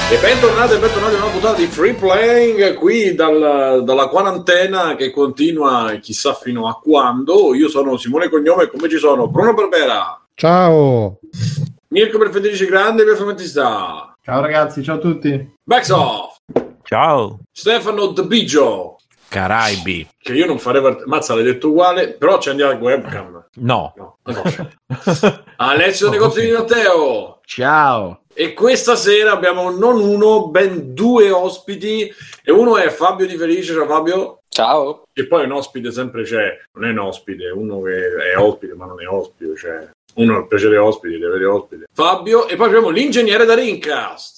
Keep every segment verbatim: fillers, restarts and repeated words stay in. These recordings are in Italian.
E bentornati e bentornati a una puntata di Free Playing qui dal, dalla quarantena che continua chissà fino a quando. Io sono Simone Cognome e con me ci sono Bruno Barbera. Ciao. Mirko per Federici Grande e per Fomentista. Ciao ragazzi, ciao a tutti. Backsoft. Ciao. Stefano De Biggio. Caraibi. Che io non farei part- Mazza l'hai detto uguale, però accendiamo il webcam. No. No, no. Alessio Negozio di Matteo. Ciao. E questa sera abbiamo non uno, ben due ospiti. E uno è Fabio Di Felice. Ciao Fabio. Ciao. E poi un ospite sempre c'è. Non è un ospite, è uno che è ospite ma non è ospite. Cioè, uno ha il piacere ospiti, deve avere ospite. Fabio. E poi abbiamo l'ingegnere da Rincast.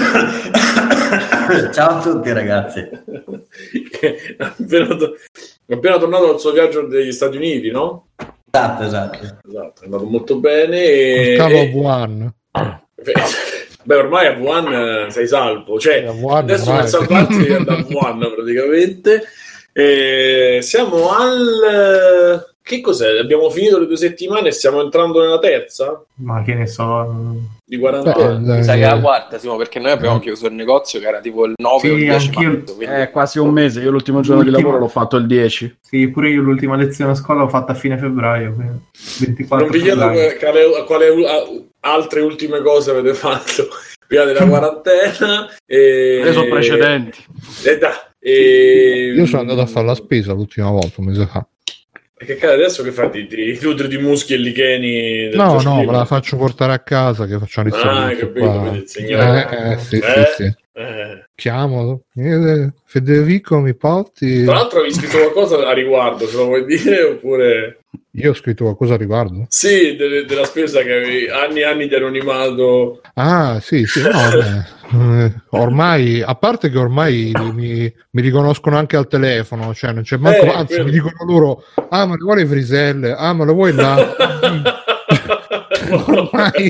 Ciao a tutti ragazzi. Che è appena, to- è appena tornato dal suo viaggio degli Stati Uniti, no? Esatto, esatto. Esatto, è andato molto bene. E, Cavo e... Wuhan. Beh, ormai a Wuhan sei salvo, cioè Wuhan, adesso ormai. per salvarti devi andare a Wuhan praticamente. E siamo al... Che cos'è? Abbiamo finito le due settimane e stiamo entrando nella terza? Ma che ne so. Di quarantena. Beh, Mi sa che è la quarta, Simo, perché noi abbiamo chiuso il negozio che era tipo il nove Sì, o il dieci anch'io. marzo, quindi... È quasi un mese, io l'ultimo giorno di L'ultimo- lavoro l'ho fatto il dieci. Sì, pure io l'ultima lezione a scuola l'ho fatta a fine febbraio. quindi ventiquattro Non vi chiedo febbraio. quale, quale a- altre ultime cose avete fatto prima della quarantena. E... Le sono precedenti. E da, e... Io sono andato a fare la spesa l'ultima volta, un mese fa. E che cazzo adesso che fai? Ti, ti nutri di muschi e licheni? del No, tuo no, schifo? me la faccio portare a casa che facciamo il Ah, hai servizio capito, qua. vedi il signore. Eh, eh, sì, Eh? sì, sì. Eh. Chiamo. Eh, Federico, mi porti? Tra l'altro avevi scritto qualcosa a riguardo, ce lo vuoi dire? Oppure... Io ho scritto qualcosa a riguardo. Sì, de- della spesa che avevi anni e anni di anonimato. Ah, sì, sì, no, beh, eh, ormai, a parte che ormai mi, mi riconoscono anche al telefono, cioè non c'è manco, Eh, anzi quello. mi dicono loro, ah, ma le vuoi le friselle? Ah, ma le vuoi là? Ormai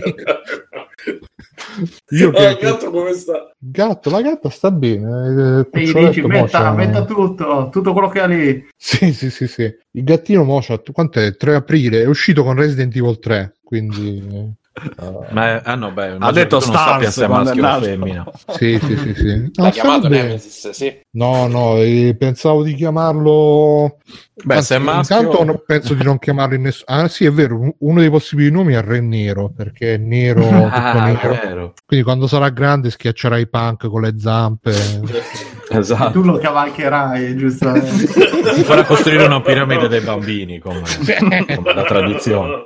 io Ah, che, il gatto come sta? gatto, la gatta sta bene, eh, E gli cuccioletto dici, mo metta, c'ha- metta tutto, tutto quello che ha lì. sì, sì, sì, sì, il gattino mo c'ha, quant'è? tre aprile, è uscito con Resident Evil tre, quindi Ma ah no, beh, Ha detto tu non sappia Stars se è quando è maschio o nato. femmina. sì, sì, sì, sì. L'ha No, chiamato sta bene. Nemesis, sì. No, no, eh, pensavo di chiamarlo. Beh, Anzi, se è maschio- intanto no- penso di non chiamarlo in nessuno. Ah, sì, è vero. un- Uno dei possibili nomi è Re Nero perché è nero, tutto Ah, nero. è vero. Quindi quando sarà grande schiaccerà i punk con le zampe. Esatto. Tu lo cavalcherai, giustamente. Si farà costruire una piramide dei bambini come, come la tradizione.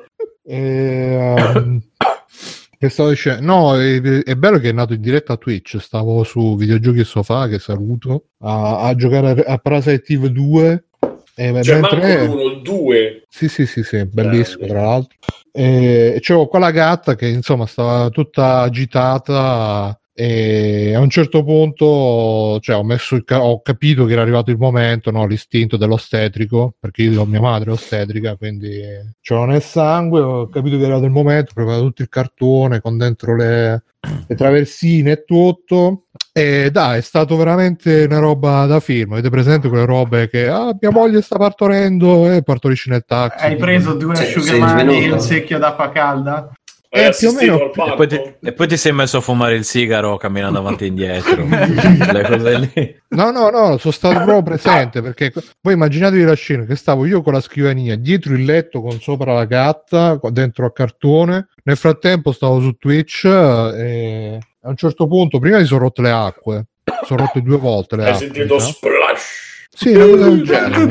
E, um, che stavo dicendo? No, è, è bello che è nato in diretta a Twitch. Stavo su Videogiochi e Sofà, che saluto, a, a giocare a, a Parasite Eve due. E Cioè, mentre- manco l'uno, il due. Sì, sì, sì, sì, bellissimo Grande. tra l'altro. E c'avevo quella gatta che insomma stava tutta agitata e a un certo punto, cioè, ho messo il ca- ho capito che era arrivato il momento, no, l'istinto dell'ostetrico, perché io ho mia madre ostetrica, quindi c'ero nel sangue, ho capito che era arrivato il momento, ho preparato tutto il cartone con dentro le, le traversine e tutto. E dai, è stato veramente una roba da film. Avete presente quelle robe che ah, mia moglie sta partorendo e partorisce nel taxi? Hai preso due Sì, asciugamani sì, e sì. un secchio d'acqua calda? Hai Eh, assistito più o meno. al parto? E poi, ti, e poi ti sei messo a fumare il sigaro camminando avanti e indietro. Le cose lì. No, no, no, sono stato proprio presente perché voi immaginatevi la scena che stavo io con la scrivania dietro il letto con sopra la gatta qua dentro a cartone. Nel frattempo stavo su Twitch e a un certo punto prima mi sono rotte le acque, sono rotte due volte le Hai acque. sentito diciamo. splash? Sì, una cosa del genere, in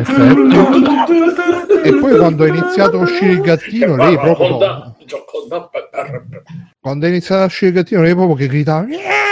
effetti. E poi quando è iniziato a uscire il gattino, lei proprio Onda- gioco da- quando è iniziato a uscire il gattino, lei proprio che gritava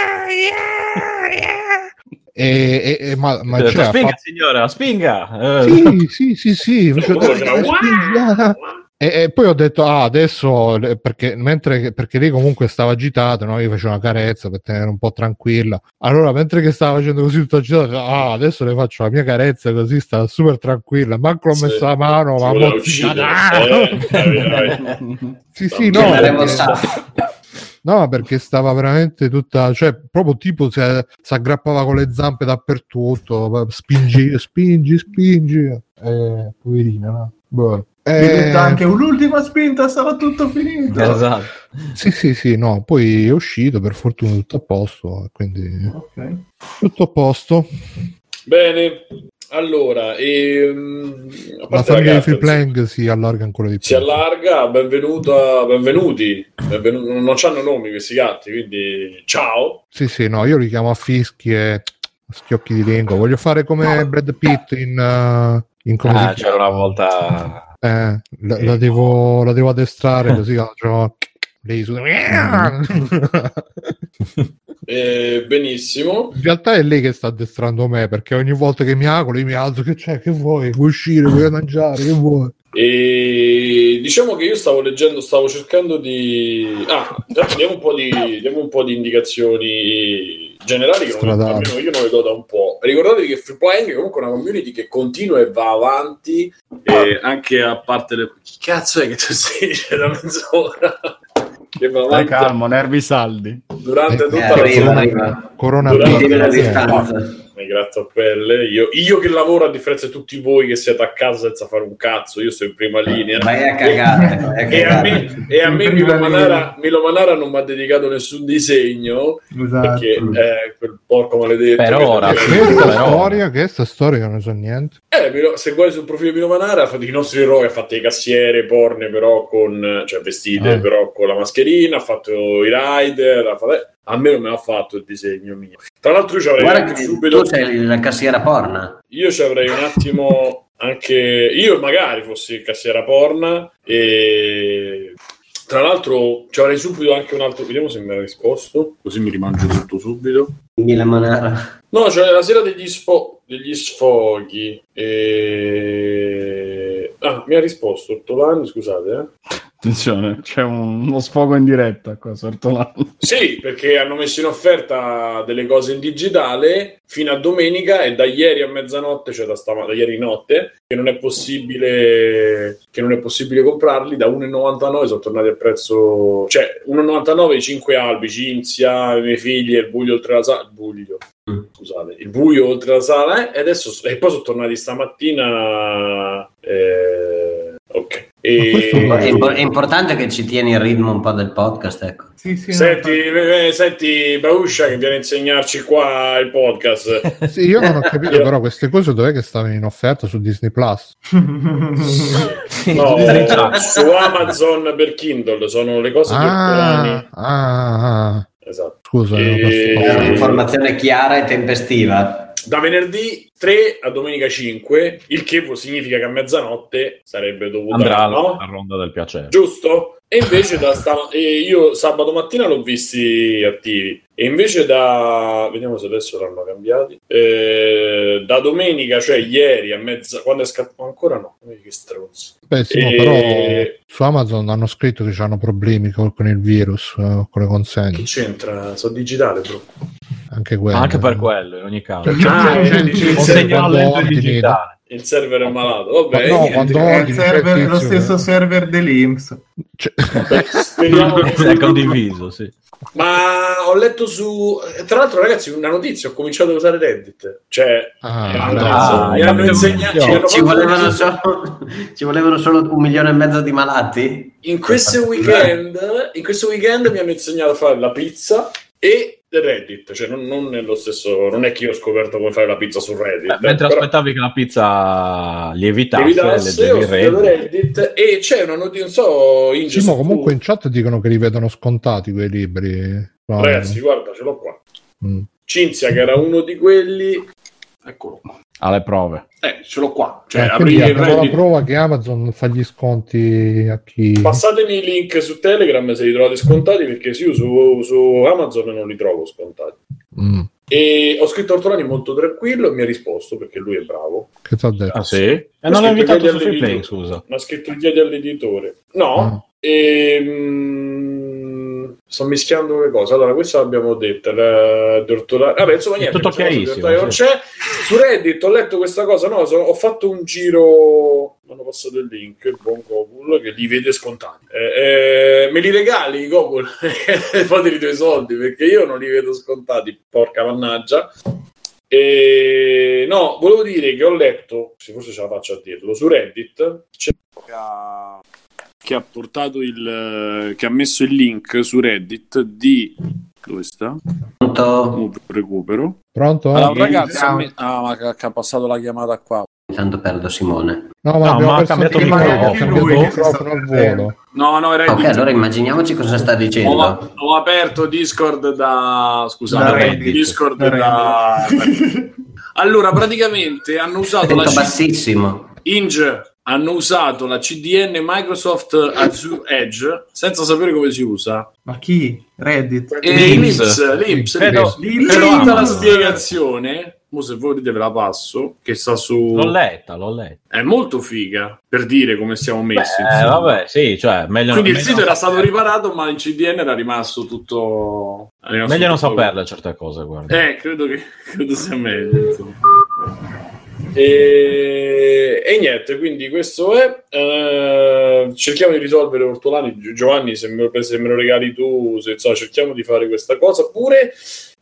e, e, e ma, ma Ho detto, cioè, ha spinga fatto- signora, spinga. Eh, sì, sì, sì, sì, facevo- Proprio c'era- spingi, E, e poi ho detto, ah, adesso, le- perché, mentre, perché lei comunque stava agitata, no? Io facevo una carezza per tenere un po' tranquilla. Allora, mentre che stava facendo così tutta agitata, ah, adesso le faccio la mia carezza così, sta super tranquilla. Manco l'ho Sì. messo la mano, Ti ma voleva mozzicata. uccidere. Eh, dai, dai. Sì, sì, no. Chiameremo perché- Saffi. No, perché stava veramente tutta, cioè, proprio tipo si, si aggrappava con le zampe dappertutto, spingi, spingi, spingi. eh, poverina, no? Boh. Diventa Eh, anche un'ultima spinta, sarà tutto finito. Esatto. sì, sì, sì, no, poi è uscito, per fortuna tutto a posto, quindi Ok. tutto a posto. Bene, allora, ehm, a La parte famiglia di gatta, Free insomma, Playing si allarga ancora di più. si allarga, benvenuta, benvenuti, benvenuti. Non hanno nomi questi gatti, quindi ciao. Sì, sì, no, io li chiamo a fischi e schiocchi di lingua. Voglio fare come Brad Pitt in, uh, in come Ah, si c'era chiama? una volta. Eh, la, la devo, la devo addestrare così faccio lei su. Eh, benissimo. In realtà è lei che sta addestrando me, perché ogni volta che mi auguro io mi alzo, che c'è, che vuoi? Vuoi uscire, vuoi mangiare, che vuoi? E diciamo che io stavo leggendo, stavo cercando di. Ah, diamo un po' di, diamo un po' di indicazioni generali che non, almeno io non le do da un po'. Ricordatevi che Free Playing è comunque una community che continua e va avanti, e anche a parte le. Chi cazzo è che tu stai dicendo da mezz'ora? Che va Dai, avanti calmo, nervi saldi. durante Eh, tutta Eh, la arriva, giornata. arriva. Coronavirus. Tieni la Eh, distanza. Mi gratto a pelle. Io, io che lavoro, a differenza di tutti voi che siete a casa senza fare un cazzo, io sto in prima linea. Vai a cagare. vai a E a cagare. me, e a In me prima Milo, linea. Manara, Milo Manara non mi ha dedicato nessun disegno, Esatto. perché eh, quel porco maledetto. Per che- ora, che- questa Però- storia, questa storia non ne so niente. Eh, Milo- se guardi sul profilo di Milo Manara, ha fatto i nostri eroi, ha fatto le cassiere porne, però con, cioè vestite, Ah. però con la mascherina, ha fatto i rider, ha fatto, eh, a me non me l'ha fatto il disegno mio. Tra l'altro io ci avrei Guarda anche che subito... tu sei la cassiera porna. Io ci avrei un attimo anche io magari fossi cassiera porna, e tra l'altro ci avrei subito anche un altro, vediamo se mi ha risposto, così mi rimangio tutto subito. Mila Manara. No, c'è la sera degli, sfo- degli sfoghi e... ah, mi ha risposto Ortolani, scusate, eh. Attenzione, c'è un- uno sfogo in diretta qua, Sortolano. Sì, perché hanno messo in offerta delle cose in digitale fino a domenica, e da ieri a mezzanotte, cioè da, stama- da ieri notte, che non è possibile che non è possibile comprarli, da uno virgola novantanove sono tornati a prezzo, cioè uno virgola novantanove i cinque albi, Cinzia, i miei figli e il buio oltre la sala, il buio, scusate, il buio oltre la sala, eh, e adesso e poi sono tornati stamattina, eh, ok. E... questo È, impo- è importante che ci tieni il ritmo un po' del podcast, ecco. Sì, sì, no, Senti, eh, senti Bauscia che viene a insegnarci qua il podcast. Sì, io non ho capito però queste cose dov'è che stavano in offerta su Disney Plus. No, su Amazon per Kindle sono le cose di Ortolani. Ah, ah, ah. Esatto. Scusa, E- non posso- Era un'informazione chiara e tempestiva. Da venerdì tre a domenica cinque, il che significa che a mezzanotte sarebbe dovuto Andrà no? alla ronda del piacere. Giusto? E invece da sta- e io sabato mattina l'ho visti attivi, e invece da vediamo se adesso l'hanno cambiati, eh, da domenica, cioè ieri a mezza, quando è scattato ancora no, che stronzi. Beh, sì, ma E- però su Amazon hanno scritto che hanno problemi col- con il virus, eh, con le Che consegne. c'entra? Sono digitale, bro. Anche quello. Anche per quello, in ogni caso. Cioè, Ah, c'è- c'è- dici, c'è- il quando segnale lento ordini- digitale. Il server è malato. Vabbè, Ma no, niente. quando È il ordini, c'è server- il lo tizio stesso che- server dell'I N P S. c'è- Speriamo che- È condiviso, sì. Ma ho letto su, tra l'altro, ragazzi, una notizia: ho cominciato a usare Reddit. Cioè, Ah, è una dai. notizia. Ah, mi hanno capito. insegnato. Ci- mi hanno Ci fatto volevano, un- solo, ci volevano solo un milione e mezzo di malati? In questo weekend, in questo weekend mi hanno insegnato a fare la pizza e Reddit. Cioè, non, non nello stesso, non è che io ho scoperto come fare la pizza su Reddit. Beh, mentre però- aspettavi che la pizza lievitasse, Evitasse, ho leggevi studiato Reddit. Reddit e c'è una notizia, non so, in Sì, ma comunque in chat dicono che li vedono scontati quei libri. No, ragazzi, guarda, ce l'ho qua. mm. Cinzia, che era uno di quelli, eccolo qua. Alle prove. Eh, ce l'ho qua. Cioè, Eh, quindi aprire il abbiamo la Reddit. prova che Amazon fa gli sconti a chi... Passatemi i link su Telegram se li trovate scontati, perché sì, io su, su Amazon non li trovo scontati. Mm. E ho scritto a Ortolani molto tranquillo e mi ha risposto, perché lui è bravo. Che ti ho detto? Ah, sì? E Ho non l'ho scritto invitato chiedi su Free all'editore. Playing, scusa. Mi ha scritto chiedi all'editore. No, Ah. e, mm, sto mischiando le cose. Allora, questa l'abbiamo detta, la di Ortolani. Vabbè, insomma, È niente. tutto questa cosa in chiarissimo, realtà non sì. c'è. Su Reddit ho letto questa cosa, no, so- ho fatto un giro, mi hanno passato il link, il buon Gogol, che li vede scontati. Eh, eh, me li regali, Gogol? Poi ti ridò i soldi, perché io non li vedo scontati, porca mannaggia. E no, volevo dire che ho letto, se forse ce la faccio a dirlo, su Reddit c'è che ha portato il che ha messo il link su Reddit di dove sta? Pronto? Recupero. Pronto? Allora, un ragazzo ha me... ah, ma che ha passato la chiamata qua. Intanto perdo Simone. No, ma, no, ma ha cambiato il microfono, cambiato il microfono al volo. No, no, era ok, allora immaginiamoci cosa sta dicendo. Ho, ho aperto Discord da scusate, da Reddit. Discord da, da... Allora, praticamente hanno usato Sento la bassissimo. Inge hanno usato la C D N Microsoft Azure Edge senza sapere come si usa. Ma chi? Reddit? E l'Ips, l'Ips, tutta la spiegazione. Mo se volete ve la passo, che sta su... L'ho letta, l'ho letta. È molto figa, per dire come siamo messi. Beh, vabbè, sì, cioè, meglio Quindi meglio il sito non era saperle. stato riparato, ma il C D N era rimasto tutto... Era rimasto Meglio non tutto... saperle certe cose, guarda. Eh, credo che credo sia meglio, insomma. E... e niente, quindi questo è... Uh, cerchiamo di risolvere Ortolani. Giovanni, se me, lo, se me lo regali tu, se, insomma, cerchiamo di fare questa cosa. Pure...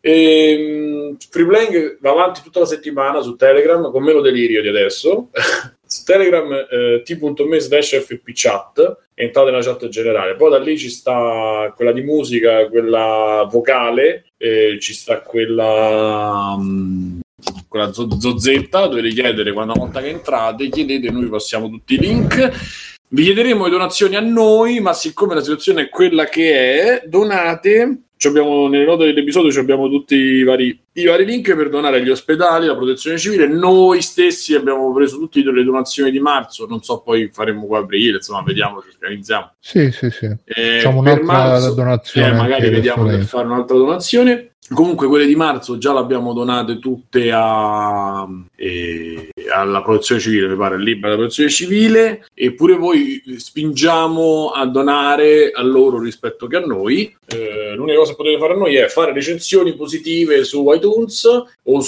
E, Freeplaying va avanti tutta la settimana su Telegram con meno delirio di adesso. Su Telegram eh, t.me slash fpchat, entrate nella chat generale, poi da lì ci sta quella di musica, quella vocale, eh, ci sta quella um, quella zozzetta, dovete chiedere quando una volta che entrate, chiedete, noi passiamo tutti i link. Vi chiederemo le donazioni a noi, ma siccome la situazione è quella che è, donate. Abbiamo, nelle note dell'episodio abbiamo tutti i vari, i vari link per donare agli ospedali, alla protezione civile. Noi stessi abbiamo preso tutte le donazioni di marzo, non so, poi faremo qua aprile, insomma, vediamo, ci organizziamo. Sì, sì, sì. Eh, Facciamo per un'altra marzo, donazione. Eh, magari vediamo per fare un'altra donazione. Comunque quelle di marzo già le abbiamo donate tutte a, e, alla protezione civile, mi pare, libera la protezione civile, eppure voi spingiamo a donare a loro rispetto che a noi. Eh, l'unica cosa che potete fare a noi è fare recensioni positive su iTunes o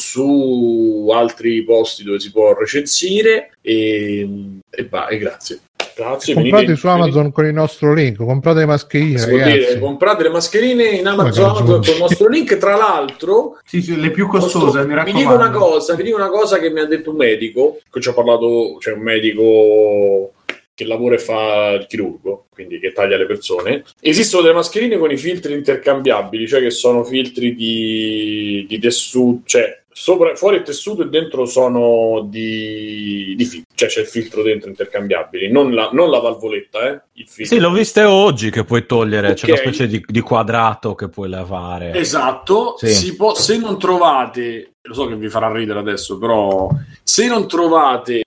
su altri posti dove si può recensire e, e vai, grazie. Grazie, comprate venite, su Amazon venite. Con il nostro link, comprate le mascherine, ragazzi. Dire, comprate le mascherine in Amazon con il nostro link. Tra l'altro, sì, sì, le più costose, mi vi dico una cosa, vi dico una cosa che mi ha detto un medico, che ci ha parlato, cioè un medico che lavora e fa il chirurgo, quindi che taglia le persone. Esistono delle mascherine con i filtri intercambiabili, cioè che sono filtri di, di tessuto, cioè sopra, fuori il tessuto e dentro sono di, di filtro, cioè c'è il filtro dentro intercambiabili, non la, non la valvoletta, eh, il filtro. Sì, l'ho viste oggi che puoi togliere, okay. C'è una specie di, di quadrato che puoi lavare. Esatto, sì. Si può, se non trovate, lo so che vi farà ridere adesso, però se non trovate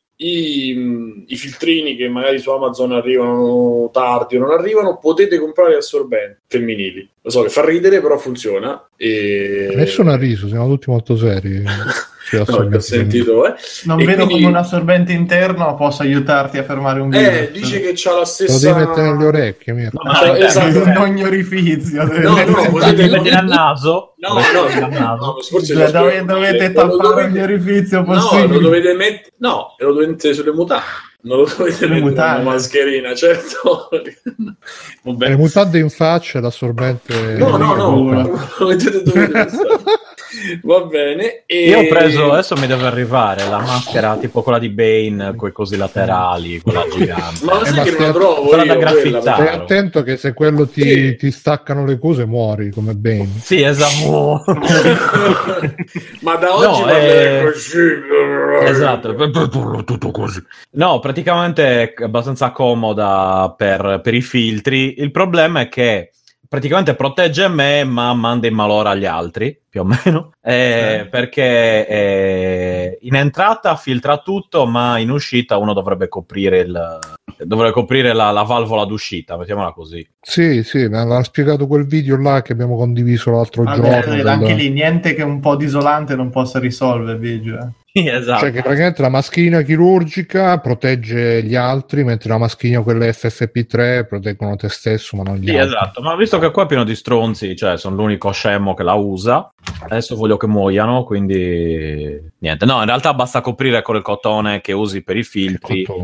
I, i filtrini che magari su Amazon arrivano tardi o non arrivano, potete comprare assorbenti femminili. Lo so che fa ridere, però funziona. E... Nessuno ha riso, siamo tutti molto seri. No, ho sentito, eh. Non e vedo quindi... come un assorbente interno possa aiutarti a fermare un virus. Eh, dice che c'ha la stessa. Lo devi mettere nelle orecchie, mia. No, cioè, esatto, in ogni orifizio. No, no, no, potete mettere al naso. No, no, no, no, forse cioè, dove, dovete tappare ogni orifizio possibile. No, lo dovete mettere. No, lo dovete mettere sulle mutande. Non lo dovete mettere una mascherina, certo. Le mutande in faccia, l'assorbente. No, no, no, lo mettete dove deve stare. Va bene. E... Io ho preso, adesso mi deve arrivare la maschera tipo quella di Bane, quei cosi laterali, quella gigante. Ma lo sai eh, che ma non la trovo quella io, da graffittare. Stai attento che se quello ti, sì. ti staccano le cose muori come Bane. Sì, esatto. Ma da oggi no, va è... così. Esatto, tutto così. No, praticamente è abbastanza comoda per, per i filtri. Il problema è che praticamente protegge me, ma manda in malora agli altri, più o meno, eh, eh. perché eh, in entrata filtra tutto, ma in uscita uno dovrebbe coprire il dovrebbe coprire la, la valvola d'uscita, mettiamola così. Sì, sì, me l'ha spiegato quel video là che abbiamo condiviso l'altro ah, giorno. Beh, anche del... lì niente che un po' di isolante non possa risolvere, Biggio. Sì, esatto. Cioè che praticamente la mascherina chirurgica protegge gli altri, mentre la mascherina quelle F F P tre proteggono te stesso, ma non gli sì, altri. Esatto, ma visto che qua è pieno di stronzi, cioè sono l'unico scemo che la usa, adesso voglio che muoiano, quindi niente. No, in realtà basta coprire con il cotone che usi per i filtri.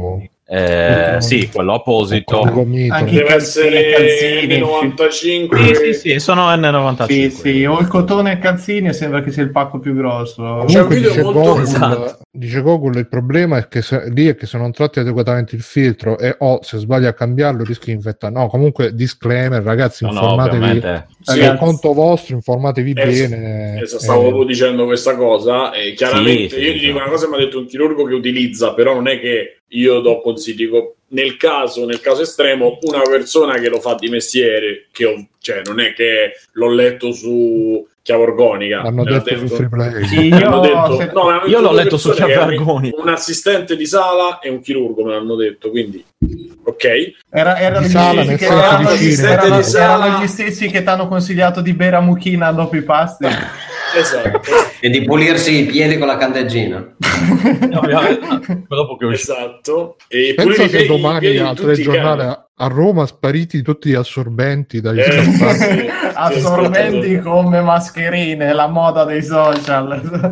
Eh, sì, quello apposito. Anche deve i calzini, essere calzini. N novantacinque. Sì, sì, sì, sono N novantacinque. Sì, sì, o il cotone e il calzini sembra che sia il pacco più grosso. C'è un Comunque video dice molto Google, esatto. dice Google, il problema è che se, lì è che se non tratti adeguatamente il filtro e o se sbagli a cambiarlo rischi di infettare. No, comunque disclaimer, ragazzi, No, no, informatevi. ovviamente. Sì. Per conto vostro, informatevi Eh, bene. eh, stavo eh, proprio dicendo questa cosa e chiaramente Sì, sì, io ti sì. dico una cosa che mi ha detto un chirurgo che utilizza, però non è che io do consigli, dico nel caso, nel caso estremo una persona che lo fa di mestiere, che ho, cioè non è che l'ho letto su Chiave Organica, Hanno me l'ha detto su Free Play. Sì, mi hanno io, detto, se- no, mi hanno Io detto l'ho due letto su persone Chiave che- Organica. un assistente di sala e un chirurgo me l'hanno detto, quindi ok. era, erano, Di gli sala, stessi nel che, senso erano, di gli- cinema. erano- Di sala. erano gli stessi che ti hanno consigliato di bere a mucchina dopo i pasti. Esatto, E di pulirsi i piedi con la candeggina. Ovviamente, dopo che è uscito. esatto. E Pensa pure i se piedi- i domani piedi di al tutti i telegiornale cani. a, a Roma spariti tutti gli assorbenti dagli Eh, scaffali. sì, sì, Assorbenti ascoltatori. come mascherine, la moda dei social.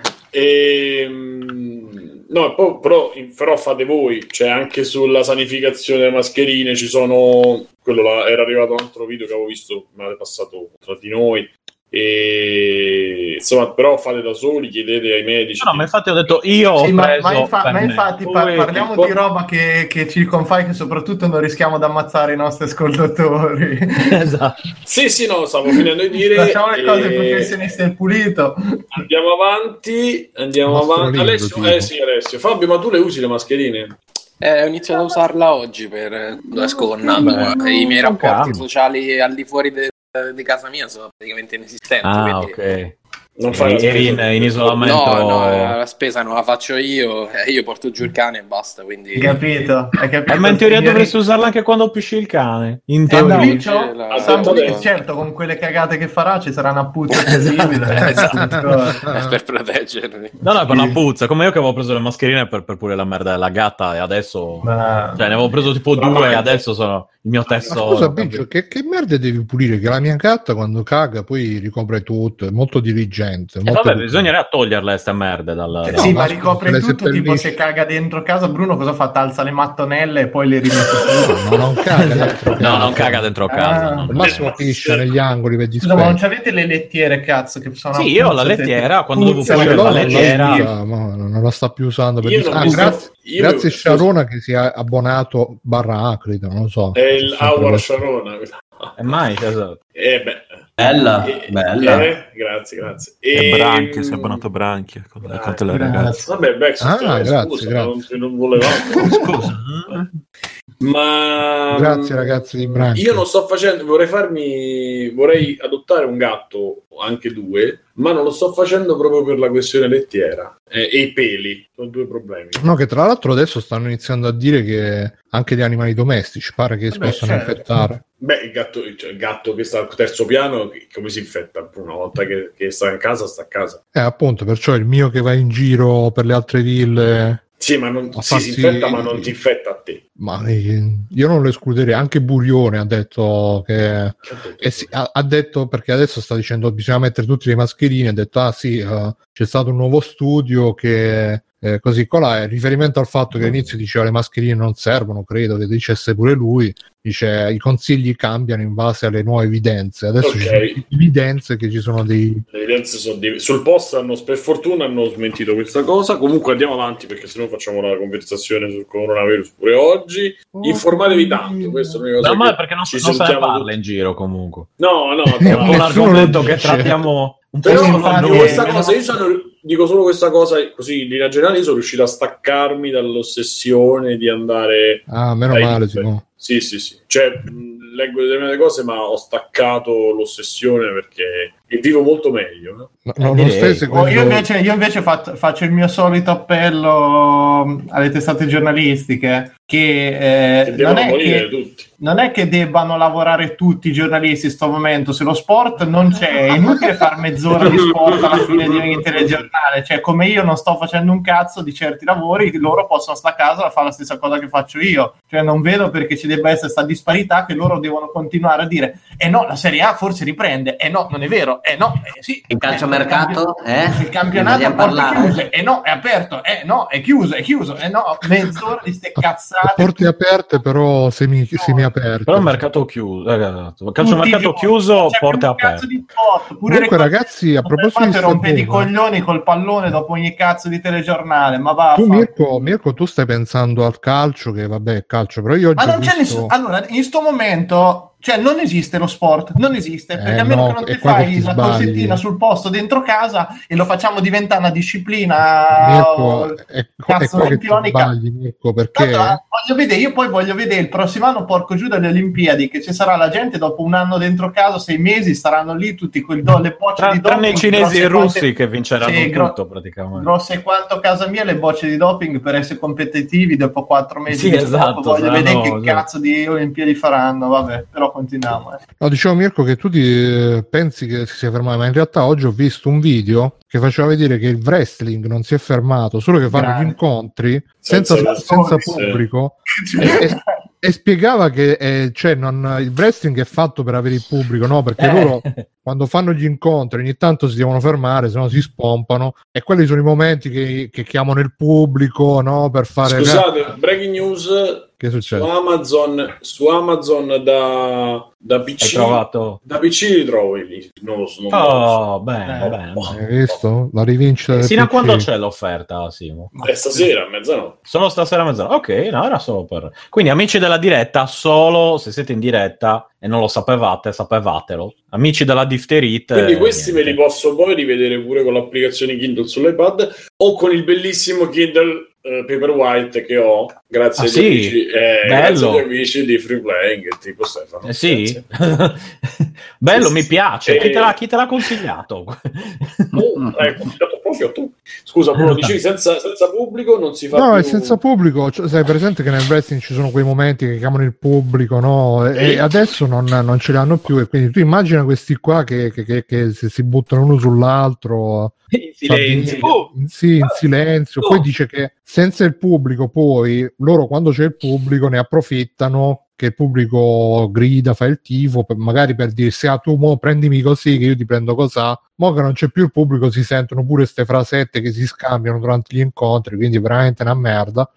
Ehm, no, poi, però, però fate voi, cioè anche sulla sanificazione delle mascherine ci sono, quello là, era arrivato un altro video che avevo visto, mi avete passato tra di noi, e insomma, però fate da soli, chiedete ai medici. No, ma infatti ho detto io ho Sì, ma, preso ma infa- per ma me. infatti Poi- par- parliamo poi- di roba che, che ci confai, che soprattutto non rischiamo di ammazzare i nostri ascoltatori. Esatto. Sì, sì, no, stavo finendo di dire. Lasciamo le cose ai eh, professionisti del pulito. Andiamo avanti, andiamo Nostro avanti. libro, Alessio, tipo. eh sì, Alessio. Fabio, ma tu le usi le mascherine? Eh, ho iniziato a usarla oggi per esco con Nando. Beh, I miei con rapporti calma. sociali al di fuori de- di casa mia sono praticamente inesistenti. Ah, quindi- ok. Non fai la Eri spesa? in, in isolamento. No, no, la spesa non la faccio io, eh, io porto giù il cane e basta, quindi... Hai capito? Hai capito? Eh, ma in teoria Ieri- dovresti usarla anche quando pisci il cane. In Eh, teoria. no, Sì, Ciccio? la- San la- Luigi, certo, con quelle cagate che farà ci sarà una puzza Esatto, terribile. esatto. Eh, per proteggermi. No, no, è per una puzza. Come io che avevo preso le mascherine per, per pure la merda della gatta e adesso... Ma- Cioè, ne avevo preso tipo due e adesso sono il mio Ma tesoro. scusa, Biggio, che, che merda devi pulire? Che la mia gatta quando caga poi ricopre tutto, è molto diligente. E molto vabbè, educata. bisognerà toglierle queste merde dal... Eh dal- sì, No, ma ma ricopre scusa, tutto, se tipo pellisci- se caga dentro casa, Bruno cosa fa? Alza le mattonelle e poi le rimette su. Ma non caga dentro No, casa. non caga dentro casa. Ah. no. Al massimo piscia negli angoli per Scusa, ma non dispetto. c'avete le lettiere, cazzo, che sono... Sì, io ho la puzzate- lettiera, quando devo puzzano pulire le la Allora, lettiera- non la usa, ma non la sta più usando per Io dis- non ah, mi sto- grazie, io- grazie scusa. Sharona che si è abbonato barra Acrida, non lo so. È il Sempre Howard questo. Sharona. E mai, esatto. Eh beh. Bella, Eh, bella. eh, grazie, grazie. E E- Branchia, si è abbonato Branchia con, Dai, con te le grazie. ragazze. Vabbè, Baxter, Ah, eh, grazie, scusa, grazie. non, non volevamo. Scusa. Ma Grazie, ragazzi di Branchia. Io non sto facendo, vorrei farmi, vorrei adottare un gatto, anche due, ma non lo sto facendo proprio per la questione lettiera eh, e i peli, sono due problemi. No, che tra l'altro adesso stanno iniziando a dire che anche gli animali domestici pare che si Vabbè, possano certo. infettare. Beh, il gatto, cioè, il gatto che sta al terzo piano, che- come si infetta? Una volta che, che sta in casa, sta a casa. Eh, appunto, perciò il mio che va in giro per le altre ville, Sì, ma non, Ma sì, farsi- si infetta, ma non ti infetta a te. ma eh, io non lo escluderei. Anche Burione ha detto che... Che ha detto? Eh sì, ha, ha detto, perché adesso sta dicendo bisogna mettere tutte le mascherine, ha detto ah sì, eh, c'è stato un nuovo studio che eh, così colà, in riferimento al fatto che all'inizio diceva le mascherine non servono, credo che dicesse pure lui, dice i consigli cambiano in base alle nuove evidenze, adesso Ok. ci sono evidenze che ci sono dei... Le evidenze sono di... sul post hanno, per fortuna hanno smentito questa cosa. Comunque andiamo avanti perché sennò facciamo la conversazione sul coronavirus pure oggi. Informatevi tanto, questo è l'unica cosa No, ma che perché non, ci non se ne sentiamo parla tutti. in giro comunque. No, no, È un po' un no. Nessuno argomento lo che dice. trattiamo un po' Però Sì, solo infatti, no, noi. questa meno- cosa, io sono, dico solo questa cosa così in linea generale, io sono riuscito a staccarmi dall'ossessione di andare Ah, meno dai male, libri. Simone. Sì, sì, sì. Cioè, mh, leggo determinate cose, ma ho staccato l'ossessione perché e vivo molto meglio. No? No, no, non direi. stai Oh, seguendo... io invece, io invece fa- faccio il mio solito appello mm, alle testate giornalistiche che, eh, Che non, devono è morire che tutti. non è che debbano lavorare tutti i giornalisti in sto momento, se lo sport non c'è, è inutile far mezz'ora di sport alla fine di ogni telegiornale, cioè come io non sto facendo un cazzo di certi lavori, loro possono stare a casa a fare la stessa cosa che faccio io, cioè non vedo perché ci debba essere questa disparità che loro devono continuare a dire eh no, la Serie A forse riprende, eh no, non è vero, chiuso. Eh no, eh, sì. Il calciomercato, eh? Il campionato a Vogliamo porte parlare? chiuse. Eh no, è aperto. Eh no, è chiuso, è chiuso. Eh no, mezz'ora di ste cazzate. Porte aperte, però semi, semi aperte. Però il mercato chiuso, eh, Tutti calciomercato i giorni, chiuso, c'è porte più un cazzo aperte. di sport. Pure Comunque, le- ragazzi, a proposito di Fate rompete i Stadone, coglioni col pallone dopo ogni cazzo di telegiornale. Ma va. tu Mirko, Mirko, tu stai pensando al calcio, che vabbè è calcio, però io oggi Ma non ho c'è visto... nessuno. Allora, in sto momento, cioè, non esiste lo sport, non esiste, perché Eh, a meno no, che non è ti qua che fai ti la sbagli. corsettina sul posto dentro casa e lo facciamo diventare una disciplina Mirko, è, è cazzo qua che ti olimpionica. sbagli, Mirko, perché... Tanto, eh, voglio vedere, io poi voglio vedere il prossimo anno, porco giù, dalle Olimpiadi, che ci sarà la gente dopo un anno dentro casa, sei mesi, staranno lì tutti quel do, le bocce Tra, di tranne doping i cinesi grosse e i russi quante- che vinceranno sì, gro- tutto praticamente. grosse quanto casa mia le bocce di doping per essere competitivi dopo quattro mesi. Sì, di esatto, gioco. Voglio saranno- vedere che sì. cazzo di Olimpiadi faranno, vabbè, però continuiamo. Eh. No, dicevo Mirko che tu ti, eh, pensi che si sia fermato, ma in realtà oggi ho visto un video che faceva vedere che il wrestling non si è fermato, solo che fanno Grande. gli incontri senza, Senza senza persone, sì. pubblico e, e- e spiegava che eh, cioè, non, il wrestling è fatto per avere il pubblico, no? Perché Eh. loro quando fanno gli incontri ogni tanto si devono fermare, se no si spompano, e quelli sono i momenti che, che chiamano il pubblico, no? Per fare... Scusate, breaking news. Che Su succede? Amazon, su Amazon da, da P C, Hai trovato? da P C li trovo lì. Non lo so. Non lo so. Oh, bene, Eh. bene. Hai visto? La rivincita del Sino a P C. quando c'è l'offerta, Simo? È stasera a mezzanotte. Solo stasera a mezzanotte. Ok, no, era solo per... Quindi amici della diretta, solo se siete in diretta e non lo sapevate, sapevatelo. Amici della difterite. Quindi questi me niente. li posso poi rivedere pure con l'applicazione Kindle sull'iPad o con il bellissimo Kindle eh, Paperwhite che ho grazie Ah, agli sì? amici, eh, Bello. grazie agli amici di Free Playing, tipo Stefano. Eh sì? Grazie. Bello, Sì, mi sì. piace. Eh, Chi, te l'ha, chi te l'ha consigliato? Oh, hai consigliato proprio tu. Scusa, però dicevi senza, senza pubblico non si fa No, più... è senza pubblico, cioè, sai presente che nel wrestling ci sono quei momenti che chiamano il pubblico, no? E, Sì. e adesso non, non ce l'hanno più, e quindi tu immagina questi qua che, che, che, che si, si buttano uno sull'altro In fa silenzio. venire- in, sì, in silenzio, poi dice che senza il pubblico poi loro quando c'è il pubblico ne approfittano che il pubblico grida, fa il tifo, per, magari per dirsi ah tu mo prendimi così che io ti prendo cosà. Mo che non c'è più il pubblico si sentono pure ste frasette che si scambiano durante gli incontri, quindi veramente una merda.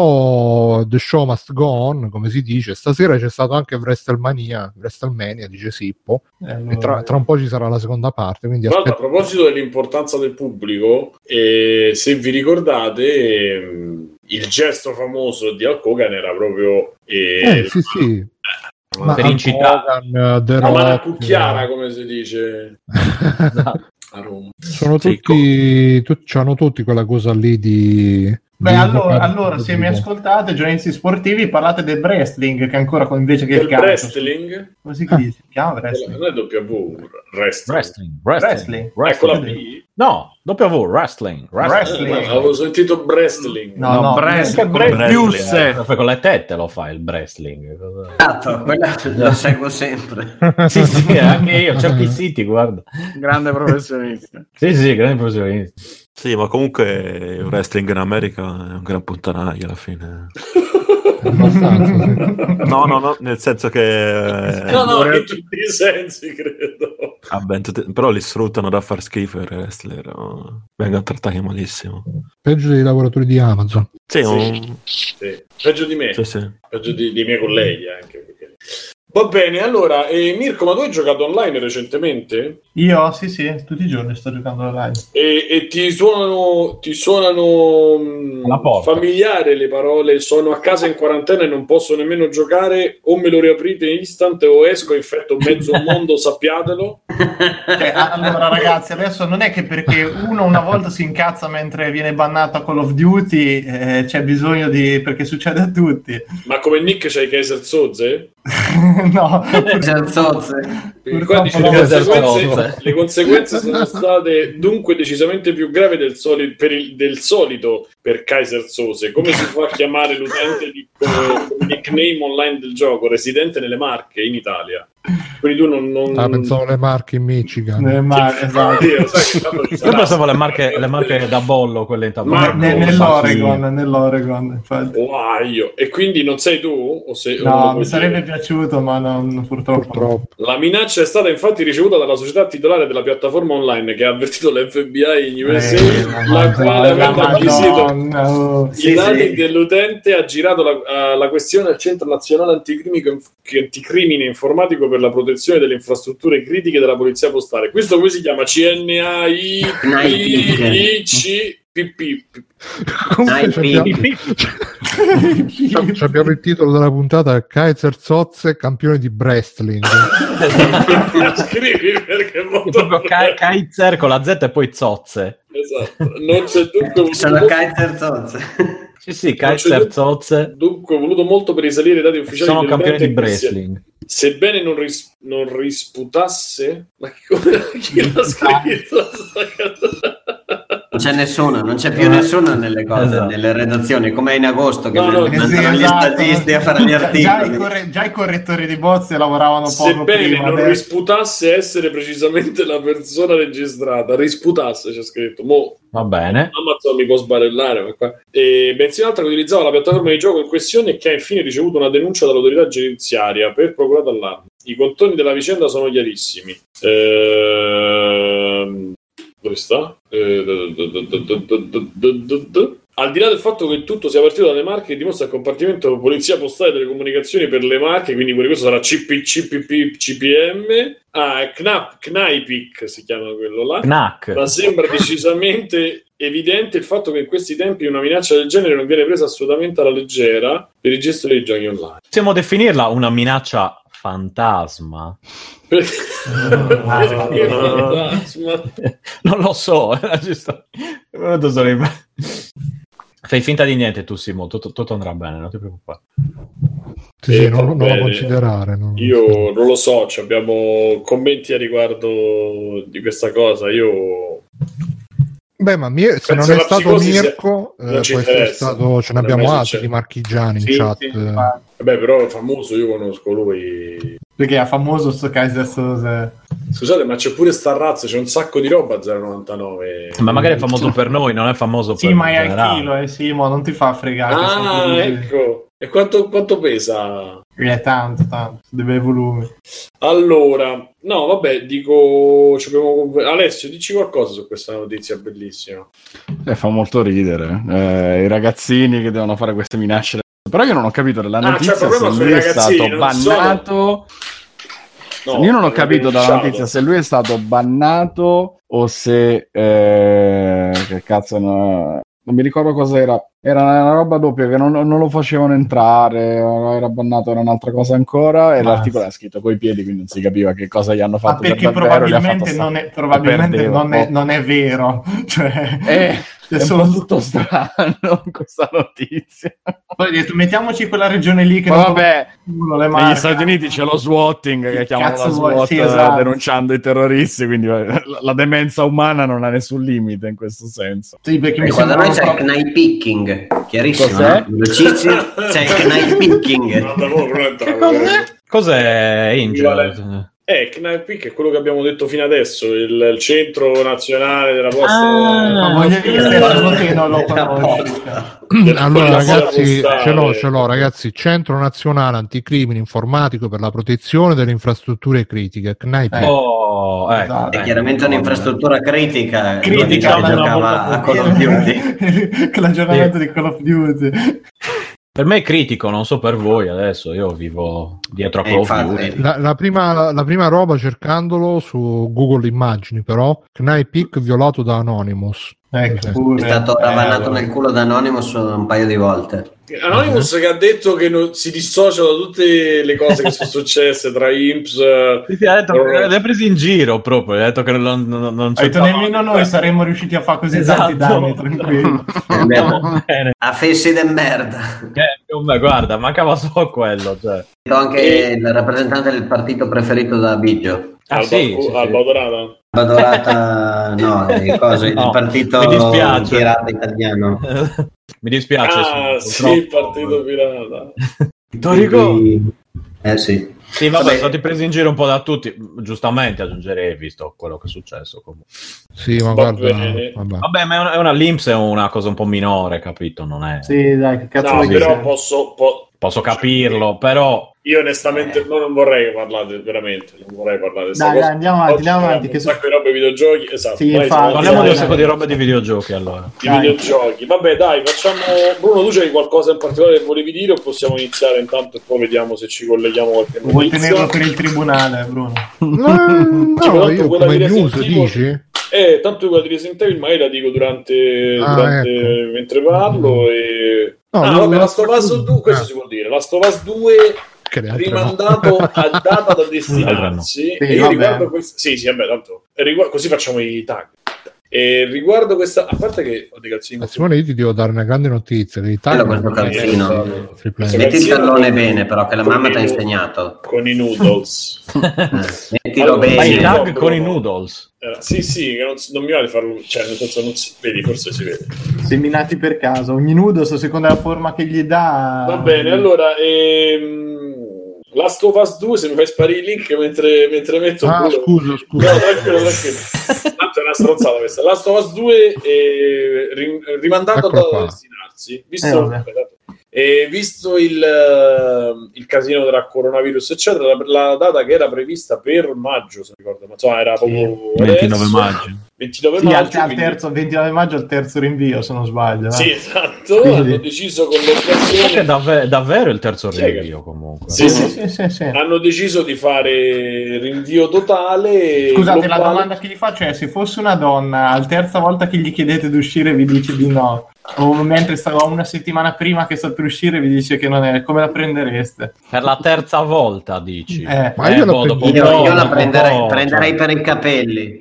Però the show must go on, come si dice. Stasera c'è stato anche WrestleMania, WrestleMania dice Sippo, e tra, tra un po' ci sarà la seconda parte, quindi Tra l'altro, a aspetta. proposito dell'importanza del pubblico, eh, se vi ricordate, ehm, il gesto famoso di Hulk Hogan era proprio eh, Eh, sì, sì. Ma per Hulk incitare. Hogan, The la mano Rock, cucchiara, come si dice Esatto. a Roma. sono Sì, tutti, tu, c'hanno tutti quella cosa lì di... Beh, di allora, invocare allora il se mi pubblico. ascoltate, giornalisti sportivi, parlate del wrestling, che ancora con- invece che il Del calcio. wrestling? Come si dice? Si chiama wrestling? Non è W, wrestling. Wrestling, wrestling, Wrestling. Ecco la wrestling. B. No, W, wrestling. Wrestling. Eh, avevo sentito wrestling. No, No, no, wrestling, neanche come bre- più se- Eh, con le tette lo fa il wrestling. Cosa- Esatto, quella la seguo sempre. Sì, sì, anche io, certi siti, guarda. Grande professionista. Sì, sì, grande professionista. Sì, ma comunque il wrestling in America è un gran puttanaio alla fine. Abbastanza, sì. No, no, no, nel senso che... No, no, in tutti i sensi, credo. Vabbè, in tutti- però li sfruttano da far schifo i wrestler. No? Vengono trattati malissimo. Peggio dei lavoratori di Amazon. Sì, Sì. un... Sì. Peggio di me, sì, sì. peggio di- dei miei colleghi anche. Perché... Va bene, allora, eh, Mirko, ma tu hai giocato online recentemente? Io, sì, sì, tutti i giorni sto giocando online. E, e ti suonano, ti suonano mh, Alla porta. familiare le parole sono a casa in quarantena e non posso nemmeno giocare, o me lo riaprite instant o esco e infetto mezzo mondo, sappiatelo. Cioè, allora ragazzi, adesso non è che perché uno una volta si incazza mentre viene bannato a Call of Duty eh, c'è bisogno di... perché succede a tutti. Ma come Nick c'hai Kaiser Soze? No, Zozze. Qua dice, le, no, conseguenze, Soze. le conseguenze sono state dunque decisamente più gravi del, soli- per il- del solito per Kaiser Soze. Come si fa a chiamare l'utente di, come, come nickname online del gioco residente nelle Marche in Italia? Quindi tu non... non... Ah, pensavo alle Marche in Michigan. Nel mar- esatto. Io, sai, tanto ci Io sarà. pensavo le marche, le marche da bollo, quelle in tabella. Ma- Ne- nell'Oregon, nell'Oregon. Infatti. Wow, io. E quindi non sei tu? O sei, o non lo No, puoi mi sarebbe dire? piaciuto, ma non, purtroppo. Purtroppo. La minaccia è stata infatti ricevuta dalla società titolare della piattaforma online che ha avvertito l'F B I in U S A, Eh, la quale Madonna, avendo acquisito Madonna, oh. i Sì, dati sì. dell'utente ha girato la, la questione al Centro Nazionale Anticrimine, Anticrimine Informatico per la protezione delle infrastrutture critiche della Polizia Postale. Questo come si chiama? C N A I I C P P. Comunque ci abbiamo, ci abbiamo il titolo della puntata: Kaiser Sozze, campione di wrestling. Scrivi perché è molto Proprio Ka- bello. Kaiser con la Z e poi Zozze. Esatto. Non c'è dunque Sono voluto, Kaiser Sozze. Sì, sì, Kaiser Zozze. dunque voluto molto per risalire i dati ufficiali Sono campioni dell'utente di che sia- wrestling. Sebbene non, ris- non risputasse, ma che come chi l'ha scritto? sta cosa? Non c'è nessuno, non c'è più nessuno nelle cose, Esatto. nelle redazioni, come in agosto che No, no, mandano Sì, gli esatto. statisti a fare gli Già, già, i articoli. corre- già i correttori di bozze lavoravano poco Sebbene prima. non adesso- risputasse essere precisamente la persona registrata, risputasse c'è scritto. Mo Va bene. Amazon mi può sbarellare, ma qua. E bensì un'altra che utilizzava la piattaforma di gioco in questione e che ha infine ricevuto una denuncia dall'autorità giudiziaria per procura d'allarme. I contorni della vicenda sono chiarissimi. Ehm... Dove sta? Eh, Al di là del fatto che tutto sia partito dalle Marche, dimostra il compartimento Polizia Postale e Telecomunicazioni per le Marche, quindi pure questo sarà C P C P P C P M. Ah, è Knap, Knaipic si chiama quello là. Knack. Ma sembra decisamente evidente il fatto che in questi tempi una minaccia del genere non viene presa assolutamente alla leggera per il gesto dei giochi online. Possiamo definirla una minaccia fantasma? Perché Perché fantasma? Non lo so, era giusto. È venuto solo in- Fai finta di niente tu, Simo, tutto, tutto andrà bene, non ti preoccupare. Sì, sì, Eh, non, va non lo bene. considerare. no. Io non lo so, ci abbiamo commenti a riguardo di questa cosa. Io Beh, ma Mir- se Penso non è la stato psicosi sia- Mirko, non eh, ci può essere interessa. stato, ce ne Non è abbiamo mai altri successo. di marchigiani in Sì, chat. sì, eh. infatti. vabbè, però è famoso, io conosco lui. Perché è famoso sto Kaiser Sose. Scusate, ma c'è pure sta razza, c'è un sacco di roba a zero virgola novantanove. Ma magari è famoso per noi, non è famoso per Sì, ma è in al generale. chilo, eh, Simo, non ti fa fregare. Ah, sono così. ecco. E quanto, quanto pesa? È tanto, tanto, deve volumi. Allora, no, vabbè, dico... ci abbiamo- Alessio, dici qualcosa su questa notizia bellissima. Eh, fa molto ridere. Eh, I ragazzini che devono fare queste minacce. Però io non ho capito della Ah, c'è notizia il problema se sui lui è ragazzini, stato non sono- bannato. No, io non ho l'hanno capito dalla denunciato. notizia se lui è stato bannato o se eh, che cazzo no, non mi ricordo cos'era. Era una roba doppia che non, non lo facevano entrare, era bannato, era un'altra cosa ancora e Ma- l'articolo era scritto coi piedi, quindi non si capiva che cosa gli hanno Ma fatto. perché per davvero, gli ha fatto probabilmente, sta- non è, probabilmente perdeva, non, è, boh. non è vero. Cioè, Eh, è è solo un po' tutto strano questa notizia. Poi ho detto, mettiamoci quella regione lì che Ma non vabbè, culo, le negli marche. Stati Uniti c'è lo swatting che Che chiamano la cazzo vuoi? SWAT Sì, eh, esatto. denunciando i terroristi, quindi eh, la, la demenza umana non ha nessun limite in questo senso. Sì, perché mi E quando sembra noi c'è il proprio... knife picking, chiarissimo. Cos'è? No? Velocissimo, c'è il knife picking. Guarda, mo, però entravo. Cos'è Angel? Eh, Knife Pick è quello che abbiamo detto fino adesso, il, il centro nazionale della posta. Ah, Ma voglio dire, ok. secondo te non lo Era conosci. apposta. Allora, ragazzi, Postale. ce l'ho, ce l'ho, ragazzi. Centro Nazionale Anticrimine Informatico per la protezione delle infrastrutture critiche. C N I P. Eh. Oh, ecco. Esatto. È chiaramente un'infrastruttura critica, Critica, l'unica che ma giocava molto a Call of Duty. Con l'aggiornamento di Call of Duty. Per me è critico, non so per voi adesso, io vivo dietro a Eh, Call of infatti. Duty. La, la prima, la prima roba, cercandolo su Google Immagini, però, C N I P violato da Anonymous. Ecco, Sì. pure. È stato ravannato Eh, allora. nel culo da Anonymous un paio di volte. Anonymous che ha detto che non- si dissocia da tutte le cose che sono successe tra I N P S. eh, Sì, sì, ha detto loro- che li ha presi in giro proprio, ha detto che non, non, non Ha c'è detto nemmeno noi saremmo riusciti a fare così Esatto. tanti danni, tranquillo. Eh, beh, bene. a fessi de merda. Eh, come, guarda, mancava solo quello. Cioè. Ho anche il rappresentante del partito preferito da Biggio. Ah, Alba, sì, sì, sì. Alba Dorata. Badorata, no, di cose, No, il partito mi dispiace. pirata italiano. Mi dispiace. Ah, sì, sì, purtroppo. il partito pirata. Torico. Quindi- Eh sì. Sì, vabbè, Vabbè. sono stati presi in giro un po' da tutti, giustamente aggiungerei, visto quello che è successo. Comunque. Sì, ma Va guarda, bene. vabbè. Vabbè, ma è una, è una l'I N P S è una cosa un po' minore, capito? Non è... Sì, dai, che cazzo No, vuoi però che posso... po- Posso capirlo, però... Io onestamente non, non vorrei parlare veramente, non vorrei parlare di questa Dai, cosa. dai, andiamo avanti, Oggi andiamo parliamo avanti, un che sacco di roba videogiochi, esatto. Sì, ormai infatti. siamo Parliamo di un dai, sacco dai. di roba di videogiochi, allora. di Dai. videogiochi. Vabbè, dai, facciamo. Bruno, tu c'hai qualcosa in particolare che volevi dire o possiamo iniziare intanto e poi vediamo se ci colleghiamo qualche Vuoi notizia? tenerlo per il tribunale, Bruno? No, Cioè, no, tanto io quella come di news Resident Evil- dici? Eh, tanto quella di Resident Evil magari la dico durante, Ah, durante ecco. mentre parlo e... No, ah, lo- vabbè, lo- Last of Us due, questo ah. si può dire. Last of Us due Che le altre no. rimandato a data da destinarsi. Sì, e io vabbè. riguardo questo... Sì, sì, vabbè, tanto... e riguardo- Così facciamo i tag. E riguardo questa... A parte che ho dei calzini... Ma Simone, io ti devo dare una grande notizia. Che Bello l'Italia questo calzino. free play. Metti il tallone bene, però, che la Con mamma i ti ha nu- insegnato. Con i noodles. Eh, Mettilo Allora, Ma i bene. no, tag Bruno. con i noodles. Eh, sì, sì, che non, non mi va di farlo... Cioè, nel senso, non si... Vedi, forse si vede. Seminati per caso, ogni nudo a seconda della forma che gli dà. Va bene, allora... Ehm... Last of Us due, se mi fai sparire il link mentre, mentre metto il Ah, culo. scusa, scusa. No, tranquillo, tranquillo. Tanto è una stronzata questa. Last of Us due eh, ri- rimandato Eccolo da qua. destinarsi. Eh, Visto, vabbè. e visto il, eh, il casino tra coronavirus, eccetera, la, la data che era prevista per maggio, se ricordo, ma insomma era proprio ventinove adesso, maggio. ventinove Sì, maggio. al, al quindi- terzo, ventinove maggio al terzo rinvio, se non sbaglio. eh. Sì, esatto. Quindi- Hanno deciso con Perché l'occasione. dav- davvero il terzo Sì, che- rinvio, comunque. Sì, Sì, sì, sì, sì, sì. Hanno deciso di fare rinvio totale. Scusate, la globale. domanda che gli faccio è: se fosse una donna, al terza volta che gli chiedete di uscire vi dice di no, o mentre stava una settimana prima che sta per uscire vi dice che non è, come la prendereste? Per la terza volta, dici? Eh. Ma io la boh, dopo prendo- un Io, po', io la dopo un prenderei, po', prenderei cioè. per i capelli.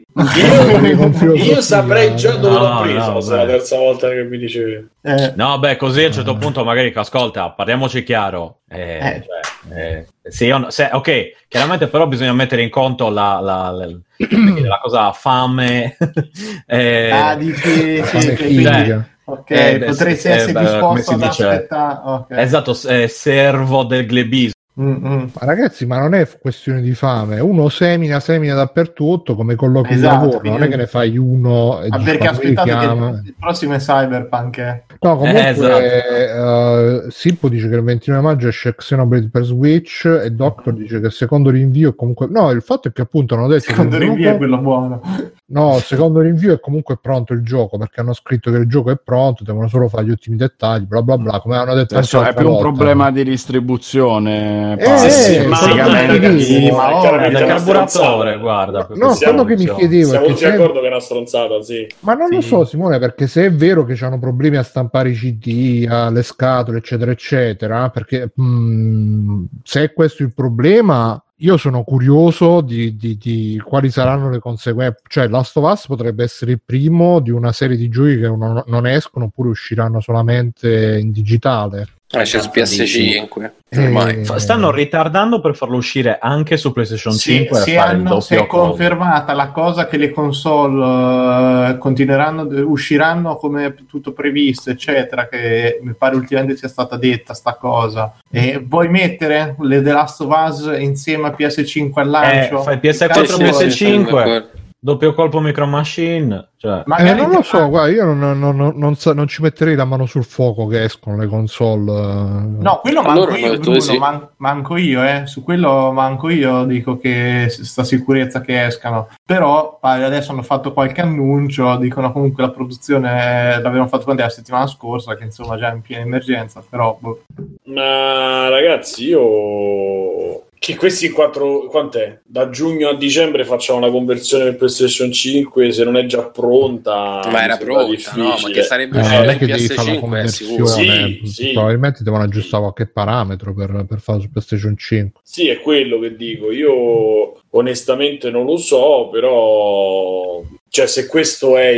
Io, io saprei già dove No, l'ho preso no, se è la beh. terza volta che mi dicevi. Eh, No, beh, così a un certo punto magari che ascolta, parliamoci chiaro. Eh, Eh. cioè, eh, se io- se- ok, chiaramente però bisogna mettere in conto la, la, la, la cosa fame. eh, ah, dici, sì, Fame che- fisica. ok, Eh, beh, potresti sì, eh, essere beh, come disposto si ad dice? aspettare. ok. Esatto, eh, servo del glebismo. Mm, mm. Ma ragazzi, ma non è questione di fame. Uno semina, semina dappertutto come colloqui Esatto, di lavoro. quindi- Non è che ne fai uno e Ah, dici, perché quando mi aspettate chiama- che il prossimo è Cyberpunk. eh. No, comunque Eh, esatto. eh, Sippo dice che il ventinove maggio esce Xenoblade per Switch e Doctor dice che il secondo rinvio è comunque... No, il fatto è che appunto hanno detto... Secondo che il rinvio è gioco- quello buono. No, il secondo rinvio è comunque pronto il gioco perché hanno scritto che il gioco è pronto, devono solo fare gli ultimi dettagli, bla bla bla, come hanno detto Adesso anche è l'altra più un volta. problema di distribuzione. Eh, pare, sì, sì, ma basicamente. ragazzi, Sì, ma è ora chiaramente Del una carburatore, stronzata. guarda. No, Siamo- quello che mi siamo- chiedevo è Siamo che tutti se... d'accordo che è una stronzata, sì. Ma non lo Sì. so, Simone, perché se è vero che hanno problemi a stampare i C D, a le scatole, eccetera, eccetera, perché mh, se è questo il problema, io sono curioso di, di- di quali saranno le conseguenze. Cioè, Last of Us potrebbe essere il primo di una serie di giochi che non, non escono oppure usciranno solamente in digitale. Esce su P S cinque Eh, ormai. Fa- Stanno ritardando per farlo uscire anche su PlayStation Sì, cinque. se, a fare il hanno, se doppio è colpo. confermata la cosa che le console eh, continueranno, usciranno come tutto previsto, eccetera, che mi pare ultimamente sia stata detta sta cosa. E vuoi mettere le The Last of Us insieme a P S cinque al lancio? Eh, fai P S Che quattro, cazzo P S vuoi? cinque. Doppio colpo Micro Machine. Cioè. Eh, Magari non ti- lo so, guarda, io non, non- non- non sa- non ci metterei la mano sul fuoco che escono le console. eh. No, quello manco Allora, io, hanno detto Bruno, di sì. man- manco io, eh. Su quello manco io dico che s- sta sicurezza che escano. Però pare adesso hanno fatto qualche annuncio, dicono comunque la produzione l'avevano fatto quando è la settimana scorsa, che insomma già è in piena emergenza, però boh. Ma ragazzi, io che questi in quattro quant'è? Da giugno a dicembre facciamo una conversione per PlayStation cinque, se non è già pronta. Ma era mi sembra pronta, difficile. no? Ma che sarebbe Eh, uscita non è in che devi P S fare la cinque, è sicuro. conversione, Sì, sì. probabilmente devono aggiustare qualche parametro per, per farlo su PlayStation cinque. Sì, è quello che dico. Io onestamente non lo so, però cioè se questo è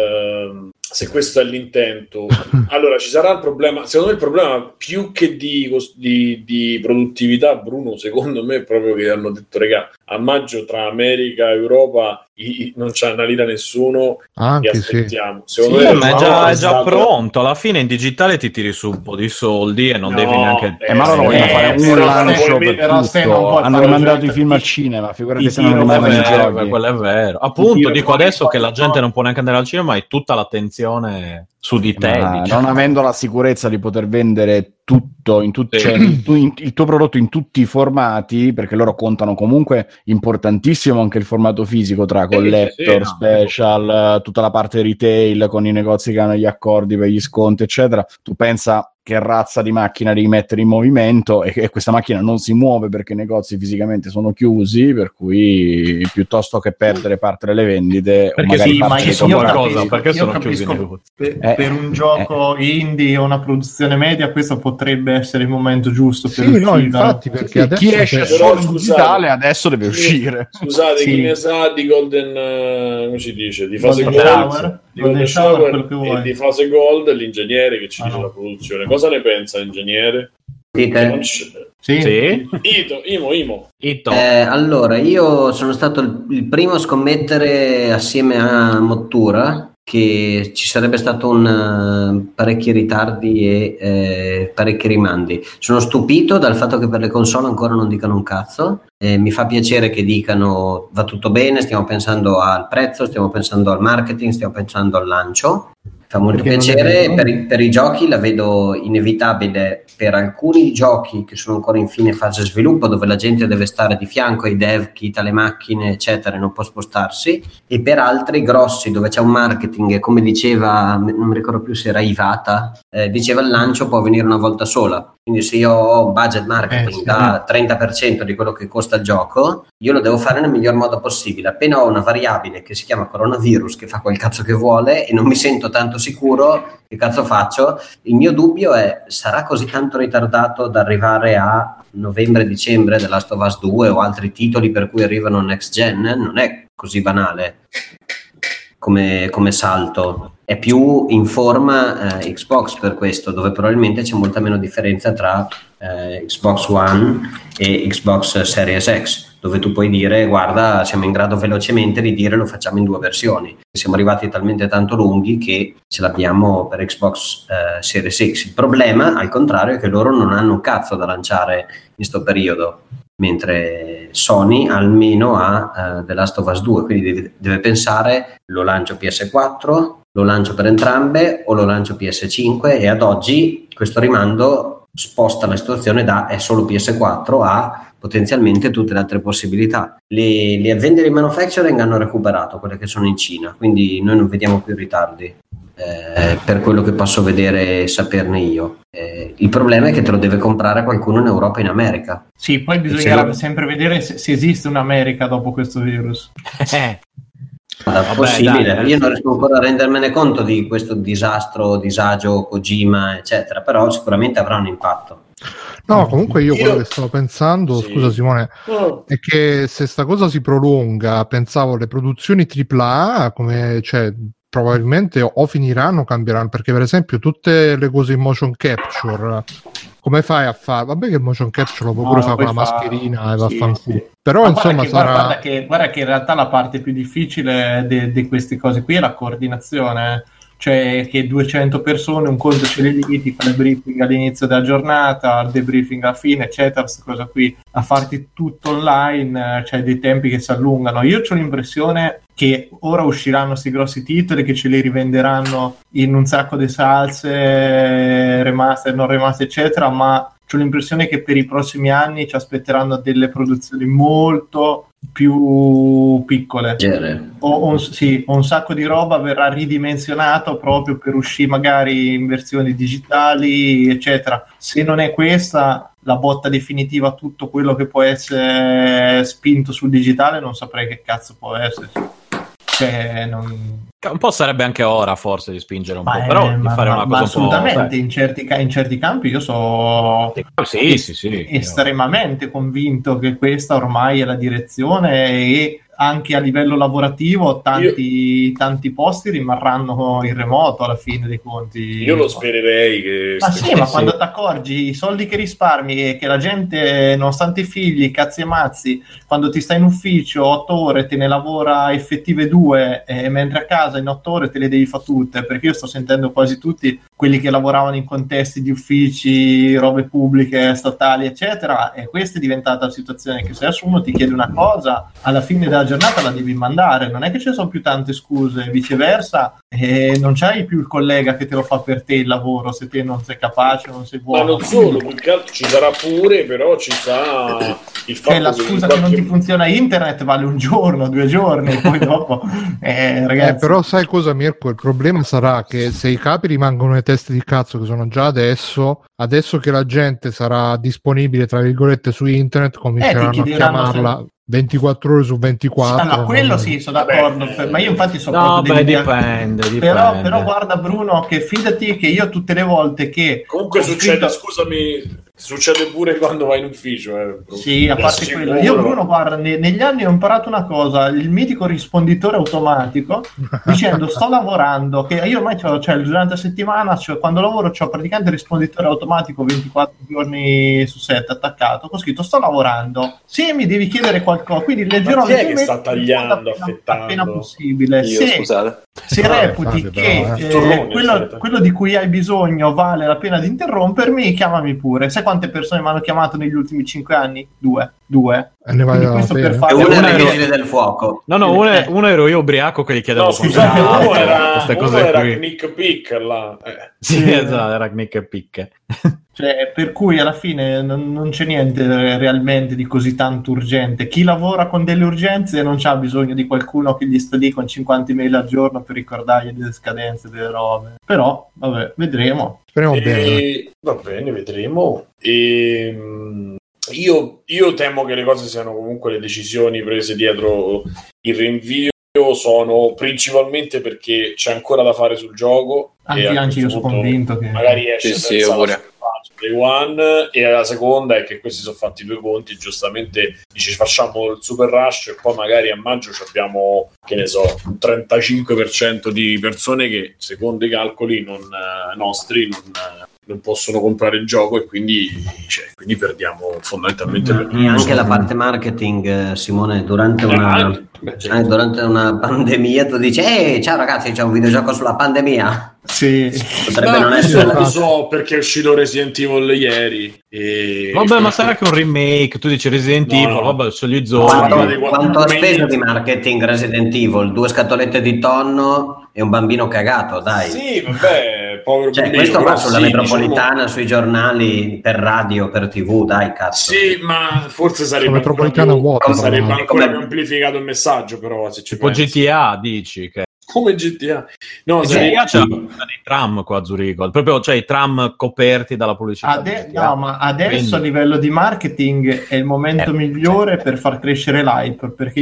il se questo è l'intento, allora ci sarà il problema. Secondo me il problema più che di, di, di produttività, Bruno, secondo me è proprio che hanno detto, regà, a maggio tra America e Europa i, non c'è una lira nessuno, anche li aspettiamo. sì. Secondo Sì, me ma è no, già, è già stato... pronto. Alla fine in digitale ti tiri su un po' di soldi e non no, devi neanche. eh, Eh, ma loro eh, vogliono eh, fare un però lancio poi per però se non tutto. puoi Hanno fare rimandato i gente- film al ti- cinema, figurati ti se non tiro Quello è rimandano i vero, giochi. quello è vero. Appunto, tiro dico fuori adesso che la qualcosa. gente non può neanche andare al cinema, hai tutta l'attenzione su di te. Ma diciamo. non avendo la sicurezza di poter vendere tutto in tutti, Sì. cioè, il, tu- in- il tuo prodotto in tutti i formati, perché loro contano comunque importantissimo anche il formato fisico tra Sì, collector, sì, sì, no. special, eh, tutta la parte retail con i negozi che hanno gli accordi per gli sconti, eccetera. Tu pensa che razza di macchina devi mettere in movimento e, e questa macchina non si muove perché i negozi fisicamente sono chiusi, per cui piuttosto che perdere parte delle vendite Perché o magari sì, ma parte io, dei io qualcosa, capisco, perché io sono capisco chiusi i negozi. per, Eh, per un gioco indie o una produzione media questo potrebbe essere il momento giusto per Sì, no, uscire. infatti, perché Sì, adesso chi esce se- solo Però, in scusate, digitale adesso deve chi- uscire. Scusate, Sì. chi ne sa di Golden, eh, come si dice, di fase Golden Gold, Shower? di Golden Golden Shower, Shower quello che vuoi. e di fase Gold, l'ingegnere che ci Ah, dice no. la produzione. Cosa ne pensa l'ingegnere? Che non Dite? c'è. Sì? Sì? Ito, Imo, Imo. Ito. Eh, allora, io sono stato il, il primo a scommettere assieme a Mottura che ci sarebbe stato un uh, parecchi ritardi e eh, parecchi rimandi. Sono stupito dal fatto che per le console ancora non dicano un cazzo. Eh, mi fa piacere che dicano va tutto bene, stiamo pensando al prezzo, stiamo pensando al marketing, stiamo pensando al lancio. Fa molto Perché non è piacere. vero? Per i, per i giochi la vedo inevitabile per alcuni giochi che sono ancora in fine fase sviluppo, dove la gente deve stare di fianco ai dev, chita le macchine eccetera e non può spostarsi, e per altri grossi dove c'è un marketing e come diceva, non mi ricordo più se era Ivata, eh, diceva il lancio può venire una volta sola, quindi se io ho budget marketing Eh, sì. da trenta per cento di quello che costa il gioco, io lo devo fare nel miglior modo possibile. Appena ho una variabile che si chiama coronavirus che fa quel cazzo che vuole e non mi sento tanto sicuro, che cazzo faccio? Il mio dubbio è, sarà così tanto ritardato da arrivare a novembre-dicembre The Last of Us due o altri titoli per cui arrivano next gen? Non è così banale come, come salto. È più in forma eh, Xbox per questo, dove probabilmente c'è molta meno differenza tra eh, Xbox One e Xbox Series X, dove tu puoi dire guarda siamo in grado velocemente di dire lo facciamo in due versioni. Siamo arrivati talmente tanto lunghi che ce l'abbiamo per Xbox eh, Series X. Il problema al contrario è che loro non hanno un cazzo da lanciare in sto periodo, mentre Sony almeno ha uh, The Last of Us due, quindi deve, deve pensare lo lancio P S quattro, lo lancio per entrambe o lo lancio P S cinque, e ad oggi questo rimando sposta la situazione da è solo P S quattro a potenzialmente tutte le altre possibilità. Le, le aziende di manufacturing hanno recuperato quelle che sono in Cina, quindi noi non vediamo più ritardi. Eh, per quello che posso vedere e saperne io, eh, il problema è che te lo deve comprare qualcuno in Europa e in America. Sì, poi bisognerà sempre vedere se, se esiste un'America dopo questo virus. Eh, È Vabbè, possibile, dai, io non riesco ancora a rendermene conto di questo disastro, disagio, Kojima eccetera, però sicuramente avrà un impatto. No, comunque io, Io- quello che stavo pensando, Sì. scusa Simone, No. è che se sta cosa si prolunga, pensavo le produzioni tripla A, come, cioè, probabilmente o finiranno o cambieranno, perché per esempio tutte le cose in motion capture, come fai a fare? Vabbè che il motion capture lo puoi No, pure lo fare con puoi la fare. mascherina e Sì, vaffanculo. sì. Però Ma insomma guarda che, sarà... guarda, che, guarda che in realtà la parte più difficile di queste cose qui è la coordinazione, cioè che duecento persone, un conto ce le lì, ti fa il briefing all'inizio della giornata, il debriefing alla fine, eccetera, questa cosa qui, a farti tutto online, c'è cioè dei tempi che si allungano. Io ho l'impressione che ora usciranno questi grossi titoli che ce li rivenderanno in un sacco di salse, remaster, non remaster, eccetera, ma ho l'impressione che per i prossimi anni ci aspetteranno delle produzioni molto più piccole. Leggere. O, o un, sì, un sacco di roba verrà ridimensionato proprio per uscire magari in versioni digitali, eccetera. Se non è questa la botta definitiva a tutto quello che può essere spinto sul digitale, non saprei che cazzo può essere. Cioè, non... un po' sarebbe anche ora forse di spingere un Ma po', è- però di ma- fare ma- una ma cosa un po'... assolutamente, in certi, ca- in certi campi io so Sì, sì, sì. estremamente convinto che questa ormai è la direzione, e anche a livello lavorativo tanti, tanti posti rimarranno in remoto alla fine dei conti. Io lo spererei che... Ma sì, ma quando ti accorgi i soldi che risparmi e che la gente, nonostante i figli, cazzi e mazzi, quando ti stai in ufficio otto ore te ne lavora effettive due, e mentre a casa in otto ore te le devi fare tutte, perché io sto sentendo quasi tutti quelli che lavoravano in contesti di uffici, robe pubbliche, statali, eccetera, e questa è diventata la situazione che se adesso uno ti chiede una cosa, alla fine della giornata la devi mandare, non è che ci sono più tante scuse, viceversa, e non c'hai più il collega che te lo fa per te il lavoro se te non sei capace, non sei buono. Ma non solo, più che altro ci sarà pure, però ci sta il fatto eh, la che scusa qualche... che non ti funziona internet vale un giorno, due giorni, e poi dopo eh, ragazzi. Eh, però sai cosa, Mirko? Il problema sarà che se i capi rimangono nei teste di cazzo che sono già adesso, adesso che la gente sarà disponibile tra virgolette su internet, cominceranno eh, a chiamarla se... ventiquattro ore su ventiquattro. Allora, quello non... sì, sono d'accordo. Vabbè, ma io infatti sono no, proprio beh, dipende, dipende. Però, però guarda Bruno, che fidati che io tutte le volte che comunque succede, scritto... scusami, succede pure quando vai in ufficio, eh, sì, a parte quello. Io Bruno, guarda, ne, negli anni ho imparato una cosa, il mitico risponditore automatico dicendo sto lavorando, che io ormai c'ho, cioè durante la settimana, cioè, quando lavoro c'ho praticamente il risponditore automatico ventiquattro giorni su sette attaccato, ho scritto sto lavorando, se mi devi chiedere qualcosa, quindi leggerò chi è che sta tagliando, appena, affettando appena possibile. Io, se, scusate. se no, reputi fate, che però, eh. eh. Eh, quello, quello di cui hai bisogno vale la pena di interrompermi, chiamami pure. Sai quante persone mi hanno chiamato negli ultimi cinque anni? Due. Due. E ne vale questo per fare una è il vigile del fuoco. No, no, uno, è, uno ero io ubriaco che gli chiedevo no, scusate, uno era, queste uno cose era qui. Nick Pick là. Eh. Sì, sì, esatto, era Nick Pick. Cioè, per cui alla fine non, non c'è niente realmente di così tanto urgente. Chi lavora con delle urgenze non c'ha bisogno di qualcuno che gli sta lì con cinquanta email al giorno per ricordargli delle scadenze, delle robe. Però, vabbè, vedremo. Speriamo e... bene. Va bene, vedremo. E... Io, io temo che le cose siano comunque le decisioni prese dietro il rinvio sono principalmente perché c'è ancora da fare sul gioco. Anche, e anche io sono convinto che magari esce sì, senza sì, la Day One, e la seconda è che questi sono fatti due conti, giustamente dici facciamo il super rush e poi magari a maggio abbiamo, che ne so, un trentacinque per cento di persone che secondo i calcoli non, eh, nostri non, eh, non possono comprare il gioco e quindi, cioè, quindi perdiamo fondamentalmente mm, e anche la parte marketing, Simone, durante una, eh, eh, durante una pandemia tu dici ehi ciao ragazzi c'è un videogioco sulla pandemia. Sì, potrebbe no, non essere. Non lo so perché è uscito Resident Evil ieri. E... Vabbè, ma sarà che un remake? Tu dici Resident no, Evil, no. vabbè, sono gli zombie. Quanto, quanto ha speso di marketing Resident Evil? Due scatolette di tonno e un bambino cagato, dai. Sì, vabbè, povero cioè, bambino. questo va sulla sì, metropolitana, diciamo... sui giornali, per radio, per tivù, dai, cazzo. Sì, ma forse sarebbe metropolitana più, vuota, sarebbe no? ancora più amplificato il messaggio, però se ci tipo pensi. G T A dici che Come G T A? No, G T A c'è dei tram qua a Zurigo, proprio cioè i tram coperti dalla pubblicità. Ade- no, ma adesso Quindi... a livello di marketing è il momento eh, migliore certo. per far crescere l'hype, perché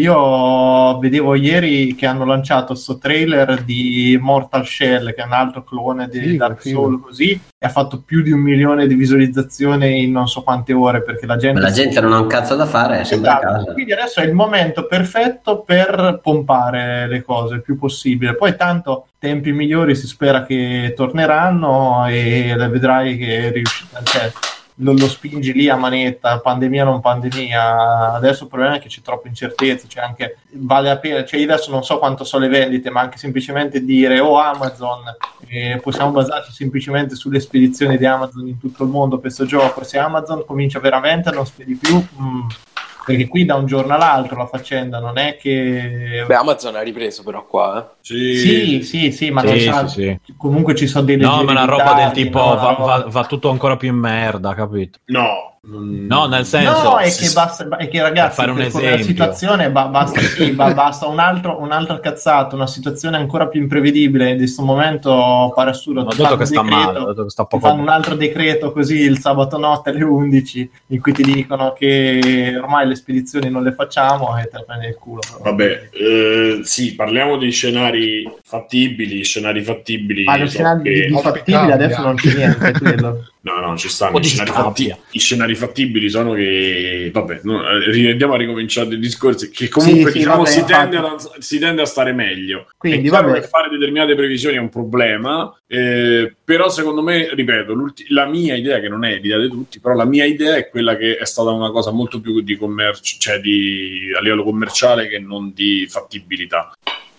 io vedevo ieri che hanno lanciato sto trailer di Mortal Shell, che è un altro clone di sì, Dark sì. Souls, così, e ha fatto più di un milione di visualizzazioni in non so quante ore, perché la gente... Ma la gente non ha un cazzo da fare, è sempre a casa. Quindi adesso è il momento perfetto per pompare le cose il più possibile. Poi tanto tempi migliori si spera che torneranno e vedrai che riuscirà, cioè, lo, lo spingi lì a manetta, pandemia non pandemia. Adesso il problema è che c'è troppa incertezza, cioè anche vale la pena, cioè io adesso non so quanto so le vendite, ma anche semplicemente dire oh Amazon, eh, possiamo basarci semplicemente sulle spedizioni di Amazon in tutto il mondo per questo gioco. Se Amazon comincia veramente a non spedi più mh, perché qui da un giorno all'altro la faccenda non è che... Beh, Amazon ha ripreso però qua, eh. Sì, sì, sì, sì ma sì, non sì, sa... sì. comunque ci sono delle... No, ma una roba del tipo no, va, roba... va, va tutto ancora più in merda, capito? No. No, nel senso... No, è che, basta, è che ragazzi, fare un per esempio. La situazione ba- basta, sì, ba- basta un altro, un'altra cazzata, una situazione ancora più imprevedibile. In questo momento pare assurdo. Ho detto che sta male, ho detto che sta poco fanno un altro decreto così il sabato notte alle undici in cui ti dicono che ormai le spedizioni non le facciamo e te la prendi il culo. Vabbè, eh, sì, parliamo di scenari fattibili, scenari fattibili. Ma gli so scenari che... di fattibili adesso non c'è niente, quello. No, no, ci stanno O i di scenari, scappia. fatti, i scenari fattibili sono che vabbè, no, eh, andiamo a ricominciare il discorso che comunque Sì, sì, diciamo vabbè, si, infatti. tende a, si tende a stare meglio. Quindi, è chiaro vabbè. che fare determinate previsioni è un problema, eh, però secondo me, ripeto, la mia idea, che non è l'idea di tutti, però la mia idea è quella che è stata una cosa molto più di commercio, cioè di a livello commerciale che non di fattibilità.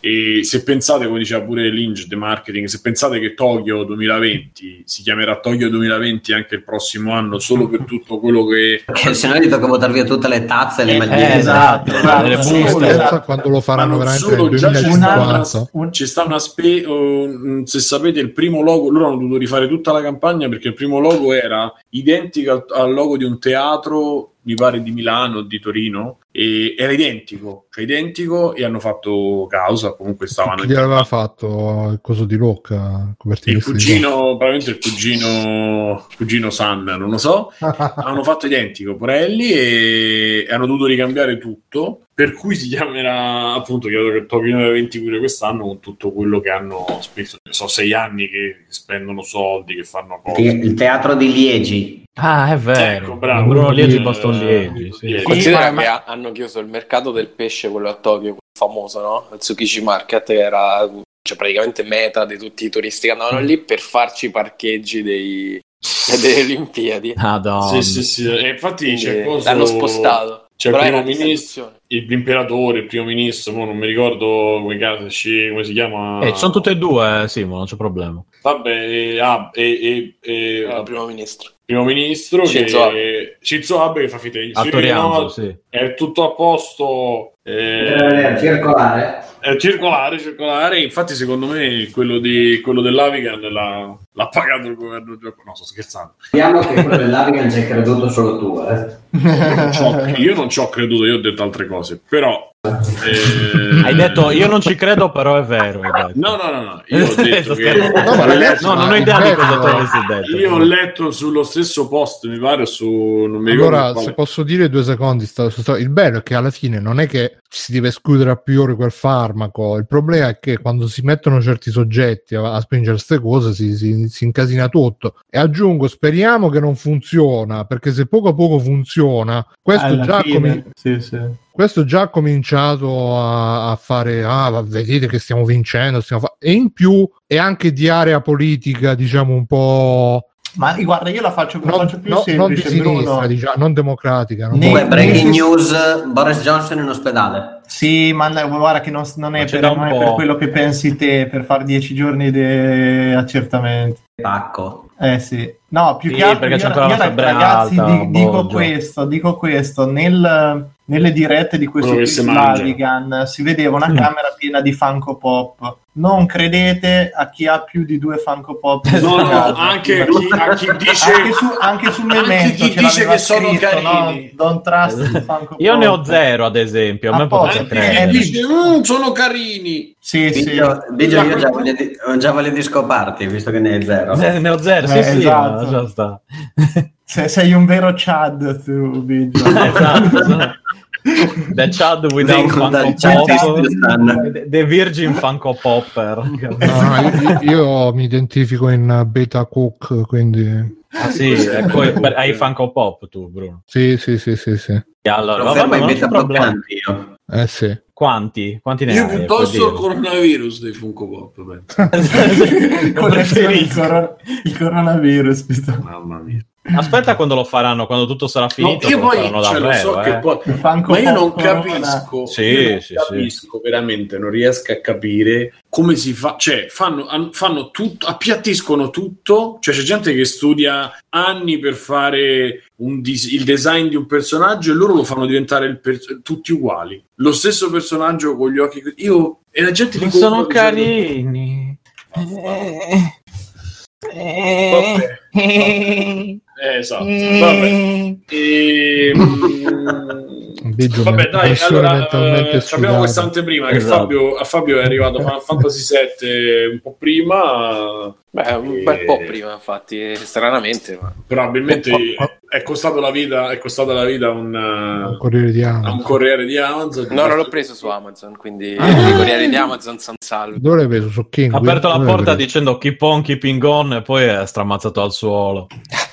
E se pensate, come diceva pure Lynch The Marketing, se pensate che Tokyo duemilaventi si chiamerà Tokyo duemilaventi anche il prossimo anno solo per tutto quello che Perché se no gli tocca buttare via tutte le tazze e le Eh, magliette. esatto, esatto, le sì, buste. esatto. Quando lo ma faranno non veramente solo, nel già ci sta una, duemilacinquanta. un- ci sta una spe- uh, se sapete il primo logo, loro hanno dovuto rifare tutta la campagna perché il primo logo era identico al, al logo di un teatro, mi pare di Milano o di Torino, e era identico, cioè identico, e hanno fatto causa, comunque stavano Chi gli aveva fatto il coso di Locca? il copertinista di cugino, probabilmente il cugino cugino San, non lo so, Locca. hanno fatto identico Porelli e hanno dovuto ricambiare tutto, per cui si chiamerà appunto, credo che Tokyo duemilaventi pure quest'anno, con tutto quello che hanno speso. So sei anni che spendono soldi, che fanno cose. Il teatro di Liegi. Ah, è vero. Ecco, bravo. Bruno Liegi, Eh, Boston Liegi. Sì. Liegi. Considera ma- che ha- hanno chiuso il mercato del pesce, quello a Tokyo, quello famoso, no? Il Tsukiji Market, che era cioè, praticamente meta di tutti i turisti che andavano lì per farci i parcheggi dei, delle Olimpiadi. Madonna. Sì, sì, sì. E infatti Quindi c'è coso- l'hanno spostato. C'è il Però primo era di ministro, seduzione. il- l'imperatore, il primo ministro, mo non mi ricordo come, cazzo, ci- come si chiama. Eh, ci sono tutte e due, eh, Simo, non c'è problema. Vabbè, e, ah, e, e, e- Era il vabbè, primo ministro. primo ministro Shinzo che Shinzo Abe che fa finta di A sì, Toriano, no, sì. è tutto a posto, eh, circolare. è circolare, circolare. Infatti secondo me quello, di, quello dell'Avigan l'ha, l'ha pagato il governo giapponese. No, sto scherzando. Speriamo che quello dell'Avigan ci hai creduto solo tu, eh. Non c'ho- io non ci ho creduto, io ho detto altre cose, però eh, Hai detto, io non ci credo, però è vero. hai detto. no, no, no, no, io ho detto Sto che scherzando. No, ma ho ragazzi, letto- No, non ho idea di cosa tu avessi detto. io ho letto sullo stesso post, mi pare, su non mi ricordo Allora, quale. se posso dire due secondi, sta- sta- il bello è che alla fine non è che si deve escludere a priori quel farmaco, il problema è che quando si mettono certi soggetti a, a spingere queste cose si, si, si incasina tutto. E aggiungo, speriamo che non funziona, perché se poco a poco funziona, questo Alla già fine, comi- sì, sì. questo già ha cominciato a, a fare, ah, va, vedete che stiamo vincendo, stiamo fa-". E in più è anche di area politica, diciamo, un po'... Ma guarda, io la faccio, la Non, faccio più no- non di semplice, sinistra, Bruno. diciamo, non democratica. Non Ne- Comunque, breaking ne- news, Boris Johnson in ospedale. Sì, ma no, guarda che non, non è, Ma c'è per, da un non è po'. per quello che pensi te, per fare dieci giorni di accertamenti. Pacco. Eh sì, no, più Sì, che altro perché io, c'è ancora io, la febbre ragazzi alta, di- dico Boggio. questo, dico questo, nel, nelle dirette di questo Quello che si mangia. Slavigan si vedeva una Mm. camera piena di Funko Pop. Non credete a chi ha più di due Funko Pop. No, in no, casa. anche a chi, a chi dice anche su, anche sul anche memento chi ce dice l'aveva che sono scritto, carini. no? Don't trust the Funko Io ne ho Pop. zero, ad esempio. A me Apposta, potete anche credere. chi dice "Mm, sono carini". Sì, sì. Biggio, Biggio, io ho già voglia di, ho già voglia di scoparti, visto che ne hai zero. Eh, ne ho zero, sì, Eh, sì, esatto. ma già sta. Se- sei un vero Chad tu, Biggio. Esatto, sono- The Chad without Vengo dal Funko Pop, Chadistan. The- The Virgin Funko Popper. No, no, io, io mi identifico in beta cook, quindi Ah sì, e poi per- hai Funko Pop tu, Bruno. sì, sì, sì, sì, sì. E allora, Lo vabbè, fermo ma in non c'è beta problema. anch'io. Eh sì. Quanti? Quanti ne Io hai? piuttosto Puoi il coronavirus dei Funko Pop, penso. dire? Lo Collezione il, preferisco. coro- il coronavirus. questo. Mamma mia. Aspetta quando lo faranno, quando tutto sarà No, finito. io lo poi faranno cioè, lo davvero, so eh. che poi Il Funko ma io non Pop Corona. capisco, Sì, io non sì, capisco veramente, non riesco a capire come si fa, cioè fanno, an- fanno tutto, appiattiscono tutto, cioè c'è gente che studia anni per fare un dis- il design di un personaggio e loro lo fanno diventare il per- tutti uguali, lo stesso personaggio con gli occhi, io e la gente Ma li sono compra dicendo- carini. Vabbè. Eh, esatto, vabbè. E, mm, Biggio vabbè, men- dai, persone allora mentalmente eh, abbiamo sfigate. questa anteprima che Esatto. Fabio, a Fabio è arrivato Final Fantasy sette un po' prima. Beh, un E- bel po' prima, infatti, stranamente. Ma... Probabilmente è costato la vita, è costata la vita a un, Un corriere di a un Amazon. corriere di Amazon. No, non l'ho preso su Amazon, quindi Ah. i corrieri di Amazon sono salvi. Dove l'hai preso? Su King? Ha aperto la Dove l'hai porta preso? dicendo keep on, keeping on e poi è stramazzato al suolo.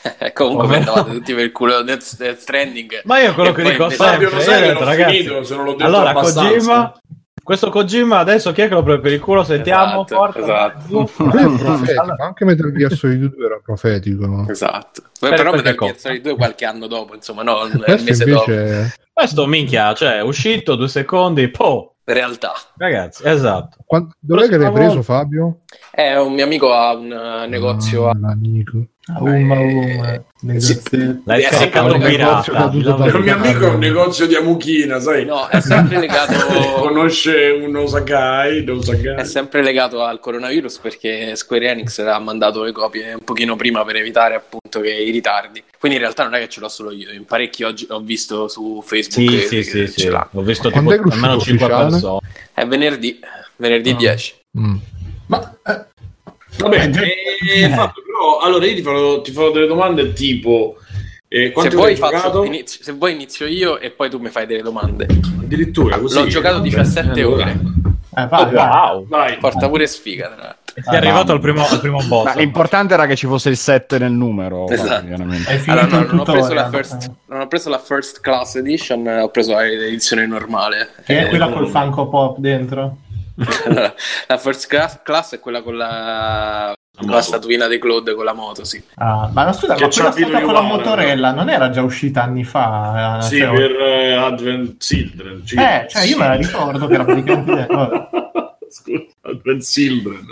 Comunque Oh, mi no. andavate tutti per il culo Death, Death Stranding. Ma io quello E che poi dico invece- sempre, Fabio, lo sai io che ho l'ho detto, ragazzi, finito, se non l'ho detto allora abbastanza. Kojima, questo Kojima adesso chi è che lo prende per il culo? Sentiamo, Esatto, forza, esatto. giù. Lui è profetico, Allora- anche Metal Gear Solid due era profetico. Esatto. Per- Però per Metal che Gear cosa? Solid due qualche anno dopo, insomma, no, il Questo mese dopo. invece Questo minchia, cioè, è uscito due secondi, po'. Realtà. Ragazzi, esatto. Quan- dov'è che l'hai Prossima preso, Fabio? Eh, un mio amico ha un uh, negozio. Ah, l'amico. Umma, umma, negozio. L'hai Eh, scaricato sì, pirata. caduto da- Il mio amico è un negozio di Amuchina, sai? No, è sempre legato. Conosce un Osakai, un Osakai. È sempre legato al coronavirus perché Square Enix ha mandato le copie un pochino prima per evitare appunto che i ritardi. Quindi in realtà non è che ce l'ho solo io, in parecchi oggi ho visto su Facebook Sì, che, sì, che sì, ce sì. l'hanno. Ho visto Ma tipo quando è almeno l'uscito cinque ufficiale? persone. È venerdì, venerdì Ah. dieci. Mm. Ma eh, Vabbè, Eh, già- eh, Fabio, però allora io ti farò, ti farò delle domande tipo eh, Se quanto vuoi, hai faccio, giocato? inizio, se vuoi inizio io e poi tu mi fai delle domande. Addirittura così. L'ho giocato Vabbè, diciassette allora. ore. eh, vai, vai. Wow. Vai. Porta pure sfiga, tra l'altro. E sei arrivato al primo, al primo boss. Ma l'importante era che ci fosse il sette nel numero. Esatto. chiaramente. Hai finito Allora, no, il non, ho preso la tutorial. first, non ho preso la first class edition, ho preso l'edizione normale. Che è quella Eh, col Funko Pop dentro. Allora, la first class, class è quella con la, con la statuina di Claude con la moto, sì. Ah, ma no, scusa, Che ma c'ha quella Vito stata con la Iovara, motorella non era già uscita anni fa? Eh, Sì, cioè, per eh, Advent Children. eh, cioè io me la ricordo che era praticamente... vabbè. Scusa, Advent Children.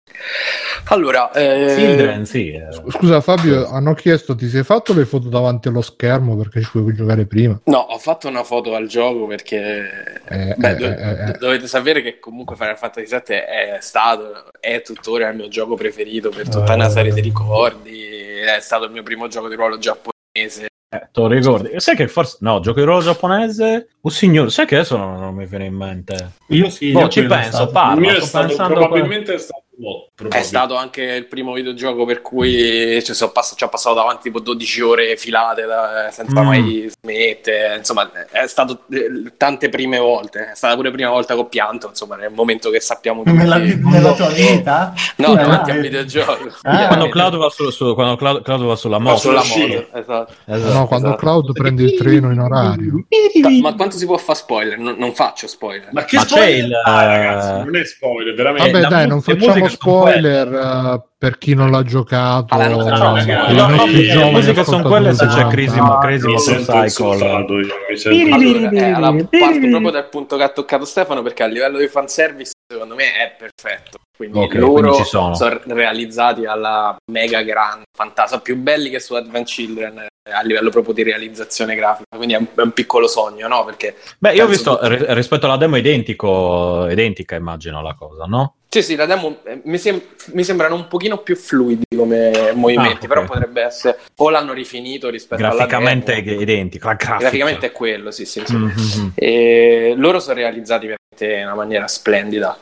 Allora, eh, Children, sì. eh. Scusa Fabio, hanno chiesto ti sei fatto le foto davanti allo schermo perché ci puoi giocare prima? no, ho fatto una foto al gioco perché Eh, beh, eh, do- eh, eh. dovete sapere che comunque Final Fantasy sette è stato, è tuttora il mio gioco preferito per tutta una serie di ricordi, è stato il mio primo gioco di ruolo giapponese. Eh, te lo ricordi? Sai che forse... No, gioco di ruolo giapponese? Oh signore, sai che adesso non, non mi viene in mente. Io sì. Boh, io ci quello è penso, stato. parla. Il mio è sto stato pensando probabilmente è stato no, È probabile. stato anche il primo videogioco per cui ci sono pass- ci ho passato davanti tipo dodici ore filate da- senza Mm. mai smettere. Insomma, è stato eh, tante prime volte. È stata pure la prima volta che ho pianto. Insomma, nel momento che sappiamo tutti. Nella, nella tua vita? No, Eh, davanti a eh. un videogioco. Ah, Quando eh. Cloud va, su, su- quando Cloud, Cloud va sulla Va moto. sulla Sulla scia. moto, esatto. Esatto. No, quando esatto. Cloud prende il treno in orario. Ma quanto si può fare spoiler? Non, non faccio spoiler. Ma che Ma c'è spoiler? il- Ah, ragazzi, non è spoiler, veramente. Vabbè la dai, mu- non le facciamo musiche sono spoiler eh, per chi non l'ha giocato. Allora, non facciamo eh, spoiler. i No, no, nostri le giovani musiche sono quelle se c'è ascoltatori. Crazy, No, Crazy mi sento Motorcycle. insultato, io mi sento- Allora, eh, allora, parto proprio dal punto che ha toccato Stefano, perché a livello di fanservice secondo me è perfetto. Quindi Ok, loro quindi ci sono. realizzati alla mega grande fantasia, più belli che su Advent Children eh, a livello proprio di realizzazione grafica. Quindi è un, è un piccolo sogno, no? Perché Beh, io ho penso visto tutti- ri- rispetto alla demo identico, identica immagino la cosa, no? Sì, sì, la demo eh, mi, sem- mi sembrano un pochino più fluidi come movimenti, Ah, ok. però potrebbe essere o l'hanno rifinito rispetto Graficamente alla demo. identica. La grafica. Graficamente è quello, sì, sì, sì. Mhm. E loro sono realizzati veramente in una maniera splendida,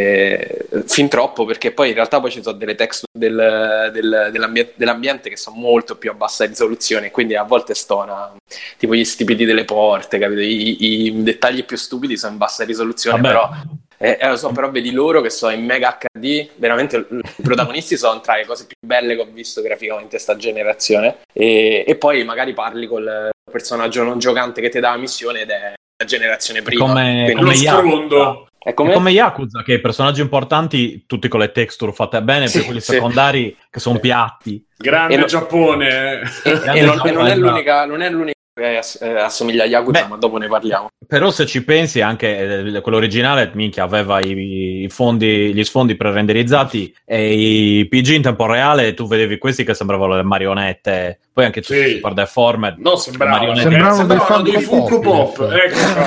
e fin troppo, perché poi in realtà poi ci sono delle texture del, del- dell'ambiente, dell'ambiente che sono molto più a bassa risoluzione, quindi a volte stona tipo gli stipiti delle porte, capito? I, i dettagli più stupidi sono in bassa risoluzione. Vabbè. Però eh, eh, lo so, però vedi loro che sono in mega H D, veramente i protagonisti sono tra le cose più belle che ho visto graficamente sta generazione, e, e poi magari parli col personaggio non giocante che ti dà la missione ed è la generazione prima. Come- Quindi Lo come sprofondo. è È come, come Yakuza, che i personaggi importanti, tutti con le texture fatte bene, Sì, per quelli sì. secondari che sono piatti. Grande E no- Giappone. e, e Grande non, e non è Giappone. l'unica, non è l'unica che ass- eh, assomiglia a Yakuza, Beh. ma dopo ne parliamo. Però se ci pensi anche eh, quello originale, minchia, aveva i, i fondi, gli sfondi pre-renderizzati e i P G in tempo reale, tu vedevi questi che sembravano le marionette, poi anche tu Sì. Super Deformed. No, sembrava, Marionette. Sembravano sembravano dei dei Funko Funko Pop. Pop.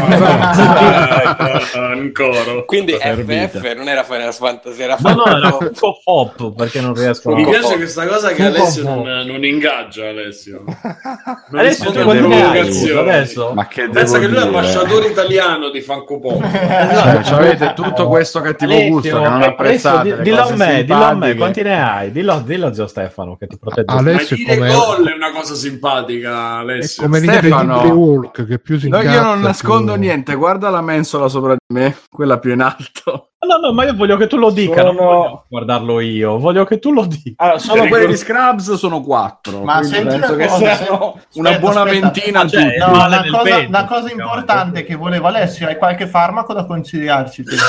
Ecco, ancora. Quindi Servita. F F non era Final Fantasy, era No, no, Final era Fantasy. Funko Pop, perché non riesco Mi a... piace questa cosa che Funko Alessio Pop. non, non ingaggia, Alessio. Non Adesso risponde quanti alle ne hai? provocazioni. Adesso? Ma che Pensa devo che lui è dire? ambasciatore italiano di Funko Pop. Cioè, avete tutto questo cattivo Alessio, gusto che non Alessio, apprezzate di- le dillo a cose me, dillo a me, simpatiche. quanti ne hai? Dillo, dillo a zio Stefano che ti protegge. Ale- Ma Alessio è dire come- gol è una cosa simpatica, È Alessio. come Stefano. l'Incredibile Hulk che più si No, incazza io non nascondo più- niente, guarda la mensola sopra di me, quella più in alto. No, no, ma io voglio che tu lo dica, Sono- non voglio guardarlo io, voglio che tu lo dica. Allora, solo quelli di Scrubs sono quattro. Ma quindi senti penso una che cosa, siano se- una aspetta, buona aspetta. ventina Ma cioè, tutti. No, il male una del cosa, vento, una cosa praticamente. importante che volevo Alessio, hai qualche farmaco da consigliarci? te?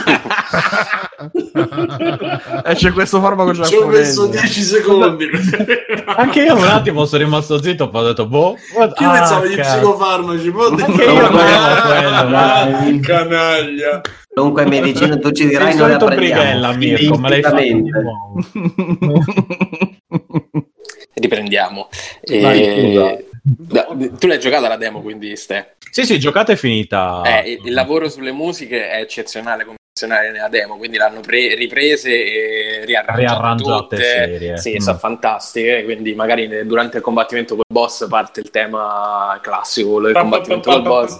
E c'è questo farmaco Ci ho messo giapponese. dieci secondi. Anche io un attimo sono rimasto zitto, poi ho detto, boh. Che io ah, pensavo agli cazzo. psicofarmaci, poi ho detto, Anche io "Ah, pensavo quello, ah, canaglia. Comunque medicina tu ci Il dirai non la solito prendiamo. brighella, Mirko, me l'hai fatto di Istintivamente. nuovo. Riprendiamo. E- Vai, scusa. Da- tu l'hai giocata la demo, quindi Ste. Sì, sì, giocata è finita. Eh, il, il lavoro sulle musiche è eccezionale come funzionale nella demo, quindi l'hanno pre- riprese e riarrangiate, Riarrangiate tutte. serie. Sì, Mm. sono fantastiche, quindi magari ne- durante il combattimento col boss parte il tema classico, quello del combattimento col boss.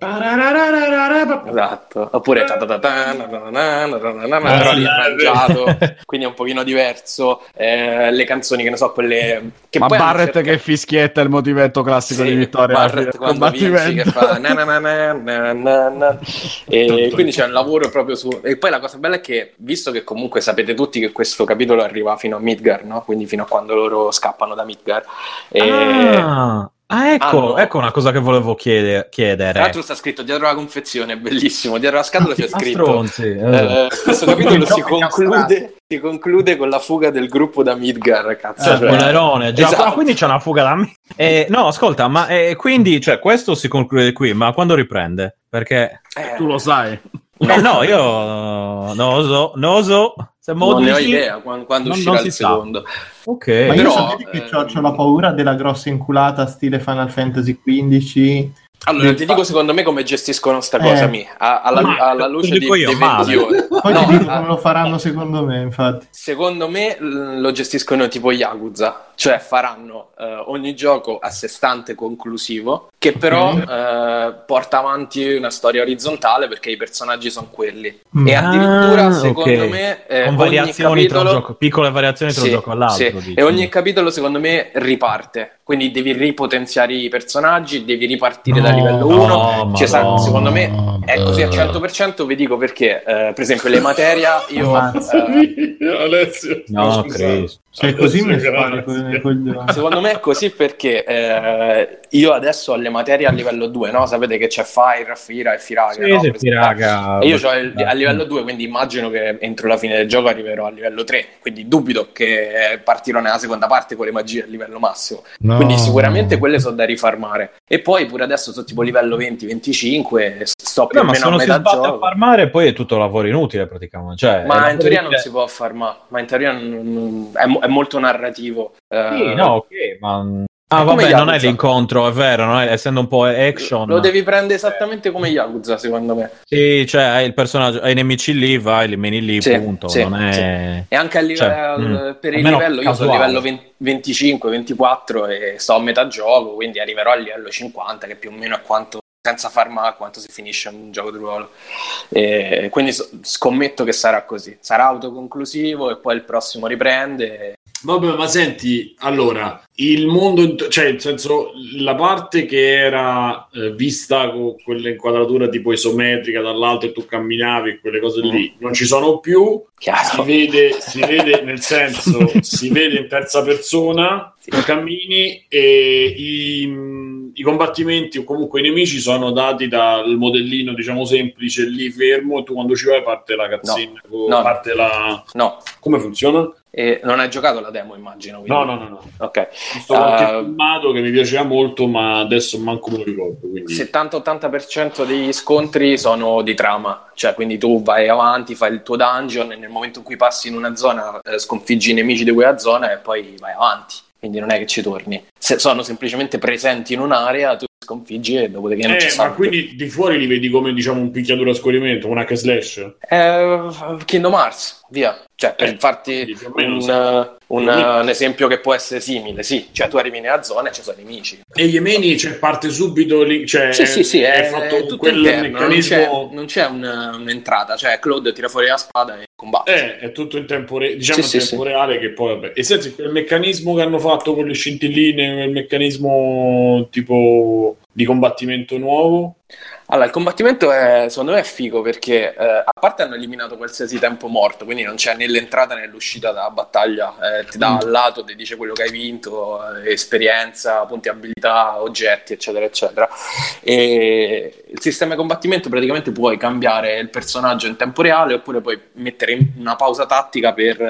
Esatto, oppure ta ta ta ta, na na na na na na na, però riarrangiato, quindi è un pochino diverso. Eh, le canzoni, che ne so, quelle che Ma poi hanno Barrett cercato- che fischietta il motivetto classico Sì, di vittoria alla Barrett fine del quando vinci che combattimento. fa na na na na na na na. E quindi c'è un lavoro proprio su, e poi la cosa bella è che, visto che comunque sapete tutti che questo capitolo arriva fino a Midgar, no? Quindi fino a quando loro scappano da Midgar, e... Ah, ah, ecco, hanno- ecco una cosa che volevo chiede- chiedere. tra l'altro sta scritto dietro la confezione, è bellissimo, dietro la scatola c'è Ah, scritto stronzi, eh. eh, questo capitolo si Giochi conclude, si conclude con la fuga del gruppo da Midgar, cazzo, Eh, cioè- spoilerone, già, Esatto. ah, quindi c'è una fuga da me. Eh, no, ascolta, ma eh, quindi, cioè, questo si conclude qui, ma quando riprende? Perché Eh, Tu lo sai. eh, no, io non lo so, non lo so. Se mo non ne ho dici- idea quando, quando non- uscirà non il si sa. secondo. Ok. Ma io Però, sapete che eh, c'ho, c'ho la paura della grossa inculata stile Final Fantasy quindici. Allora, Del ti fa- dico secondo me come gestiscono sta Eh. cosa, mi, a- alla, Ma- alla lo luce dico di, io, dei male. venti ore. Poi No, ti dico a- come lo faranno secondo me, infatti. secondo me l- lo gestiscono tipo Yakuza, cioè faranno eh, ogni gioco a sé stante conclusivo, che però eh, porta avanti una storia orizzontale perché i personaggi sono quelli. Mm. E addirittura, Ah, secondo ok. me, eh, Con ogni variazioni tra un capitolo- gioco, piccole variazioni tra Sì, un gioco e l'altro. sì. dici. E ogni capitolo secondo me riparte, quindi devi ripotenziare i personaggi, devi ripartire da No, livello no, uno. ma Cioè, sa- no. secondo me è così al cento per cento, vi dico perché, eh, per esempio le materia io Ammazza. eh, Alessio, No, scusate. Cristo. Se così mi Alessio, spari grazie. con i coglioni. secondo me è così perché eh, io adesso ho le materie a livello due, no? Sapete che c'è Fire, Fira e Firaga, Sì, no? sì, Per esempio. Firaga. E io ho il- a livello due, quindi immagino che entro la fine del gioco arriverò a livello tre, quindi dubito che partirò nella seconda parte con le magie a livello massimo. No. Quindi sicuramente quelle sono da rifarmare. E poi pure adesso sono tipo livello venti venticinque, sto più Beh, o ma meno se a non si metà sbatte a gioco. farmare, poi è tutto lavoro inutile praticamente. Cioè, Ma è in teoria non lavoro si può farmare, ma in teoria non- non- è, mo- è molto narrativo. Eh, Sì, no, ok, ma... Ah, come vabbè, non è Yakuza. l'incontro, è vero, no? Essendo un po' action. Lo devi prendere esattamente come Yakuza, secondo me. Sì, cioè, hai il personaggio, hai i nemici lì, vai, li meni lì, Sì, punto. sì, non è... E anche a livello, Cioè, mm, per il almeno livello, io sono a casuale. livello venti venticinque ventiquattro e sto a metà gioco, quindi arriverò a livello cinquanta, che più o meno è quanto, senza farma, quanto si finisce un gioco di ruolo. E quindi so- scommetto che sarà così. Sarà autoconclusivo e poi il prossimo riprende. Vabbè, ma senti, allora, il mondo, int- cioè, nel senso, la parte che era eh, vista con quell'inquadratura tipo isometrica dall'alto e tu camminavi e quelle cose lì, non ci sono più. Si Chiaro. vede, si vede nel senso, si vede in terza persona, tu cammini e i, i combattimenti o comunque i nemici sono dati dal modellino, diciamo, semplice lì fermo, e tu quando ci vai parte la cutscene, o No. parte la... No, Come funziona? e non hai giocato la demo, immagino. quindi- No, no, no, no. Ok. Ho visto qualche Uh, filmato che mi piaceva molto, ma adesso manco me lo ricordo. Quindi... settanta ottanta per cento degli scontri sono di trama, cioè quindi tu vai avanti, fai il tuo dungeon e nel momento in cui passi in una zona eh, sconfiggi i nemici di quella zona e poi vai avanti, quindi non è che ci torni. Se sono semplicemente presenti in un'area, tu li sconfiggi e dopodiché non ci Eh, sono ma quindi di fuori li vedi come, diciamo, un picchiatura a scorrimento, un hack and slash? Eh, Kingdom Hearts, via. Cioè, per Eh, farti quindi più o meno un, sì. un- Quindi- un esempio che può essere simile, sì. Cioè, tu arrivi nella zona e ci sono i nemici. E gli emeni, cioè, parte subito lì, cioè, Sì, sì, sì, è, è fatto è con tutto quel interno, non c'è, meccanismo... non c'è un- un'entrata. Cioè, Claude tira fuori la spada e combatte. Eh, è tutto in tempo, re- diciamo Sì, in sì, tempo sì. reale, che poi, vabbè. E senti, quel meccanismo che hanno fatto con le scintilline, quel meccanismo tipo di combattimento nuovo? Allora, il combattimento è, secondo me è figo perché eh, a parte hanno eliminato qualsiasi tempo morto, quindi non c'è né l'entrata né l'uscita dalla battaglia, eh, ti dà al lato, ti dice quello che hai vinto, eh, esperienza, punti abilità, oggetti, eccetera, eccetera. E il sistema di combattimento praticamente puoi cambiare il personaggio in tempo reale oppure puoi mettere in una pausa tattica per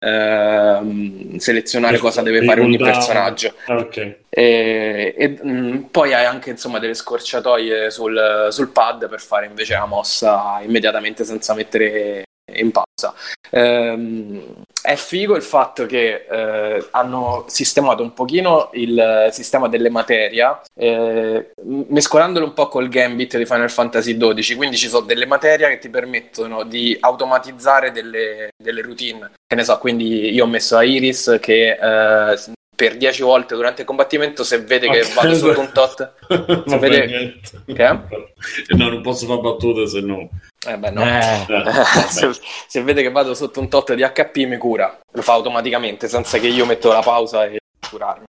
eh, selezionare Per- cosa deve per fare ogni cooldown. personaggio. Ah, ok. E, e mh, poi hai anche insomma delle scorciatoie sul, sul pad per fare invece la mossa immediatamente senza mettere in pausa. Ehm, è figo il fatto che eh, hanno sistemato un pochino il sistema delle materia eh, mescolandolo un po' col Gambit di Final Fantasy dodici, quindi ci sono delle materia che ti permettono di automatizzare delle, delle routine, che ne so, quindi io ho messo a Iris che eh, per dieci volte durante il combattimento, se vede che Ok. vado sotto un tot, se Non vede fa niente. che? No, non posso fare battute se no. Eh beh, no. Eh, Eh, se, se vede che vado sotto un tot di H P mi cura, lo fa automaticamente senza che io metto la pausa e curarmi.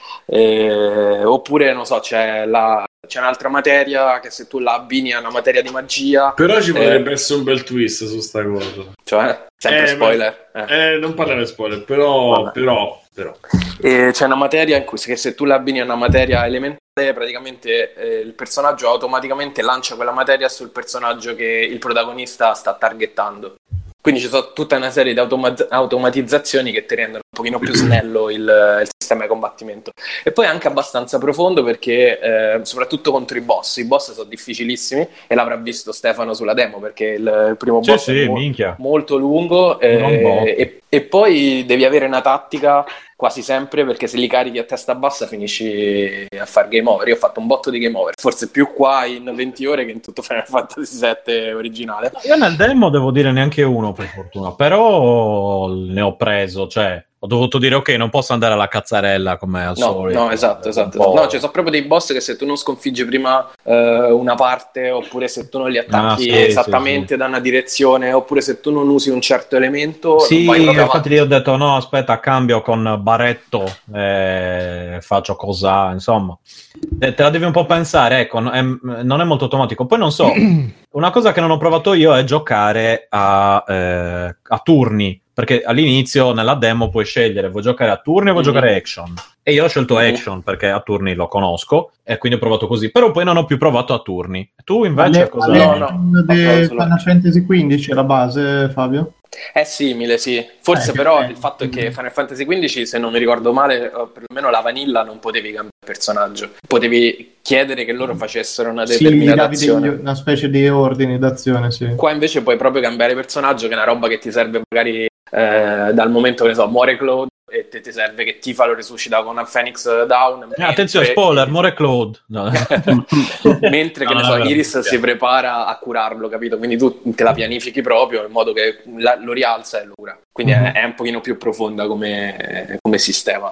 Eh, oppure non so, c'è, la, c'è un'altra materia che se tu la abbini a una materia di magia, Però ci eh, potrebbe essere un bel twist su sta cosa. cioè sempre Eh, spoiler. ma- eh. Eh, non parlare spoiler, però, Vabbè. però, però. E c'è una materia in cui che se tu la abbini a una materia elementare, praticamente eh, il personaggio automaticamente lancia quella materia sul personaggio che il protagonista sta targettando. Quindi ci sono tutta una serie di automa- automatizzazioni che ti rendono un pochino più snello il, il sistema di combattimento. E poi è anche abbastanza profondo perché, eh, soprattutto contro i boss, i boss sono difficilissimi e l'avrà visto Stefano sulla demo perché il, il primo Sì, boss sì, è mo- minchia. molto lungo eh, Non boh. e, e poi devi avere una tattica quasi sempre perché se li carichi a testa bassa finisci a fare game over. Io ho fatto un botto di game over, forse più qua in venti ore che in tutto Final Fantasy sette originale. Io nel demo devo dire neanche uno per fortuna, però ne ho preso, cioè ho dovuto dire ok, non posso andare alla cazzarella come al No, solito. no, esatto, esatto. Un po'. No, ci sono proprio dei boss che se tu non sconfiggi prima eh, una parte, oppure se tu non li attacchi Ah, sì, esattamente sì, da una direzione, oppure se tu non usi un certo elemento, Sì, non vai proprio infatti avanti. lì ho detto no, aspetta, cambio con Baretto, eh, faccio cosa, insomma. Te te la devi un po' pensare, ecco, no- è- non è molto automatico. Poi non so, una cosa che non ho provato io è giocare a, eh, a turni, perché all'inizio nella demo puoi scegliere, vuoi giocare a turni o vuoi Mhm. giocare action? E io ho scelto Mhm. action perché a turni lo conosco e quindi ho provato così, però poi non ho più provato a turni. Tu invece Le- cosa... No, no. di Ho provato Final Fantasy quindici è la base, Fabio? È simile, sì. Forse Eh, però che- il fatto è che Final Fantasy quindici, se non mi ricordo male, eh, perlomeno la vanilla non potevi cambiare personaggio. Potevi chiedere che loro facessero una Sì, gli determinata davi degli- azione. una specie di ordini d'azione, sì. Qua invece puoi proprio cambiare personaggio, che è una roba che ti serve magari eh, dal momento che ne so, muore Claude e te ti serve che Tifa lo risuscita con una Phoenix Down. Eh, attenzione, mentre- spoiler, muore Claude. No. mentre che No, ne no, so, no, Iris no. si prepara a curarlo, capito? Quindi tu te la pianifichi proprio in modo che la- lo rialza e lo cura. Quindi Mhm. è, è un pochino più profonda come, come sistema.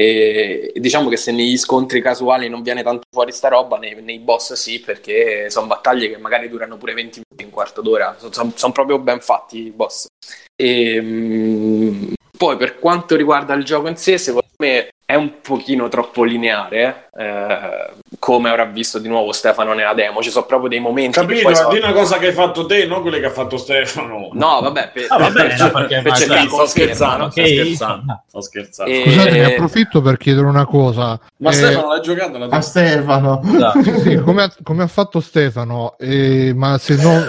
E diciamo che se negli scontri casuali non viene tanto fuori sta roba, nei, nei boss sì, perché sono battaglie che magari durano pure venti minuti, un quarto d'ora. Sono son proprio ben fatti i boss. E, mm, poi per quanto riguarda il gioco in sé, secondo me è un pochino troppo lineare, eh, come avrà visto di nuovo Stefano nella demo. Ci sono proprio dei momenti che Capito, poi ma sono... di una cosa che hai fatto te, non quelle che ha fatto Stefano. No, vabbè, per, Ah, vabbè, per- no, perché per ma- cercare Sì, di sto conferma, scherzando, no? sto Ok. scherzando, sto scherzando. E- Scusate, ne Eh, approfitto per chiedere una cosa. Ma Eh, Stefano l'hai giocato la A Stefano. Esatto. sì, come, ha, come ha fatto Stefano, eh, ma se, non,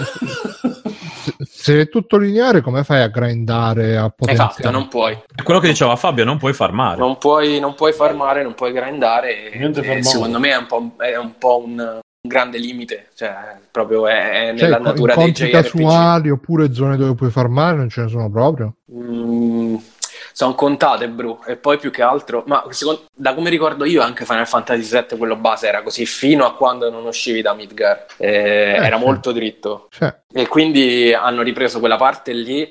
se, se è tutto lineare, come fai a grindare, a Hai potenziare? fatto, non puoi. È quello che diceva Fabio, non puoi farmare. Non puoi, non puoi farmare, non puoi grindare. E, Niente e farmare. secondo me è un po', è un, po un, un grande limite. Cioè, proprio è, è Cioè, nella in natura dei incontri J R P G. casuali oppure zone dove puoi far male non ce ne sono proprio. Mm, sono contate, bro. E poi più che altro, ma secondo, da come ricordo io, anche Final Fantasy sette, quello base, era così fino a quando non uscivi da Midgar. Eh, era sì. molto dritto. Cioè, E quindi hanno ripreso quella parte lì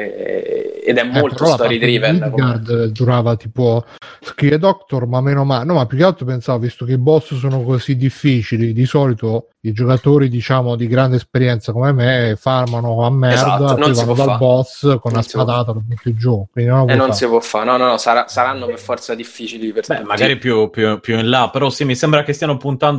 eh, ed è eh, molto però la story parte di driven. Midgard durava tipo scrive Doctor, ma meno male. No, ma più che altro pensavo, visto che i boss sono così difficili, di solito i giocatori, diciamo, di grande esperienza come me farmano a merda, Esatto, non poi si vanno può dal fa. boss con Non una si può spadata lo butti giù. Quindi non lo E puoi non fare. si può fare, no, no, no, sarà- saranno per forza difficili per Beh, tutti. magari più, più- più in là, però sì, mi sembra che stiano puntando alla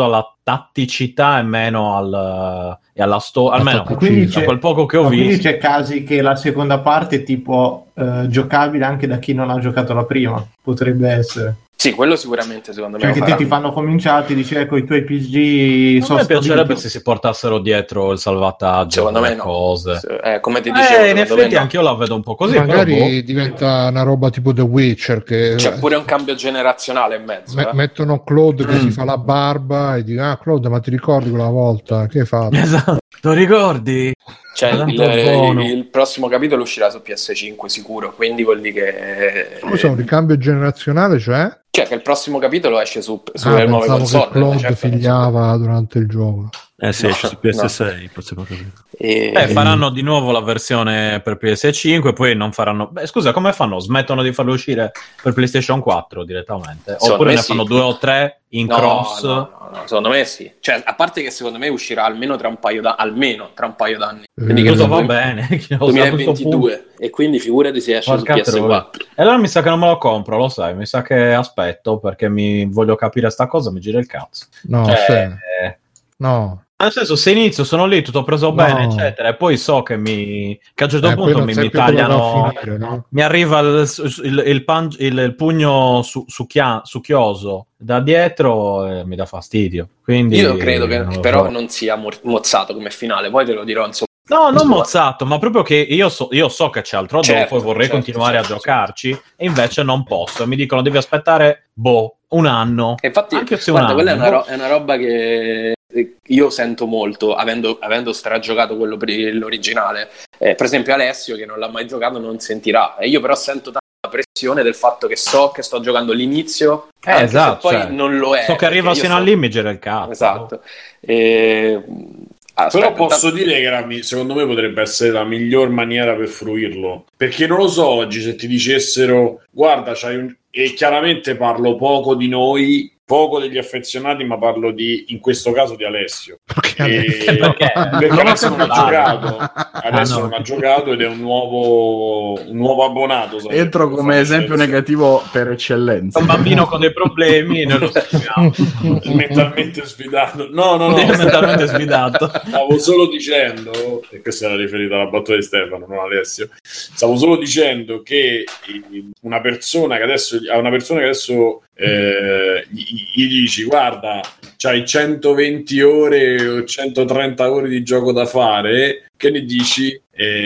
tatticità e meno al, e alla storia, almeno quindi da quel poco che ho quindi visto. c'è casi che la seconda parte è tipo eh, giocabile anche da chi non ha giocato la prima, potrebbe essere. Sì, quello sicuramente secondo me. Cioè che te ti fanno cominciare, dici ecco i tuoi P G. A me piacerebbe se si portassero dietro il salvataggio, secondo me le no. cose. Eh, come ti dicevo, eh, in effetti no. anche io la vedo un po' così. Magari però, boh. diventa una roba tipo The Witcher che c'è pure un cambio generazionale in mezzo. me- eh. mettono Claude che Mm. si fa la barba e dicono ah Claude ma ti ricordi quella volta che hai fatto? Esatto, lo ricordi? Cioè, il, Tanto buono. il, il prossimo capitolo uscirà su P S cinque sicuro, quindi vuol dire che Scusa, un ricambio generazionale, cioè? cioè che il prossimo capitolo esce su, sulle Ah, nuove pensavo console. che Claude certo, figliava durante il gioco. Eh sì, No, esce su P S sei, no. il prossimo capitolo. E... Eh, faranno di nuovo la versione per P S cinque, poi non faranno. Beh, scusa, come fanno? Smettono di farlo uscire per PlayStation quattro direttamente? Secondo Oppure me ne sì. fanno due o tre in No, cross? no, no, no, secondo me sì. Cioè, a parte che secondo me uscirà almeno tra un paio d'anni, almeno tra un paio d'anni. Quindi che Tutto so, va bene. che lo so, a questo punto. duemilaventidue e quindi figurati se esce Porca su P S quattro. E allora mi sa che non me lo compro, lo sai, mi sa che aspetto perché mi voglio capire sta cosa, mi gira il cazzo. No, Cioè, sì. eh, No. nel senso, se inizio sono lì tutto preso No. bene, eccetera, e poi so che mi che a un certo Eh, poi punto non mi, sai mi più dove va a tagliano, finire, no? mi arriva il, il, il, pan- il, il pugno su, su chia- succhioso da dietro e mi dà fastidio. Quindi Io credo che non lo però so. non sia mor- mozzato come finale, poi te lo dirò insomma. No, non mozzato, ma proprio che io so, io so che c'è altro Certo, dopo e vorrei certo, continuare certo, a giocarci e invece non posso. Mi dicono devi aspettare, boh, un anno. E infatti, Anche se guarda, un quella è anno. una, ro- è una roba che io sento molto, avendo, avendo stragiocato quello per l'originale. Eh, per esempio Alessio, che non l'ha mai giocato, non sentirà. E io però sento tanta pressione del fatto che so che sto giocando l'inizio, Eh, anche esatto, se poi cioè, non lo è. so che arriva perché io fino so- al limite il cazzo. Esatto. E... Aspetta, Però posso intanto- dire che la mi- secondo me potrebbe essere la miglior maniera per fruirlo, perché non lo so oggi se ti dicessero guarda c'hai un... e chiaramente parlo poco di noi, poco degli affezionati, ma parlo di in questo caso di Alessio. Perché E- Alessio- perché? perché Non ho Alessio non ha capito. giocato, Alessio Ah, no. non ha giocato ed è un nuovo un nuovo abbonato. sai, Entro per come fare esempio senso. negativo per eccellenza. Un bambino con dei problemi e noi lo sappiamo. mentalmente sfidato. No, no, no. È mentalmente sfidato. Stavo solo dicendo, e questa era riferita alla battuta di Stefano, non Alessio. Stavo solo dicendo che una persona che adesso a una persona che adesso eh, gli, gli dici guarda, c'hai centoventi ore o centotrenta ore di gioco da fare, che ne dici?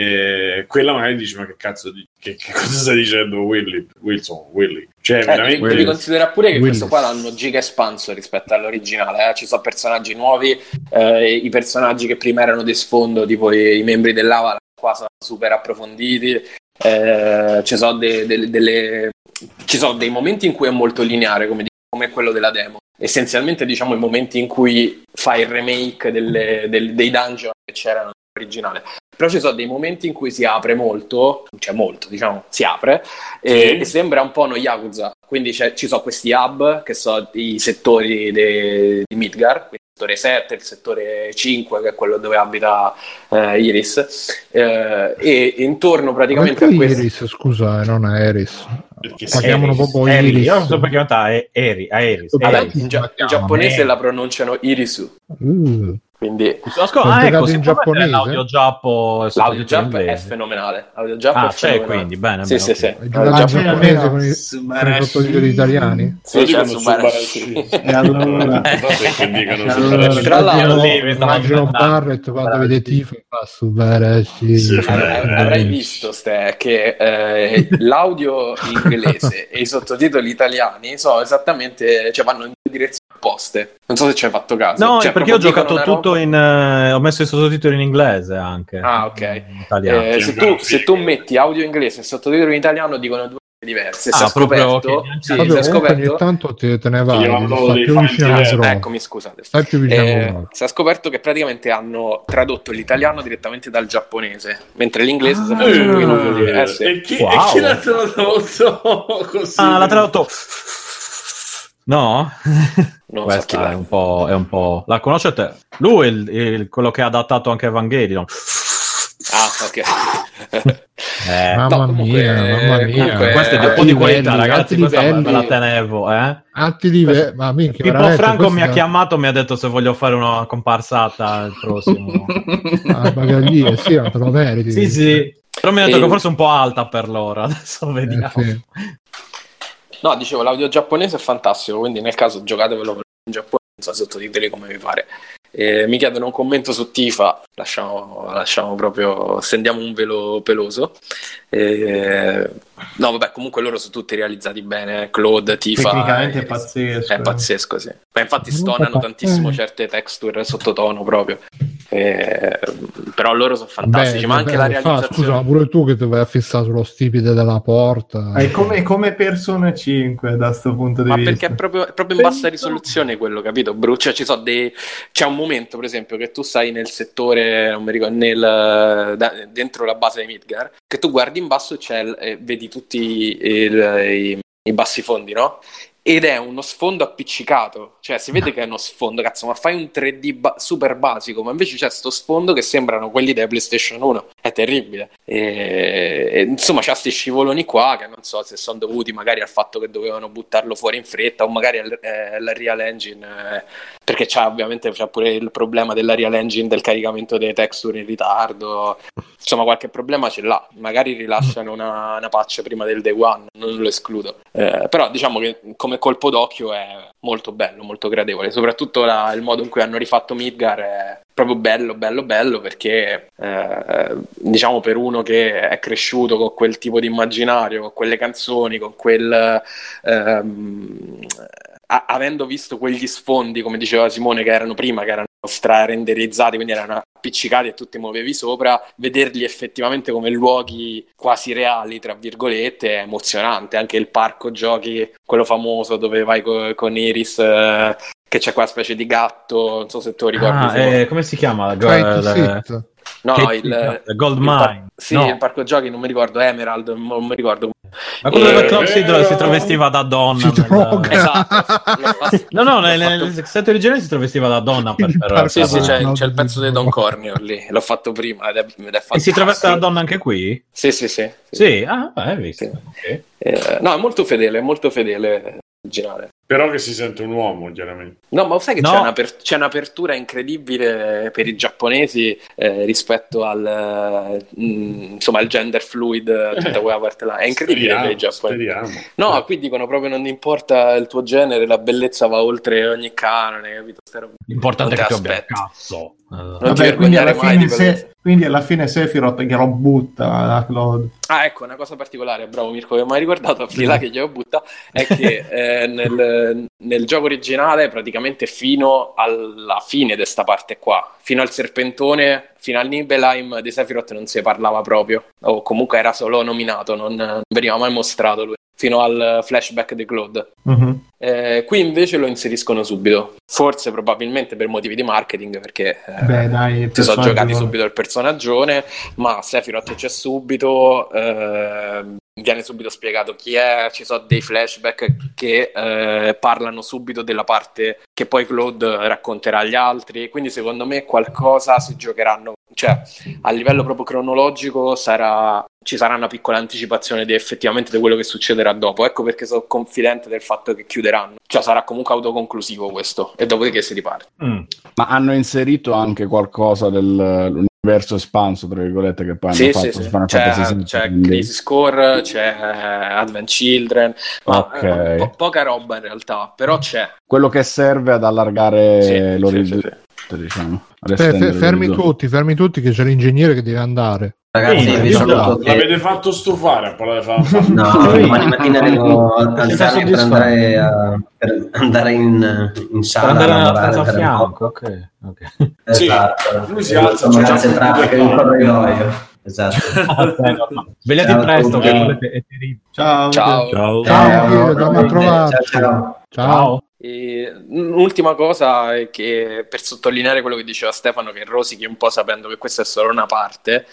E quella magari dici ma che cazzo di, che, che cosa stai dicendo Willy, Wilson Willy, cioè Eh, veramente devi considerare pure che Willis. questo qua l'hanno giga espanso rispetto all'originale, eh? Ci sono personaggi nuovi, eh, i personaggi che prima erano di sfondo, tipo i, i membri dell'Ava, qua sono super approfonditi, eh, ci sono de- de- delle ci sono dei momenti in cui è molto lineare come, come quello della demo, essenzialmente diciamo i momenti in cui fai il remake delle, del- dei dungeon che c'erano nell'originale. Però ci sono dei momenti in cui si apre molto, cioè molto, diciamo, si apre e, Sì. e sembra un po' uno Yakuza. Quindi c'è- ci sono questi hub che sono i settori de- di Midgar, quindi il settore sette, il settore cinque, che è quello dove abita eh, Iris, eh, e intorno praticamente Perché a questi. Iris, scusa, e non Iris. perché La chiamano Eris, proprio Eri, Iris. io non so perché chiamata è Eri, a Eris. Vabbè, Eris. in, gia- la in chiamano, giapponese eh. la pronunciano Irisu, Uh, quindi Ascolta, Ho ah, giocato ecco, in si può mettere giapponese? l'audio giappo e l'audio sottotitoli jump è inglesi? fenomenale. L'audio jump Ah, è c'è fenomenale. quindi, bene, Sì, bene, sì, ok. sì. hai L'audio giocato in jump- giapponese con i, con i sottotitoli italiani? Sì, Lo c'è dicono Subarashi. Subarashi. E allora Perché dicono Allora, Subarashi. Tra l'altro- Lì, mi stavo immagino inventando. Barrett quando vede Tifo e fa Subarashi. Sì. Avrai avrai visto, Ste, che eh, l'audio inglese e i sottotitoli italiani sono esattamente, cioè vanno in due direzioni opposte. Non so se ci hai fatto caso. No, Cioè, perché io ho proprio giocato dicono tutto una in... eh, ho messo i sottotitoli in inglese anche. Ah, ok. In italiano. roba- eh, se, tu, se tu metti audio inglese e sottotitoli in italiano dicono due cose diverse. Si Ah, è proprio scoperto, che- sì, Vabbè, si è comunque ogni scoperto. tanto te, te ne vai, chiamano sta dei più fatti vicino al diversi. microfono. Eccomi, scusate. Stai più vicino al Eh, microfono. si è scoperto che praticamente hanno tradotto l'italiano direttamente dal giapponese, mentre l'inglese Ah. sapeva un pochino più di- eh, sì. E chi, Wow. e chi l'ha tradotto così? Ah, l'ha tradotto... No? Non so chi Questa l'ha. è un po'... È un po'... La conoscete? Lui è il, il- quello che ha adattato anche Evangelion. Ah, ok. Eh, mamma no, comunque, mia, mamma mia. comunque, questo è di eh, un po' di livelli, qualità, ragazzi. alti Questa me livelli. la tenevo, eh. Alti livelli, ma minchia, Pippo veramente, Franco mi ha questa- chiamato, mi ha detto se voglio fare una comparsata il prossimo. Ah, Bagaglio, sì, ma te lo meriti. Sì, sì. Però mi ha detto E- che forse è un po' alta per loro. Adesso vediamo. Eh, sì. No, dicevo, l'audio giapponese è fantastico, quindi nel caso giocatevelo in giapponese, senza sottotitoli come vi pare. Eh, mi chiedono un commento su Tifa, lasciamo, lasciamo proprio, stendiamo un velo peloso. Eh, no, vabbè, comunque loro sono tutti realizzati bene, Claude, Tifa. Tecnicamente eh, è pazzesco. È pazzesco, sì. Ma infatti stonano tantissimo certe texture sottotono proprio. Eh, però loro sono fantastici, Beh, ma anche beh, la fa, realizzazione. scusa, ma pure tu che ti vai a fissare sullo stipite della porta. È come, come Persona cinque da sto punto di Ma vista. perché è proprio, è proprio in bassa risoluzione quello, capito? Bru? Cioè, ci so dei... C'è un momento, per esempio, che tu stai nel settore, non mi ricordo, nel, da, dentro la base di Midgar, che tu guardi in basso e c'è il- e vedi tutti il- i, i bassi fondi, no? Ed è uno sfondo appiccicato, cioè si vede che è uno sfondo, cazzo, ma fai un tre D ba- super basico, ma invece c'è sto sfondo che sembrano quelli della PlayStation uno, è terribile. E, e, insomma, c'ha sti scivoloni qua che non so se sono dovuti magari al fatto che dovevano buttarlo fuori in fretta o magari al, eh, alla Real Engine, eh, perché c'ha ovviamente c'ha pure il problema della Real Engine del caricamento delle texture in ritardo, insomma qualche problema ce l'ha, magari rilasciano una, una patch prima del day one, non lo escludo. Eh, però diciamo che come colpo d'occhio è molto bello, molto gradevole, soprattutto la, il modo in cui hanno rifatto Midgar è proprio bello, bello, bello, perché eh, diciamo per uno che è cresciuto con quel tipo di immaginario, con quelle canzoni, con quel ehm, a- avendo visto quegli sfondi, come diceva Simone, che erano prima, che erano stra-renderizzati, quindi erano appiccicati e tu ti muovevi sopra, vederli effettivamente come luoghi quasi reali, tra virgolette, è emozionante. Anche il parco giochi, quello famoso dove vai co- con Iris, eh, che c'è quella specie di gatto, non so se te lo ricordi. Ah, Simone. eh, come si chiama? Try to Il- sit. No, che- il, il Gold il par- Mine. sì, No. il parco giochi, non mi ricordo, Emerald, non mi ricordo. Ma quello Eh, dove Cloud si, vero. si travestiva da donna. Si nel- droga. Esatto. L'ho fatto- No, no, l'ho nel, fatto- nel set originale si travestiva da donna per, Il per- parco- Sì, per- sì, c'è, Cloud c'è il pezzo di di Don droga. Corneo lì, l'ho fatto prima ed è, ed è E si traveste da fantastico. donna anche qui? Sì, sì, sì. Sì, ah, beh, hai visto. Sì. Ok. Eh, no, è molto fedele, è molto fedele originale. Però che si sente un uomo, chiaramente. No, ma sai che No. c'è, un'aper- c'è un'apertura incredibile per i giapponesi eh, rispetto al eh, mh, insomma al gender fluid, eh, tutta quella parte là. È incredibile Speriamo, per i giapponesi. speriamo. No, qui dicono proprio non importa il tuo genere, la bellezza va oltre ogni canone, capito? Ste robe. L'importante è Non che ti tu abbia il aspetti. cazzo. Non ti Vabbè, quindi alla, vergognare mai fine di quello se, quindi alla fine Sephiroth glielo butta la Claude. Ah, ecco, una cosa particolare, bravo Mirko, che mi hai ricordato, al di là che glielo butta, è che eh, nel, nel gioco originale, praticamente fino alla fine di sta parte qua, fino al serpentone, fino al Nibelheim di Sephiroth non si parlava proprio, o comunque era solo nominato, non, non veniva mai mostrato lui, fino al flashback di Claude. Mhm. Eh, qui invece lo inseriscono subito, forse probabilmente per motivi di marketing, perché eh, Beh, dai, il si sono personaggio- giocati subito il personaggione, ma Sephiroth c'è subito, eh, viene subito spiegato chi è, ci sono dei flashback che eh, parlano subito della parte che poi Claude racconterà agli altri, quindi secondo me qualcosa si giocheranno, cioè a livello proprio cronologico sarà, ci sarà una piccola anticipazione di effettivamente di quello che succederà dopo, ecco perché sono confidente del fatto che chiuderanno, cioè sarà comunque autoconclusivo questo, e dopodiché si riparte. Mm. Ma hanno inserito anche qualcosa dell'universo espanso, tra virgolette, che poi hanno Sì, fatto sì, su sì. Final C'è, Fantasy sette, c'è quindi- Crisis Core, c'è Advent Children, ma Ok. eh, po- poca roba in realtà, però c'è. quello che serve ad allargare Sì, l'orizzonte, sì, sì, sì. diciamo, ad Fe- fe- estendere fermi l'orizzonte. tutti, fermi tutti che c'è l'ingegnere che deve andare. Ragazzi, Sì, vi io saluto già. che... L'avete fatto stufare a parlare di Final No, Fantasy. domani mattina devo alzarmi per soddisfatto. andare, a, per andare in, in Per sala andare a nella lavorare stanza a per un fianco, po'. ok. ok. Sì, Esatto. lui si alza, Insomma, c'è grazie al già traffico in corridoio. Esatto. Svegliati Ciao, presto, che ciao. quello è terribile. Ciao. Ciao. Ciao. Ciao, Eh, Michele, torna a ciao, trovarci. ciao. Ciao. E un'ultima cosa è che per sottolineare quello che diceva Stefano, che rosichi un po' sapendo che questa è solo una parte,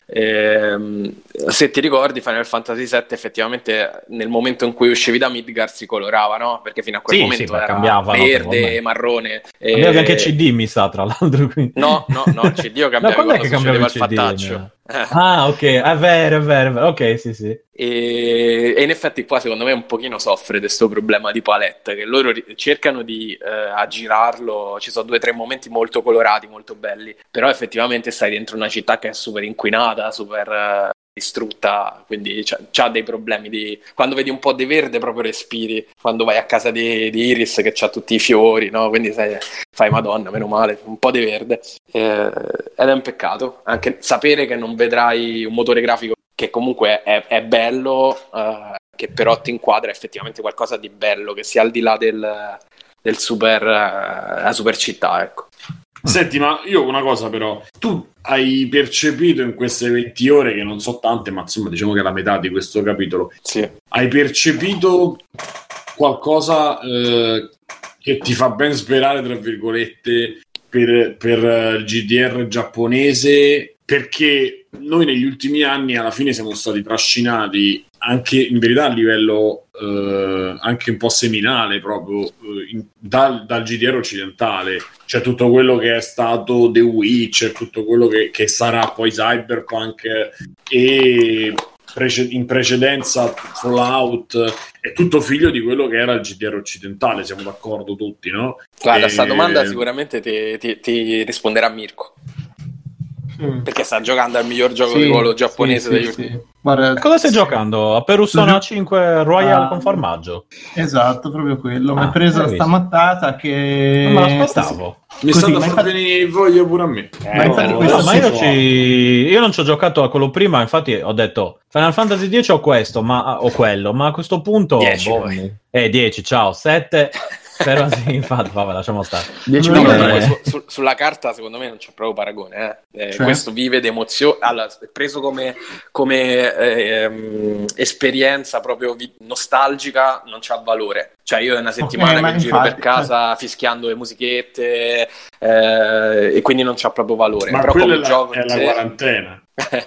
ehm, se ti ricordi Final Fantasy sette effettivamente nel momento in cui uscivi da Midgar si colorava, no? Perché fino a quel Sì, momento sì, ma era cambiava, no, verde, ormai. marrone. Cambiavi e- anche C D, mi sa, tra l'altro. Quindi. No, no, no, il C D lo cambiavi No, quando è quando che cambiavi succedeva il il C D? fattaccio. Ah, ok, è vero, è vero, è vero. Ok, sì, sì. E, e in effetti qua secondo me un pochino soffre di questo problema di palette, che loro ri- cercano di eh, aggirarlo. Ci sono due o tre momenti molto colorati, molto belli, però effettivamente stai dentro una città che è super inquinata, super eh, distrutta, quindi c'ha, c'ha dei problemi di... Quando vedi un po' di verde proprio respiri, quando vai a casa di, di Iris che c'ha tutti i fiori, no? Quindi sai, fai madonna, meno male, un po' di verde. Eh, ed è un peccato, anche sapere che non vedrai un motore grafico che comunque è, è bello, eh, che però ti inquadra effettivamente qualcosa di bello, che sia al di là del, del super, eh, la super città, ecco. Senti, ma io una cosa però, tu hai percepito in queste venti ore, che non so tante, ma insomma diciamo che è la metà di questo capitolo, sì. Hai percepito qualcosa eh, che ti fa ben sperare, tra virgolette, per, per il G D R giapponese? Perché noi negli ultimi anni alla fine siamo stati trascinati anche in verità a livello eh, anche un po' seminale proprio eh, in, dal, dal G D R occidentale, cioè tutto quello che è stato The Witcher, tutto quello che, che sarà poi Cyberpunk e prece- in precedenza Fallout, è tutto figlio di quello che era il G D R occidentale, siamo d'accordo tutti, no? Guarda, e... sta domanda sicuramente ti, ti, ti risponderà Mirko. Mm. Perché sta giocando al miglior gioco sì, di ruolo giapponese sì, degli sì, ultimi. sì. Guarda, cosa stai sì. giocando? A Persona Gio- cinque Royal ah, con formaggio? Esatto, proprio quello. Ah, mi è presa hai sta visto? mattata che Non me l'aspettavo. Mi Così, sta da ma far infatti- venire voglia pure a me. Eh, ma infatti no, questo No, ma sì, io, so. ci... io non ci ho giocato a quello prima, infatti ho detto Final Fantasy dieci ho questo, ma ho quello, ma a questo punto dieci boh, poi. eh dieci, ciao, sette. Però sì, infatti, vabbè, lasciamo stare. dieci No, No, Eh. comunque milioni. su- su- sulla carta secondo me non c'è proprio paragone, eh. Eh, Cioè? questo vive d'emozione, allora, preso come, come ehm, esperienza proprio vi- nostalgica non c'ha valore, cioè io è una settimana ma che giro infatti, per casa fischiando le musichette eh, e quindi non c'ha proprio valore, Ma però quella come è la, gioco è in la sé quarantena.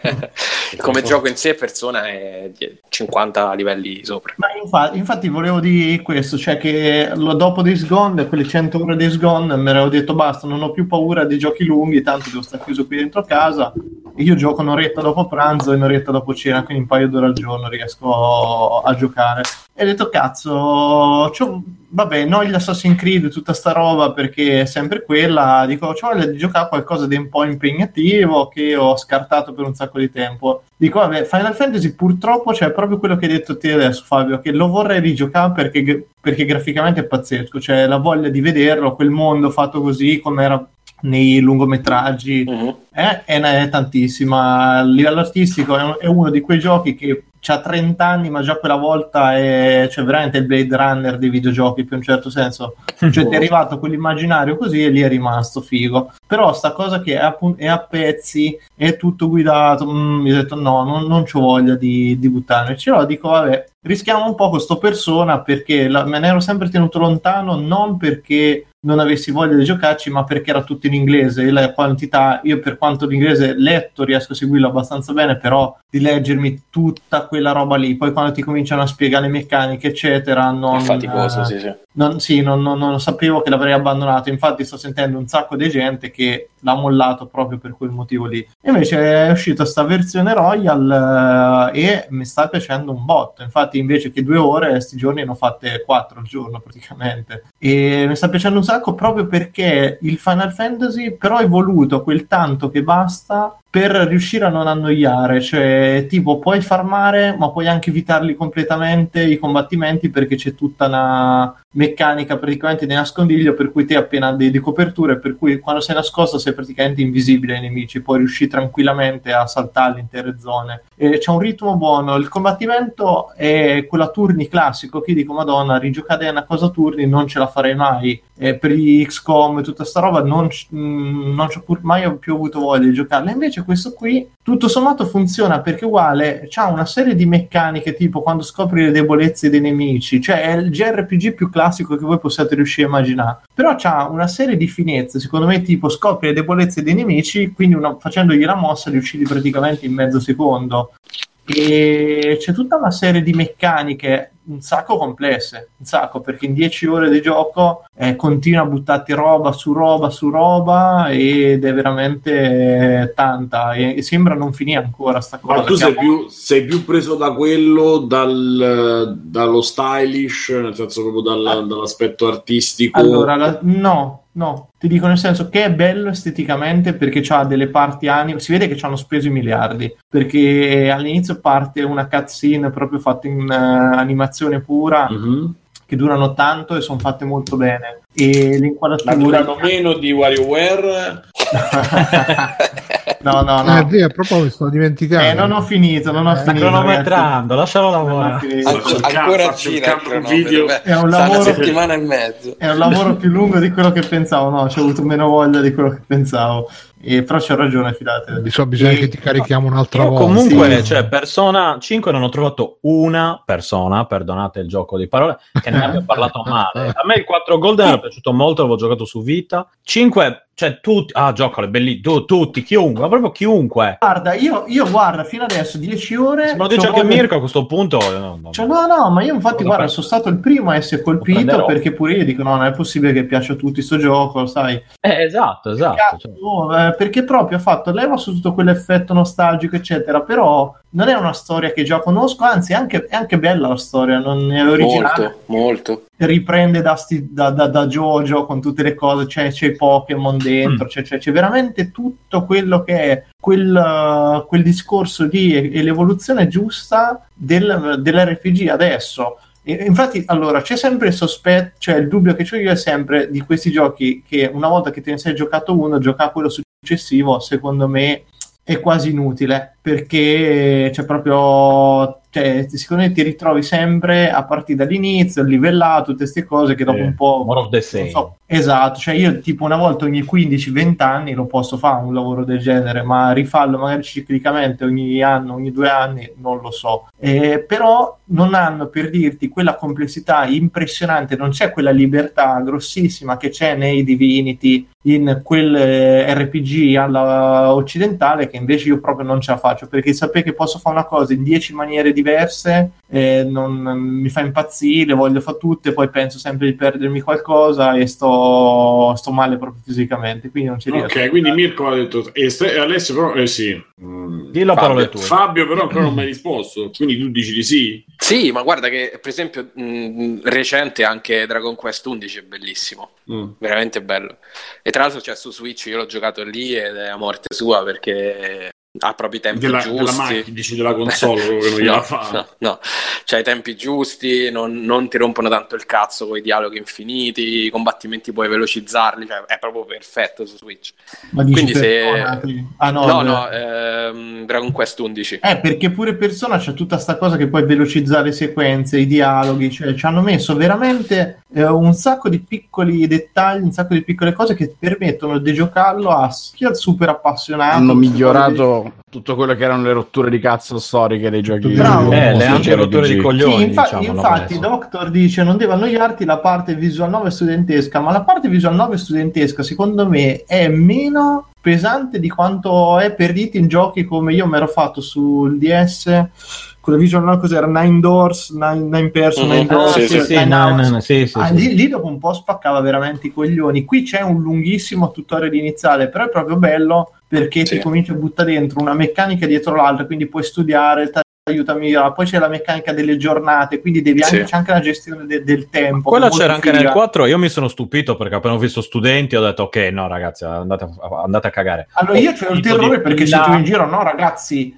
come gioco in sé Persona è die- cinquanta livelli sopra. Ma infatti, infatti volevo dire questo, cioè che lo- dopo Days Gone, quelle cento ore Days Gone, mi ero detto basta, non ho più paura dei giochi lunghi, tanto devo stare chiuso qui dentro casa, e io gioco un'oretta dopo pranzo e un'oretta dopo cena, quindi un paio d'ore al giorno riesco a giocare. E ho detto cazzo, c'ho, vabbè, non gli Assassin's Creed, tutta sta roba perché è sempre quella, dico c'ho voglia di giocare a qualcosa di un po' impegnativo che ho scartato per un sacco di tempo. Dico vabbè, Final Fantasy purtroppo c'è proprio quello che hai detto te adesso Fabio, che lo vorrei rigiocare perché, perché graficamente è pazzesco, cioè la voglia di vederlo, quel mondo fatto così come era nei lungometraggi Mhm. è, è, è tantissima. A livello artistico è, è uno di quei giochi che c'ha trenta anni ma già quella volta è cioè veramente il Blade Runner dei videogiochi per un certo senso, cioè ti è arrivato quell'immaginario così e lì è rimasto figo, però sta cosa che è a, è a pezzi, è tutto guidato, mm, mi ho detto no, non, non c'ho voglia di, di buttarmi, ce l'ho, dico vabbè rischiamo un po' questo Persona perché la, me ne ero sempre tenuto lontano, non perché non avessi voglia di giocarci ma perché era tutto in inglese e la quantità, io per quanto l'inglese letto riesco a seguirlo abbastanza bene, però di leggermi tutta quella roba lì, poi quando ti cominciano a spiegare le meccaniche eccetera non, È faticoso, eh, sì, sì. non, sì, non, non, non sapevo che l'avrei abbandonato, infatti sto sentendo un sacco di gente che l'ha mollato proprio per quel motivo lì. Invece è uscita sta versione Royal eh, e mi sta piacendo un botto, infatti invece che due ore sti giorni ne ho fatte quattro al giorno praticamente, e mi sta piacendo un sacco proprio perché il Final Fantasy però è voluto quel tanto che basta per riuscire a non annoiare, cioè tipo puoi farmare ma puoi anche evitarli completamente i combattimenti perché c'è tutta una meccanica praticamente di nascondiglio per cui te appena di, di coperture, per cui quando sei nascosto sei praticamente invisibile ai nemici, puoi riuscire tranquillamente a saltare intere zone e c'è un ritmo buono, il combattimento è quella turni classico che dico madonna rigiocare una cosa a turni non ce la farei mai, e per gli X COM e tutta sta roba non, mh, non c'ho pur mai più avuto voglia di giocarla, invece questo qui tutto sommato funziona perché uguale c'ha una serie di meccaniche tipo quando scopri le debolezze dei nemici, cioè è il J R P G più classico che voi possiate riuscire a immaginare, però c'ha una serie di finezze secondo me tipo scopri le debolezze dei nemici, quindi una, facendogli la mossa li uccidi praticamente in mezzo secondo. e c'è tutta una serie di meccaniche un sacco complesse, un sacco, perché in dieci ore di gioco eh, continua a buttarti roba su roba su roba ed è veramente tanta e, e sembra non finire ancora sta cosa. Ma tu sei più, sei più preso da quello, dal, dallo stylish, nel senso proprio dal, ah. dall'aspetto artistico? Allora, la, no, no, ti dico nel senso che è bello esteticamente perché c'ha delle parti anime, si vede che ci hanno speso i miliardi, perché all'inizio parte una cutscene proprio fatta in uh, animazione pura, mm-hmm. che durano tanto e sono fatte molto bene. E l'inquadratura... Ma durano meno di WarioWare? no, no, no. Eh, via, proprio mi sto dimenticando. Eh, non ho finito, non ho Sta finito. cronometrando, lascialo lavorare. An- ancora gira il video. È un lavoro una settimana e mezzo. È un lavoro più lungo di quello che pensavo. No, ci ho avuto meno voglia di quello che pensavo. E però c'ho ragione, fidate. Bisogna, bisogna e... che ti carichiamo un'altra volta. Comunque, sì. cioè, Persona cinque non ho trovato una persona, perdonate il gioco di parole, che ne abbia parlato male. A me il quattro Golden è piaciuto molto, l'avevo giocato su Vita. cinque, cioè tutti, ah, giocalo, è bellissimo, tutti, chiunque, ma proprio chiunque. Guarda, io, io guarda, fino adesso dieci ore... Se me lo dice anche voglia... Mirko a questo punto... No, no, cioè, no, no, ma io infatti, guarda, sono stato il primo a essere colpito perché pure io dico, no, non è possibile che piaccia a tutti sto gioco, sai? Eh, esatto, esatto. Cazzo, cioè. no, eh, perché proprio ha fatto leva su tutto quell'effetto nostalgico, eccetera, però non è una storia che già conosco, anzi è anche, è anche bella la storia, non è originale. Molto, molto. Riprende da, sti, da, da, da JoJo con tutte le cose, c'è, c'è i Pokémon dentro, mm. c'è, c'è, c'è veramente tutto quello che è quel, uh, quel discorso di e, e l'evoluzione giusta del, dell'erre pi gi adesso. E, infatti, allora, c'è sempre il sospetto, cioè il dubbio che ho io è sempre di questi giochi che una volta che te ne sei giocato uno, giocare quello successivo, secondo me è quasi inutile, perché c'è proprio... Cioè, secondo me ti ritrovi sempre a partire dall'inizio, livellato, tutte queste cose che dopo eh, un po'... More of the same. So, esatto, cioè io tipo una volta ogni quindici venti anni lo posso fare un lavoro del genere, ma rifarlo magari ciclicamente ogni anno, ogni due anni, non lo so. Eh, però non hanno, per dirti, quella complessità impressionante, non c'è quella libertà grossissima che c'è nei Divinity, in quel eh, erre pi gi alla occidentale, che invece io proprio non ce la faccio, perché sapere che posso fare una cosa in dieci maniere diverse eh, non, mi fa impazzire, voglio fare tutte, poi penso sempre di perdermi qualcosa e sto, sto male proprio fisicamente, quindi non ci riesco. Ok, quindi Mirko ha detto e St- Alessio però eh, sì. Mm, Dillo a parole Fabio, tue. Fabio però ancora non mi hai risposto, quindi tu dici di sì? Sì, ma guarda che per esempio mh, recente anche Dragon Quest undici è bellissimo, mm. veramente bello, e tra l'altro c'è su Switch, io l'ho giocato lì ed è a morte sua perché ha proprio i tempi della, giusti. Della macchina, dici della console che non gliela no, fa. no, no, c'ha i tempi giusti, non, non ti rompono tanto il cazzo con i dialoghi infiniti, i combattimenti puoi velocizzarli, cioè è proprio perfetto su Switch. Ma dici quindi se ah, no, no, no ehm, Dragon Quest undici. Eh, perché pure Persona c'è tutta sta cosa che puoi velocizzare le sequenze, i dialoghi, cioè ci hanno messo veramente eh, un sacco di piccoli dettagli, un sacco di piccole cose che permettono di giocarlo a sia il super appassionato. Hanno migliorato tutto quello che erano le rotture di cazzo storiche dei giochi. Bravo. Eh, le anche rotture di coglioni. Sì, infa- diciamo, infatti, Doctor dice: non deve annoiarti la parte visual novel studentesca, ma la parte visual novel studentesca, secondo me, è meno pesante di quanto è per dirti in giochi come io mi ero fatto sul D S. Con la visual novel cos'era? Nine Doors, Nine, nine Person, mm-hmm. Nine Doors, sì, sì, sì, no, no, no, sì, sì, ah, sì. Lì, lì dopo un po' spaccava veramente i coglioni. Qui c'è un lunghissimo tutorial iniziale, però è proprio bello perché sì. ti comincia a buttare dentro una meccanica dietro l'altra, quindi puoi studiare, ti aiuta a migliorare. Poi c'è la meccanica delle giornate, quindi devi anche, sì. c'è anche la gestione de- del tempo. Quella c'era anche figa. nel quattro, io mi sono stupito perché appena ho visto studenti ho detto ok, no ragazzi, andate a, andate a cagare. Allora io c'ho il terrore perché se tu in giro, no ragazzi,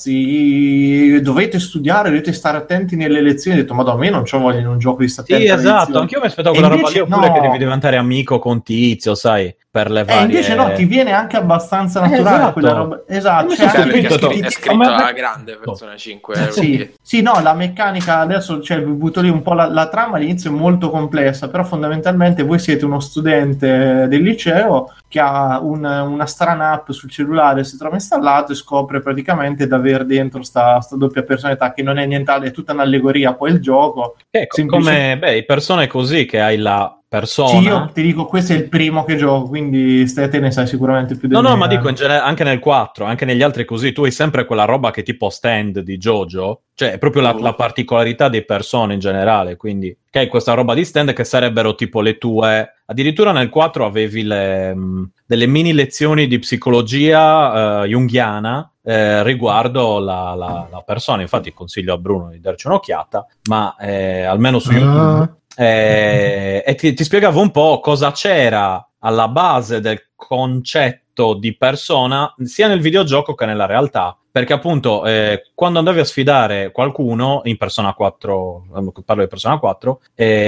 ragazzi dovete studiare, dovete stare attenti nelle lezioni. Ho detto, madonna, a me non c'ho voglia in un gioco di sta Sì, esatto, anch'io mi aspettavo quella roba lì, oppure no. che devi diventare amico con Tizio, sai, per le varie... E invece no, ti viene anche abbastanza naturale esatto. quella roba. Esatto, cioè, cioè, perché anche è, ti... è scritto alla grande Persona cinque. Sì, sì, no, la meccanica adesso, cioè, vi butto lì un po' la, la trama all'inizio è molto complessa, però fondamentalmente voi siete uno studente del liceo che ha un, una strana app sul cellulare, si trova installato e scopre praticamente di aver dentro sta, sta doppia personalità che non è nient'altro, è tutta un'allegoria poi il gioco. Ecco, semplice... come beh, persone così che hai la Persona. Sì, io ti dico, questo è il primo che gioco, quindi te, te ne sai sicuramente più del No, no, me. ma dico in genere, anche nel quattro, anche negli altri così, tu hai sempre quella roba che tipo stand di JoJo, cioè è proprio la, Mm. la particolarità di Persona in generale, quindi che hai questa roba di stand che sarebbero tipo le tue... Addirittura nel quattro avevi le, mh, delle mini lezioni di psicologia eh, junghiana eh, riguardo la, la, la persona, infatti consiglio a Bruno di darci un'occhiata, ma eh, almeno su YouTube... Eh, e ti, ti spiegavo un po' cosa c'era alla base del concetto di Persona sia nel videogioco che nella realtà, perché appunto eh, quando andavi a sfidare qualcuno in Persona quattro, parlo di Persona quattro,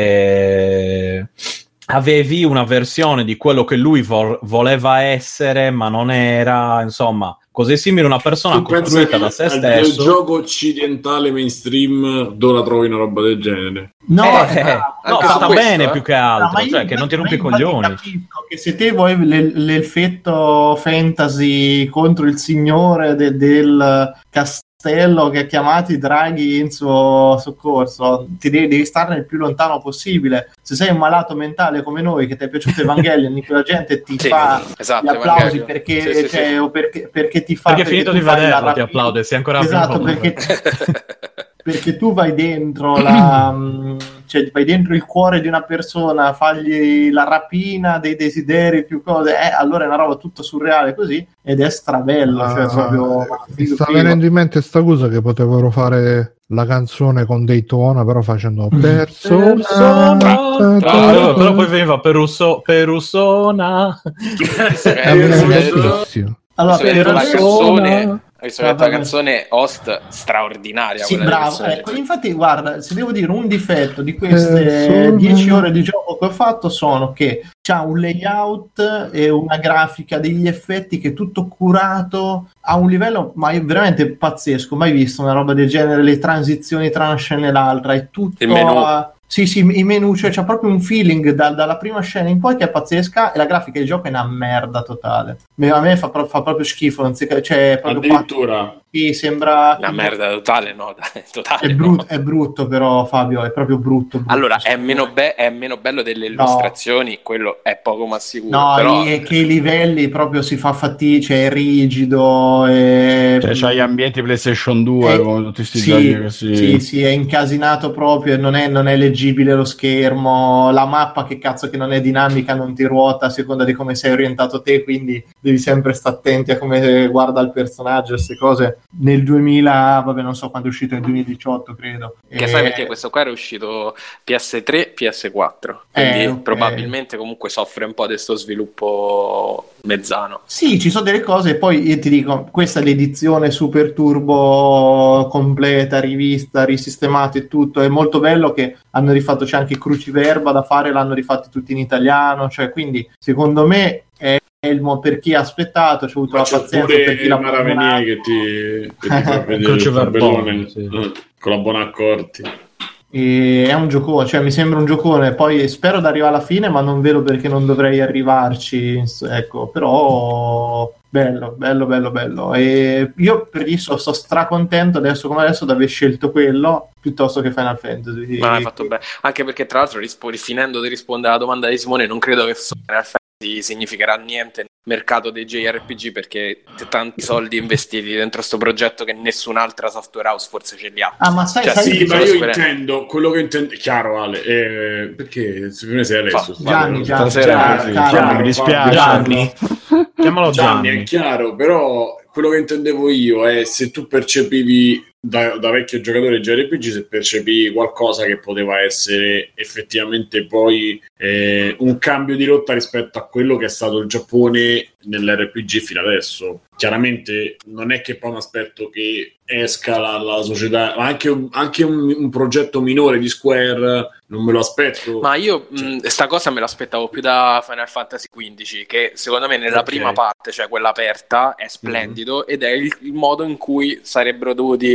eh, avevi una versione di quello che lui vo- voleva essere ma non era, insomma, così simile a una persona Tu pensi costruita da se al stesso. gioco occidentale mainstream dove la trovi una roba del genere? No, Eh, eh, no, anche fatta su questo, bene eh. più che no, altro, ma io- cioè che non ti rompi i ma infatti coglioni. capisco che se te vuoi l- l'effetto fantasy contro il signore de- del castello che ha chiamato i draghi in suo soccorso, ti devi, devi starne il più lontano possibile. Se sei un malato mentale come noi, che ti è piaciuto Evangelion, di quella gente ti Sì, fa esatto, gli applausi Evangelion. perché, Sì, sì, cioè, sì. o perché, perché ti fa Perché è finito tu di fai la vederlo, ti rapina- applaude, sei ancora esatto, vivo. perché perché tu vai dentro la mh, cioè vai dentro il cuore di una persona, fagli la rapina dei desideri più cose, eh, allora è una roba tutto surreale così ed è strabello, cioè Ah, proprio mi figo, sta figo. venendo in mente sta cosa che potevano fare la canzone con Daytona, però facendo Persona. Persona. Però, però poi veniva Peruso, Perusona. È bellissimo. Allora, Hai visto per la adesso- canzone, hai visto Ah, la vabbè. canzone Host straordinaria. Sì, quella bravo. del- Ecco, infatti, guarda, se devo dire un difetto di queste Persona. dieci ore di gioco che ho fatto sono che c'ha un layout e una grafica degli effetti che è tutto curato a un livello ma è veramente pazzesco. Mai visto una roba del genere, le transizioni tra una scena e l'altra, è tutto... Il menù. a- Sì, sì, i menu, cioè c'è proprio un feeling da- dalla prima scena in poi che è pazzesca e la grafica del gioco è una merda totale. A me fa, pro- fa proprio schifo, non si, cioè è proprio Addirittura sì, sembra Una merda totale, no, dai, totale. è, no. brut- è brutto però Fabio, è proprio brutto, brutto. Allora, è meno, be- è meno bello delle illustrazioni, quello è poco ma sicuro. No, però... è che i livelli proprio si fa fatica, è rigido, è... Cioè, c'hai gli ambienti PlayStation due è- come tutti questi sì, giochi così. sì, sì, è incasinato proprio, non è, non è leggibile lo schermo, la mappa che cazzo che non è dinamica, non ti ruota a seconda di come sei orientato te, quindi devi sempre stare attenti a come guarda il personaggio, queste cose. Nel duemila, vabbè non so quando è uscito, nel duemiladiciotto credo. Che Eh, sai perché questo qua era uscito P S tre, P S quattro, quindi Eh, ok. probabilmente comunque soffre un po' di sto sviluppo mezzano. Sì, ci sono delle cose, e poi io ti dico, questa è l'edizione super turbo completa, rivista, risistemata e tutto, è molto bello che hanno rifatto, c'è anche Cruciverba da fare, l'hanno rifatto tutti in italiano, cioè quindi secondo me è il mo- per chi ha aspettato, c'è avuto ma la c'è pazienza pure per chi l'ha Maravenier che ti, che ti fa vedere il Croce tabellone Verbone, sì. eh, con la buona accorti. E è un giocone, cioè mi sembra un giocone, poi spero di arrivare alla fine, ma non vedo perché non dovrei arrivarci, ecco, però bello, bello, bello, bello. E io per isso sto stracontento adesso come adesso di aver scelto quello piuttosto che Final Fantasy. Ma hai fatto bene, anche perché tra l'altro rispo- finendo di rispondere alla domanda di Simone, non credo che Final Fantasy significherà niente nel mercato dei J R P G, perché t- tanti soldi investiti dentro sto progetto che nessun'altra software house forse ce li ha. Ah, ma sai, Cioè, sai Sì, ma sono io sicure- intendo quello che intendo. Chiaro, Ale, eh, perché secondo me sei Alessio. Fa- Gianni, Gianni, Stasera Gianni, così, Gianni, chiaro, mi dispiace. Gianni. Chiamalo Gianni, Gianni. è chiaro, però quello che intendevo io è se tu percepivi da, da vecchio giocatore J R P G, se percepivi qualcosa che poteva essere effettivamente poi eh, un cambio di rotta rispetto a quello che è stato il Giappone nell'R P G fino adesso. Chiaramente non è che poi mi aspetto che esca la, la società, ma anche, un, anche un, un progetto minore di Square non me lo aspetto. Ma io mh, sta cosa me l'aspettavo più da Final Fantasy quindici, che secondo me nella Ok. prima parte, cioè quella aperta, è splendido ed è il, il modo in cui sarebbero dovuti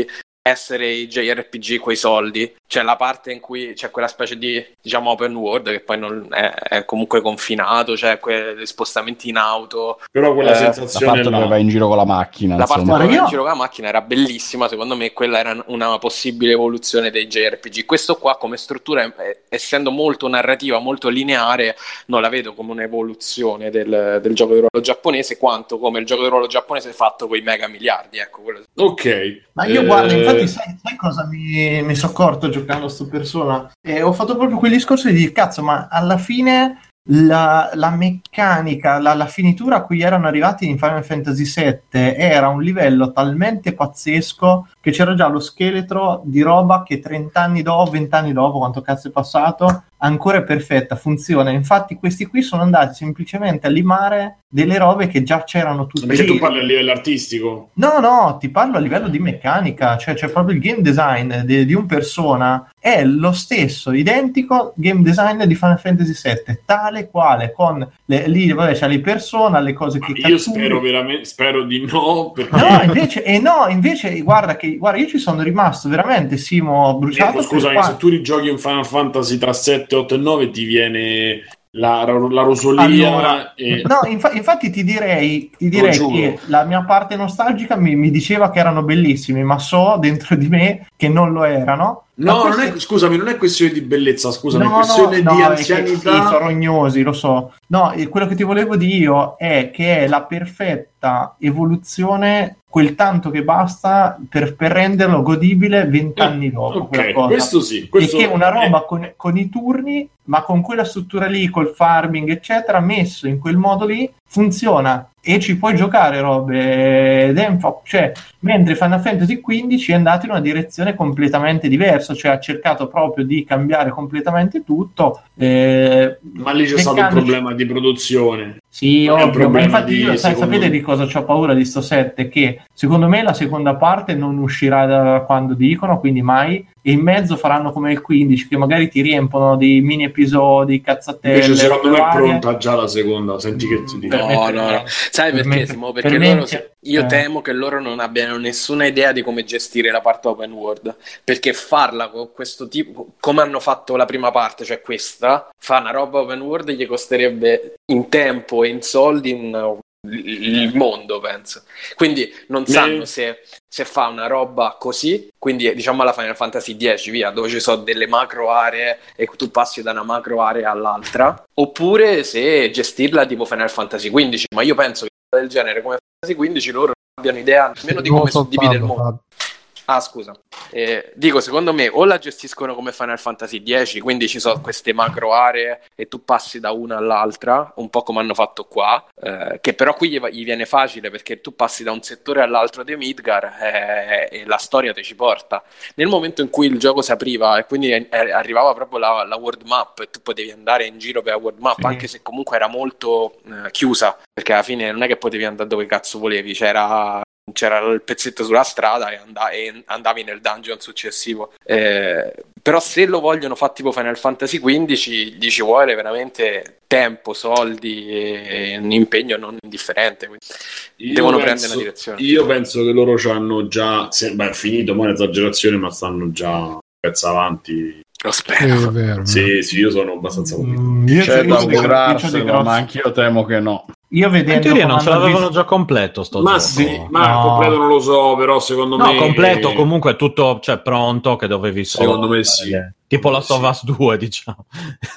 essere i J R P G coi soldi. C'è la parte in cui c'è quella specie di, diciamo, open world che poi non è, è comunque confinato, c'è quei spostamenti in auto. Però quella eh, La sensazione parte dove là. vai in giro con la macchina, La parte insomma. dove vai io- in giro con la macchina era bellissima, secondo me quella era una possibile evoluzione dei J R P G. Questo qua come struttura, eh, essendo molto narrativa, molto lineare, non la vedo come un'evoluzione del, del gioco di ruolo giapponese, quanto come il gioco di ruolo giapponese fatto con i mega miliardi, ecco, quello. Ok. Ma io Eh, guarda, infatti sai, sai cosa mi, mi sono accorto giocando a sto persona? Eh, ho fatto proprio quel discorso di dire, cazzo, ma alla fine la, la meccanica, la, la finitura a cui erano arrivati in Final Fantasy sette era un livello talmente pazzesco che c'era già lo scheletro di roba che trenta anni dopo, venti anni dopo, quanto cazzo è passato, ancora è perfetta, funziona. Infatti questi qui sono andati semplicemente a limare delle robe che già c'erano tutte. Perché tu parli a livello artistico? No, no, ti parlo a livello di meccanica, cioè c'è proprio il game design di, di un persona, è lo stesso, identico game design di Final Fantasy sette, tale quale, con le, lì vabbè c'è le persone, le cose che Io spero veramente, spero di no, perché No, invece, e no, invece guarda che guarda, io ci sono rimasto veramente, Simo, bruciato. Eh, scusami, per se tu rigiochi un Final Fantasy tra sette, otto e nove ti viene la, la rosolia Allora, e... no, infa- infatti ti direi, ti direi giuro. che la mia parte nostalgica mi, mi diceva che erano bellissimi, ma so dentro di me che non lo erano. Ma No, questo- non è, scusami, non è questione di bellezza, scusami, No, è questione no, di no, è che sì, anzianità. sono rognosi, lo so. No, eh, quello che ti volevo dire io è che è la perfetta evoluzione, quel tanto che basta per, per renderlo godibile vent'anni dopo. quella Ok, cosa. questo sì. Questo E che è una roba è- con, con i turni, ma con quella struttura lì, col farming, eccetera, messo in quel modo lì, funziona. E ci puoi giocare robe ed è un po'- cioè, mentre Final Fantasy quindici è andato in una direzione completamente diversa, cioè ha cercato proprio di cambiare completamente tutto. eh, Ma lì c'è stato un meccanici- problema di produzione. Sì, Non è un ovvio, ma problema infatti di- io sai, secondo sapete me. di cosa ho paura di sto set? Che secondo me la seconda parte non uscirà da quando dicono, quindi mai, e in mezzo faranno come il quindici, che magari ti riempono di mini episodi, cazzatelle. Invece secondo me è varie. pronta già la seconda, senti che ti dico. Per No, me- no, no. Sai per perché, me- Simo? per Perché me- loro, io eh. temo che loro non abbiano nessuna idea di come gestire la parte open world, perché farla con questo tipo, come hanno fatto la prima parte, cioè questa, fa una roba open world gli costerebbe in tempo e in soldi un- il mondo, penso. Quindi non sanno Beh. se, se fa una roba così, quindi diciamo alla Final Fantasy dieci, via, dove ci sono delle macro aree e tu passi da una macro area all'altra, oppure se gestirla tipo Final Fantasy quindici, ma io penso che del genere come Final Fantasy quindici loro non abbiano idea nemmeno di come suddivide il mondo. Ah, scusa. Eh, dico, secondo me o la gestiscono come Final Fantasy dieci, quindi ci sono queste macro aree e tu passi da una all'altra, un po' come hanno fatto qua, eh, che però qui gli, va- gli viene facile perché tu passi da un settore all'altro di Midgar eh, e la storia ti ci porta. Nel momento in cui il gioco si apriva e quindi eh, arrivava proprio la, la world map e tu potevi andare in giro per la world map, Sì. anche se comunque era molto eh, chiusa, perché alla fine non è che potevi andare dove cazzo volevi, c'era c'era il pezzetto sulla strada e, and- e andavi nel dungeon successivo. Eh, però se lo vogliono fare tipo Final Fantasy quindici, gli ci vuole veramente tempo, soldi e un impegno non indifferente, quindi Io devono penso- prendere una direzione. Io penso che loro ci hanno già, se, beh, è finito, ma è un'esagerazione, ma stanno già un pezzo avanti. Lo Sì, spero. è vero. Sì, sì, io sono abbastanza convinto. Mm, io C'è io da ci vedo- io ci augurarselo, vedo- ma anch'io temo che no. Io vedendo In teoria non come ce hanno l'avevano visto- già completo sto Ma gioco. sì, ma No. completo non lo so, però secondo No, me... completo comunque tutto, cioè pronto che dovevi solo Secondo me fare sì. le- tipo la Sì. Sovas due, diciamo.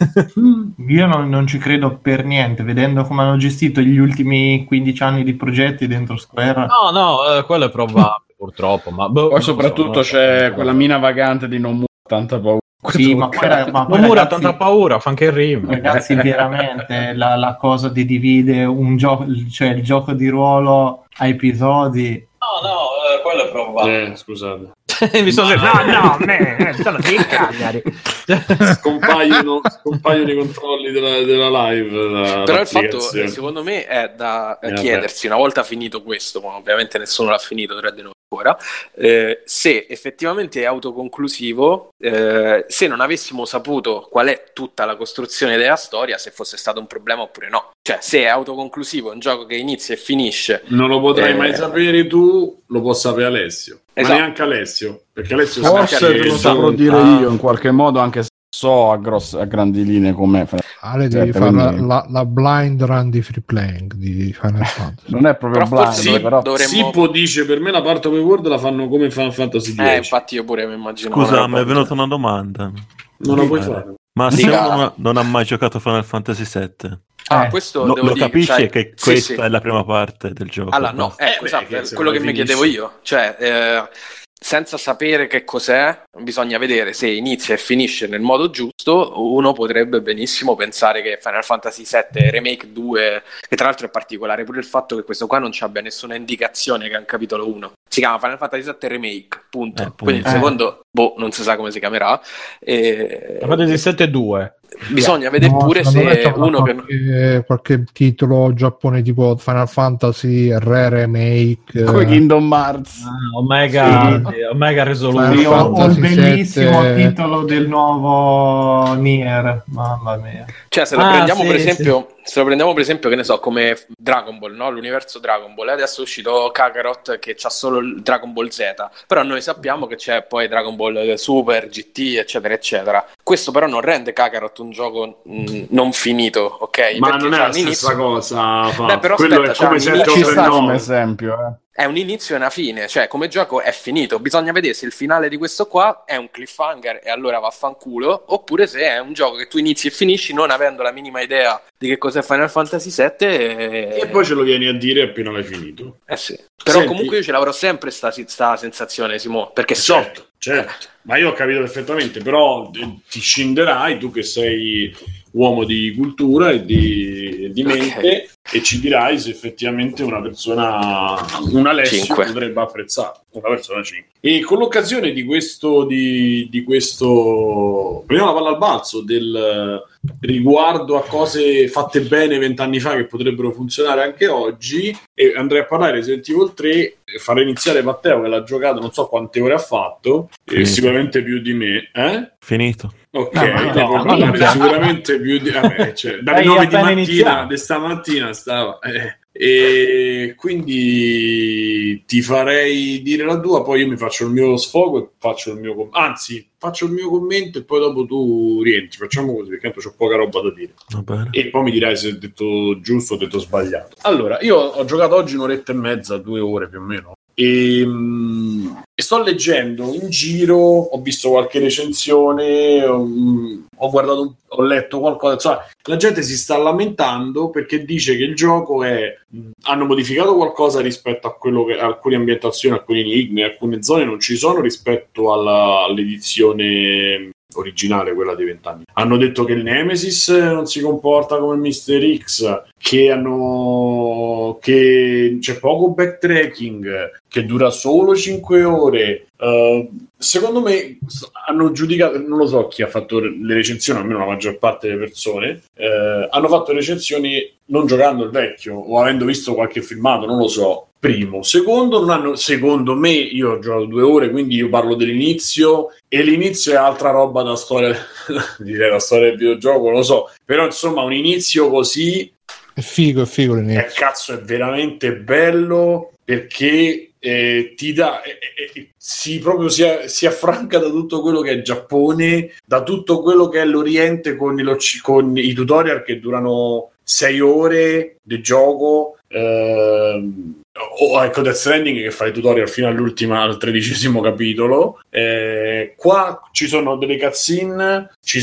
Io non, non ci credo per niente, vedendo come hanno gestito gli ultimi quindici anni di progetti dentro Square. No, no, eh, quello è probabile purtroppo, ma boh, non Poi lo so, soprattutto non lo so. c'è quella mina vagante di non tanta paura. Sì, ma poi, ra- ma poi Nomura ha ragazzi, tanta paura, fa anche il rim. ragazzi, veramente la, la cosa di divide un gioco, cioè il gioco di ruolo a episodi. No, no, eh, quello è probabile. Eh, scusate. Mi sto no, no, me, sono dei Cagliari. Scompaiono, scompaiono i controlli della, della live. la- Però il fatto, l'applicazione. secondo me, è da Eh, chiedersi, una volta finito questo, ma ovviamente nessuno l'ha finito, tre di noi, ancora, eh, se effettivamente è autoconclusivo, eh, se non avessimo saputo qual è tutta la costruzione della storia, se fosse stato un problema oppure no. Cioè, se è autoconclusivo, un gioco che inizia e finisce... Non lo potrai eh, mai sapere tu, lo può sapere Alessio. Esatto. Ma neanche Alessio, perché Alessio Forse sa te che lo il saprò gioco- dire Ah. io in qualche modo, anche se so a, gross- a grandi linee com'è. Ale, Cioè, devi per fare la, me- la, la blind run di free playing di Final Fantasy. Non è proprio Però forse blind, Sì, però dovremmo- Sippo dice per me la part open world la fanno come Final Fantasy dieci. Eh, infatti io pure mi immagino... Scusa, una mi roba è venuta del una domanda. Non la puoi Eh, fare. Ma se Dica. uno non ha, non ha mai giocato Final Fantasy sette, Ah, Eh, questo lo, devo lo dire, capisce cioè, che sì, questa sì. è la prima parte del gioco? Allora, no, basta. ecco, Eh, esatto, beh, è che se quello la che mi finisci. chiedevo io. Cioè, eh, senza sapere che cos'è, bisogna vedere se inizia e finisce nel modo giusto. Uno potrebbe benissimo pensare che Final Fantasy sette Remake due, che tra l'altro è particolare pure il fatto che questo qua non ci abbia nessuna indicazione che è un capitolo uno. Si chiama Final Fantasy sette Remake, punto. Eh, punto. Quindi il Eh. secondo, boh, non si sa come si chiamerà. E... Final Fantasy sette due. Bisogna vedere No, pure secondo me se c'è una uno che... qualche, qualche titolo giapponese tipo Final Fantasy Re Remake, come eh, Kingdom Hearts. Ah, Omega, Sì. sì, Omega Resolution. Final Io ho il Fantasy bellissimo sette. titolo del nuovo Nier, mamma mia. Cioè, se lo Ah, prendiamo sì, per esempio, se lo prendiamo per esempio, che ne so, come Dragon Ball, no? L'universo Dragon Ball. Adesso è uscito Kakarot che c'ha solo il Dragon Ball Z. Però noi sappiamo che c'è poi Dragon Ball Super, G T, eccetera, eccetera. Questo però non rende Kakarot un gioco mh, non finito, ok? Ma Perché non è c'ha la un stessa inizio- cosa. Fa. Beh, però Quello aspetta, è c'ha come un sette inizio- Ci otto e sta come nove. esempio, eh. È un inizio e una fine, cioè come gioco è finito. Bisogna vedere se il finale di questo qua è un cliffhanger e allora vaffanculo, oppure se è un gioco che tu inizi e finisci non avendo la minima idea di che cos'è Final Fantasy sette e, E poi ce lo vieni a dire appena l'hai finito. eh sì. Però Senti. comunque io ce l'avrò sempre sta, sta sensazione, Simo, perché so Certo, certo. Ma io ho capito perfettamente, però eh, ti scinderai tu che sei uomo di cultura e di, di mente e ci dirai se effettivamente una persona, un Alessio Cinque. potrebbe apprezzare, una persona cinque. E con l'occasione di questo, di, di questo, prendiamo la palla al balzo del riguardo a cose fatte bene vent'anni fa che potrebbero funzionare anche oggi, e andrei a parlare di Resident Evil tre, e farei iniziare Matteo che l'ha giocato non so quante ore ha fatto, e Sì. sicuramente più di me, eh? Finito. Ok, No, ma ne no, può no, parlare no. sicuramente più di vabbè, cioè, dalle Hai nove di appena mattina iniziato. di stamattina stava eh. E quindi ti farei dire la tua, poi io mi faccio il mio sfogo e faccio il mio com- anzi faccio il mio commento e poi dopo tu rientri, facciamo così perché tanto c'ho poca roba da dire Va bene. e poi mi dirai se ho detto giusto o ho detto sbagliato. Allora, io ho giocato oggi un'oretta e mezza, due ore più o meno, e, mm, e sto leggendo in giro, ho visto qualche recensione, ho, mm, ho guardato, un- ho letto qualcosa, insomma, la gente si sta lamentando perché dice che il gioco è, mm, hanno modificato qualcosa rispetto a quello che, alcune ambientazioni, alcuni enigmi, alcune zone non ci sono rispetto alla, all'edizione originale, quella dei vent'anni. Hanno detto che il Nemesis non si comporta come mister X, che hanno che c'è poco backtracking, che dura solo cinque ore. Uh, secondo me hanno giudicato, non lo so chi ha fatto le recensioni, almeno la maggior parte delle persone uh, hanno fatto recensioni non giocando il vecchio o avendo visto qualche filmato, non lo so. Primo, secondo, non hanno, secondo me, io ho giocato due ore, quindi io parlo dell'inizio, e l'inizio è altra roba da storia, direi la storia del videogioco, non lo so, però insomma un inizio così È figo, è figo eh, l'inizio. cazzo è veramente bello perché eh, ti dà eh, eh, si proprio si, si affranca da tutto quello che è Giappone, da tutto quello che è l'Oriente con, il, con i tutorial che durano sei ore di gioco, ehm, o ecco Death Stranding che fa i tutorial fino all'ultima, al tredicesimo capitolo. Eh, qua ci sono delle cutscene, ci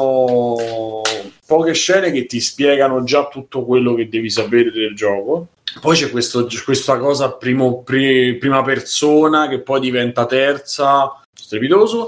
sono poche scene che ti spiegano già tutto quello che devi sapere del gioco. Poi c'è questo, questa cosa primo, pri, prima persona che poi diventa terza, strepitoso.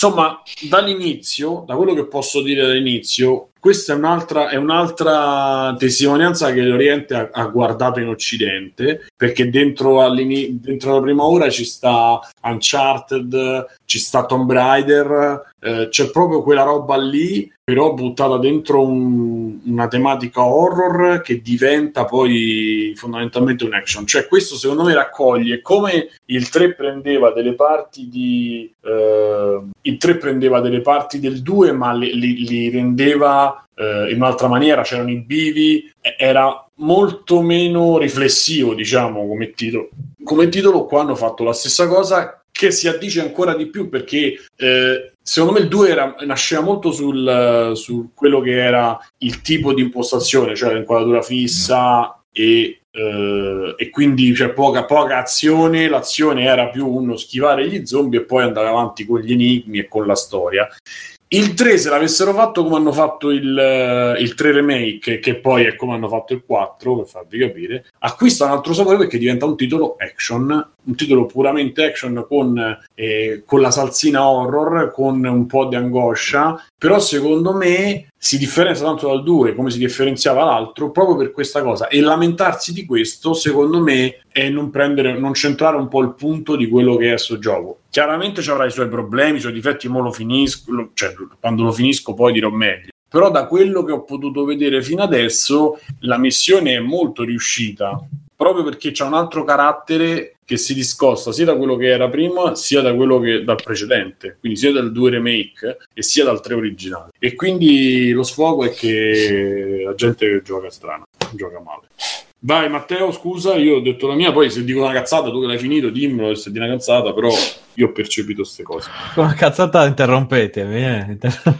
insomma, dall'inizio, da quello che posso dire dall'inizio, questa è un'altra, è un'altra testimonianza che l'Oriente ha, ha guardato in Occidente, perché dentro, dentro la prima ora ci sta Uncharted, ci sta Tomb Raider, eh, c'è proprio quella roba lì, però buttata dentro un, una tematica horror che diventa poi fondamentalmente un action. Cioè questo secondo me raccoglie come il tre prendeva delle parti di eh, il tre prendeva delle parti del due, ma li, li, li rendeva Uh, in un'altra maniera, c'erano i bivi, era molto meno riflessivo, diciamo, come titolo. Come titolo qua hanno fatto la stessa cosa, che si addice ancora di più, perché eh, secondo me il due era, nasceva molto sul, su quello che era il tipo di impostazione, cioè l'inquadratura fissa e Uh, e quindi c'è cioè, poca, poca azione. L'azione era più uno schivare gli zombie e poi andare avanti con gli enigmi e con la storia. Il tre, se l'avessero fatto come hanno fatto il, il tre remake, che poi è come hanno fatto il quattro, per farvi capire, acquista un altro sapore perché diventa un titolo action, un titolo puramente action con, eh, con la salsina horror, con un po' di angoscia, però secondo me si differenzia tanto dal due, come si differenziava l'altro, proprio per questa cosa. E lamentarsi di questo, secondo me, è non prendere, non centrare un po' il punto di quello che è sto gioco. Chiaramente ci avrà i suoi problemi, i suoi difetti, mo lo finisco, cioè quando lo finisco poi dirò meglio. Però da quello che ho potuto vedere fino adesso, la missione è molto riuscita, proprio perché c'ha un altro carattere che si discosta sia da quello che era prima, sia da quello che dal precedente, quindi sia dal due remake e sia dal tre originale. E quindi lo sfogo è che la gente gioca strano, gioca male. Vai Matteo, scusa, io ho detto la mia, poi se dico una cazzata tu che l'hai finito dimmelo se di una cazzata, però io ho percepito queste cose. Con una cazzata interrompetemi, eh. Inter-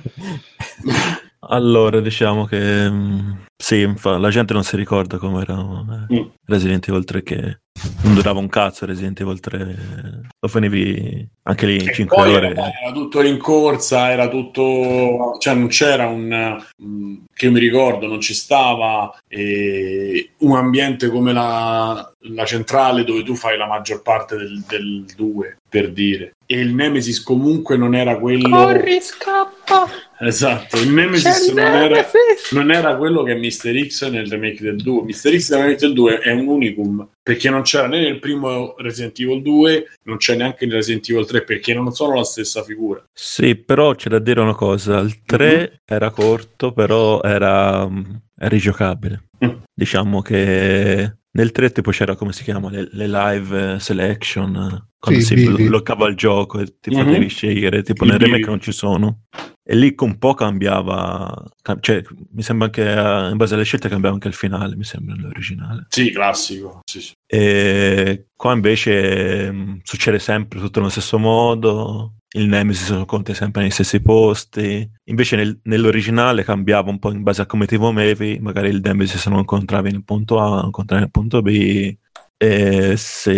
Allora, diciamo che mh, sì, infa- la gente non si ricorda come era eh, mm. Resident Evil tre, che non durava un cazzo. Resident Evil tre lo finivi anche lì in cinque ore. Era, era tutto rincorsa, era tutto, cioè non c'era un mh, che io mi ricordo, non ci stava eh, un ambiente come la, la centrale dove tu fai la maggior parte del, del due, per dire. E il Nemesis comunque non era quello. Corri, scappa! Esatto, il Nemesis non era, non era quello che è mister X nel remake del due. mister X nel remake del due è un unicum, perché non c'era né nel primo Resident Evil due, non c'è neanche nel Resident Evil tre, perché non sono la stessa figura. Sì, però c'è da dire una cosa, il tre mm-hmm. era corto, però era, era rigiocabile. Mm. Diciamo che nel tre tipo c'era, come si chiama, le, le live selection, quando sì, si bl- bloccava il gioco e ti mm-hmm. potevi scegliere, tipo nel remake non ci sono. E lì un po' cambiava, cioè mi sembra anche in base alle scelte cambiava anche il finale, mi sembra, nell'originale. Sì, classico. Sì, sì. E qua invece mh, succede sempre tutto nello stesso modo, il Nemesis lo conti sempre nei stessi posti, invece nel, nell'originale cambiava un po' in base a come ti muovevi, magari il Nemesis non incontravi nel punto A, non incontravi nel punto B. E sì,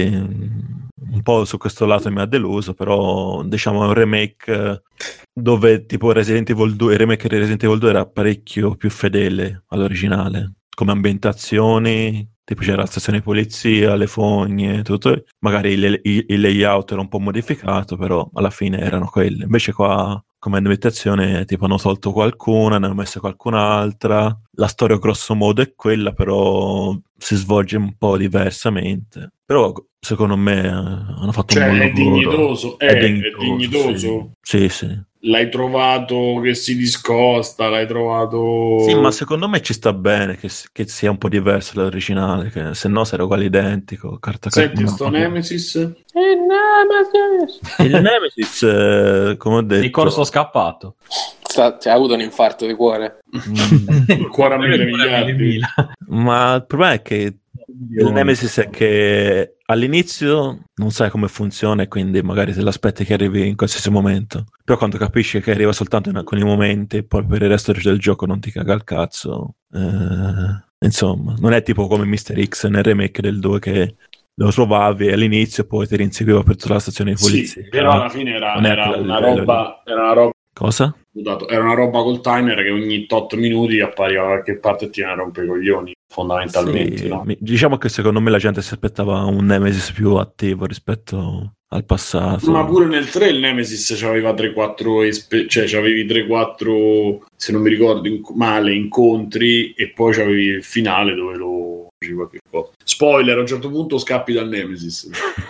un po' su questo lato mi ha deluso, però diciamo è un remake dove tipo Resident Evil due, il remake di Resident Evil due era parecchio più fedele all'originale come ambientazioni, tipo c'era la stazione di polizia, le fogne, tutto, magari il, il, il layout era un po' modificato, però alla fine erano quelle. Invece qua come ambientazione tipo hanno tolto qualcuna, ne hanno messo qualcun'altra, la storia grosso modo è quella, però si svolge un po' diversamente. Però secondo me hanno fatto cioè, un buon è lavoro. Dignitoso, è, è dignitoso, è dignitoso. Sì. sì, sì. L'hai trovato che si discosta, l'hai trovato... Sì, ma secondo me ci sta bene che, che sia un po' diverso dall'originale, che se no sarà uguale identico. Carta Senti, carta, sto Nemesis? Il Nemesis! Il Nemesis, eh, come ho detto... Di corso scappato. Sta, cioè, ha avuto un infarto di cuore. Mm. Il cuore a mille miliardi. Ma il problema è che il Nemesis è che all'inizio non sai come funziona e quindi magari te l'aspetti che arrivi in qualsiasi momento, però quando capisci che arriva soltanto in alcuni momenti e poi per il resto del gioco non ti caga il cazzo, eh, insomma non è tipo come mister X nel remake del due che lo trovavi all'inizio e poi ti rinseguiva per tutta la stazione di polizia. Sì, però alla fine era, era una roba era una roba cosa? Era una roba col timer che ogni otto minuti appariva da qualche parte e ti rompe i coglioni. fondamentalmente. Sì, no? mi- diciamo che secondo me la gente si aspettava un Nemesis più attivo rispetto al passato. Ma pure nel tre il Nemesis c'aveva tre quattro espe- cioè c'avevi tre quattro, se non mi ricordo inc- male, incontri, e poi c'avevi il finale dove lo facevi qualche cosa. Spoiler, a un certo punto scappi dal Nemesis.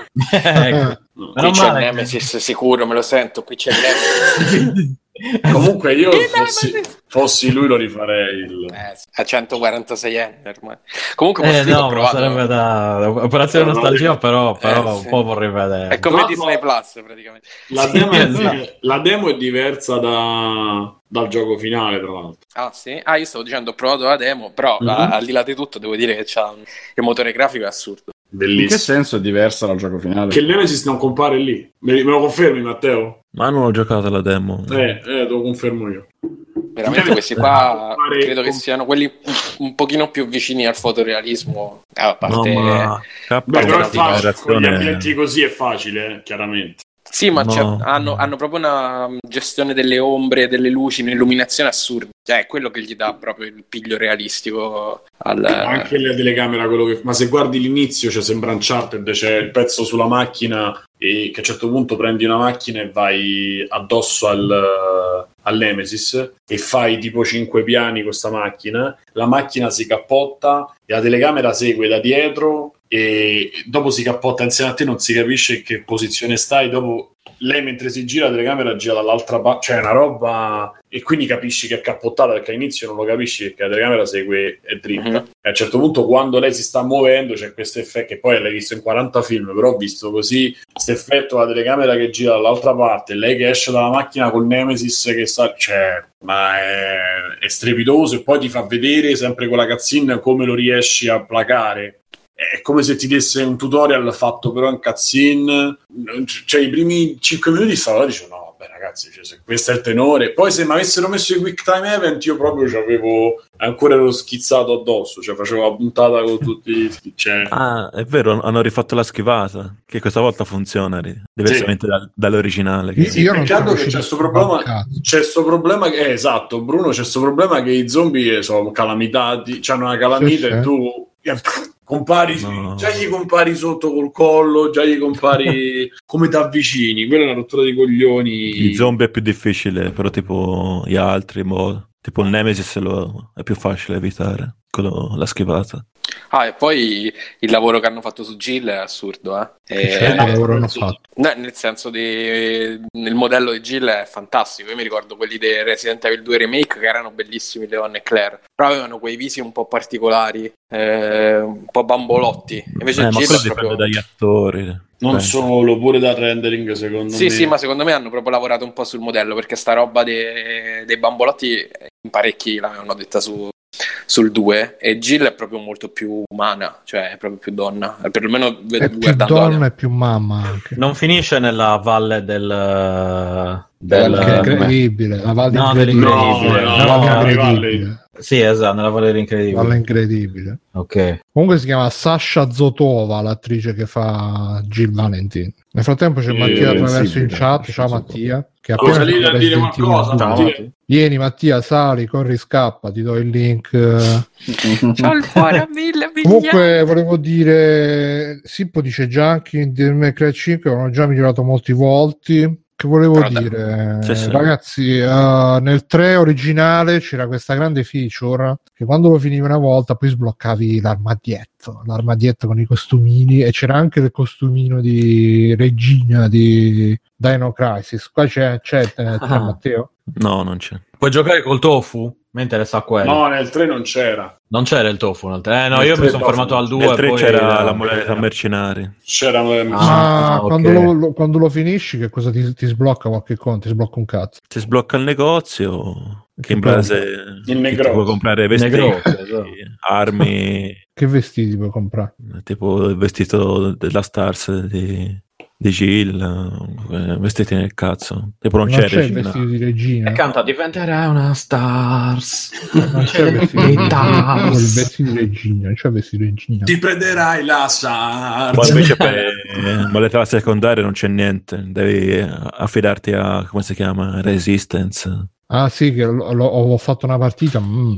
Ecco. No. Qui Meno c'è il male che- Nemesis sicuro, me lo sento, qui c'è il Nemesis. Comunque io Il fossi, Nemesis! fossi lui lo rifarei il... Eh, a centoquarantasei anni ormai. Comunque Eh, posso dire, ho no, ma provato... sarebbe da operazione No, nostalgia, no, però, però eh, un sì. po' vorrei vedere. È come No, Disney no. Plus praticamente. La, Sì, demo è, esatto. la demo è diversa da, dal gioco finale, tra l'altro. Ah sì? Ah, io stavo dicendo ho provato la demo, però Mhm. a- al di là di tutto devo dire che c'ha un- il motore grafico è assurdo. In che Bellissimo. senso è diversa dal gioco finale? Che il Nemesis non compare lì. Me, me lo confermi, Matteo? Ma non ho giocato alla demo. Eh, eh, te lo confermo io. Veramente questi qua Compare- credo che siano quelli un, un pochino più vicini al fotorealismo, eh, a No, parte... ma K Beh, però è Infatti, facile, con gli generazione- ambienti così è facile, eh, chiaramente. Sì, ma No. c'è- hanno, hanno proprio una gestione delle ombre, delle luci, un'illuminazione assurda. Cioè, è quello che gli dà proprio il piglio realistico al... Anche la telecamera, quello che... ma se guardi l'inizio, cioè sembra Uncharted, c'è il pezzo sulla macchina e che a un certo punto prendi una macchina e vai addosso al, al Nemesis e fai tipo cinque piani con questa macchina, la macchina si cappotta e la telecamera segue da dietro e dopo si cappotta insieme a te, non si capisce in che posizione stai, dopo lei mentre si gira la telecamera gira dall'altra parte, cioè è una roba, e quindi capisci che è cappottata perché all'inizio non lo capisci perché la telecamera segue è dritta. Mhm. E a un certo punto quando lei si sta muovendo c'è questo effetto che poi l'hai visto in quaranta film, però ho visto così questo effetto, la telecamera che gira dall'altra parte, lei che esce dalla macchina col Nemesis che sta, cioè ma è, è strepitoso, e poi ti fa vedere sempre con la cutscene come lo riesci a placare. È come se ti desse un tutorial fatto però in cutscene, cioè i primi cinque minuti stavo là e dicevo no vabbè ragazzi, cioè, se questo è il tenore, poi se mi avessero messo i quick time event io proprio c'avevo ancora ero schizzato addosso, cioè facevo la puntata con tutti, cioè... Ah, è vero, hanno rifatto la schivata, che questa volta funziona, ri- diversamente dal- dall'originale. Che... Sì, Io non peccato sono che c'è riuscito questo a problema, cazzo. c'è sto problema che, eh, esatto Bruno, c'è questo problema che i zombie sono calamitati, hanno una calamita Sì, e sì. tu compari, No. già gli compari sotto col collo, già gli compari come ti avvicini, quella è una rottura di coglioni. Gli zombie è più difficile, però tipo gli altri, mo, tipo il Nemesis lo, è più facile evitare, quello, la schivata. Ah, e poi il lavoro che hanno fatto su Jill è assurdo, eh? Che E- certo no, lavoro hanno sì. fatto. No, nel senso di nel modello di Jill è fantastico. Io mi ricordo quelli di Resident Evil due Remake che erano bellissimi, Leon e Claire, però avevano quei visi un po' particolari, eh, un po' bambolotti. Invece Eh, ma Jill quello è dipende proprio... dagli attori. Non Beh. solo, pure da rendering secondo Sì, me. sì, ma secondo me hanno proprio lavorato un po' sul modello, perché sta roba dei, dei bambolotti in parecchi l'avevano detta su, sul due, e Jill è proprio molto più umana, cioè è proprio più donna, perlomeno ved- È più guardando donna la- e più mamma anche. Non finisce nella valle del... del... Che è incredibile, la Valle No, incredibile. dell'incredibile. No, La no, Valle no, incredibile. Sì, esatto, nella valle dell'incredibile. Valle incredibile. Ok. Comunque si chiama Sasha Zotova, l'attrice che fa Jill Valentine. Nel frattempo c'è Eh, Mattia attraverso in sensibile, chat. Sasha Ciao Zotova. Mattia. Che Oh, appena salite finito a dire Resident Evil qualcosa, due. Mattia. Vieni Mattia, sali, corri, scappa, ti do il link. C'ho il cuore a mille miliardi. Comunque volevo dire, Sippo dice già anche in Devil May Cry cinque avevano già migliorato molti volti. Che volevo Però da- dire, Sì, sì. ragazzi, uh, nel tre originale c'era questa grande feature che quando lo finivi una volta poi sbloccavi l'armadietto, l'armadietto con i costumini, e c'era anche il costumino di Regina di Dino Crisis. Qua c'è, c'è, eh, c'è Ah. Matteo? No, non c'è. Puoi giocare col tofu? Mi interessa quello. No, nel tre non c'era. Non c'era il tofu nel tre. Eh, no, Nel io tre mi sono tofu. fermato al due. Nel tre poi... c'era la eh, modalità mercenari. C'era Ah. Ma ok. quando, lo, lo- quando lo finisci, che cosa ti, ti sblocca qualche conto? Ti sblocca un cazzo. Si sblocca il negozio, che in Che base Il che ti negozio. puoi comprare vestiti, Negozio, esatto. armi, Che vestiti puoi comprare? tipo il vestito della Stars di, di Jill, eh, vestiti nel cazzo. Tipo non, Non c'è c'è il Regina. vestito di regina. E canta diventerai una stars. Non c'è il vestito di Dei regina. stars. Il vestito di regina. Non c'è il vestito di regina. Ti prenderai la SARS. Poi invece per eh, modalità secondarie non c'è niente, devi affidarti a, come si chiama, Resistance, Ah sì, che l- l- ho fatto una partita. Mm.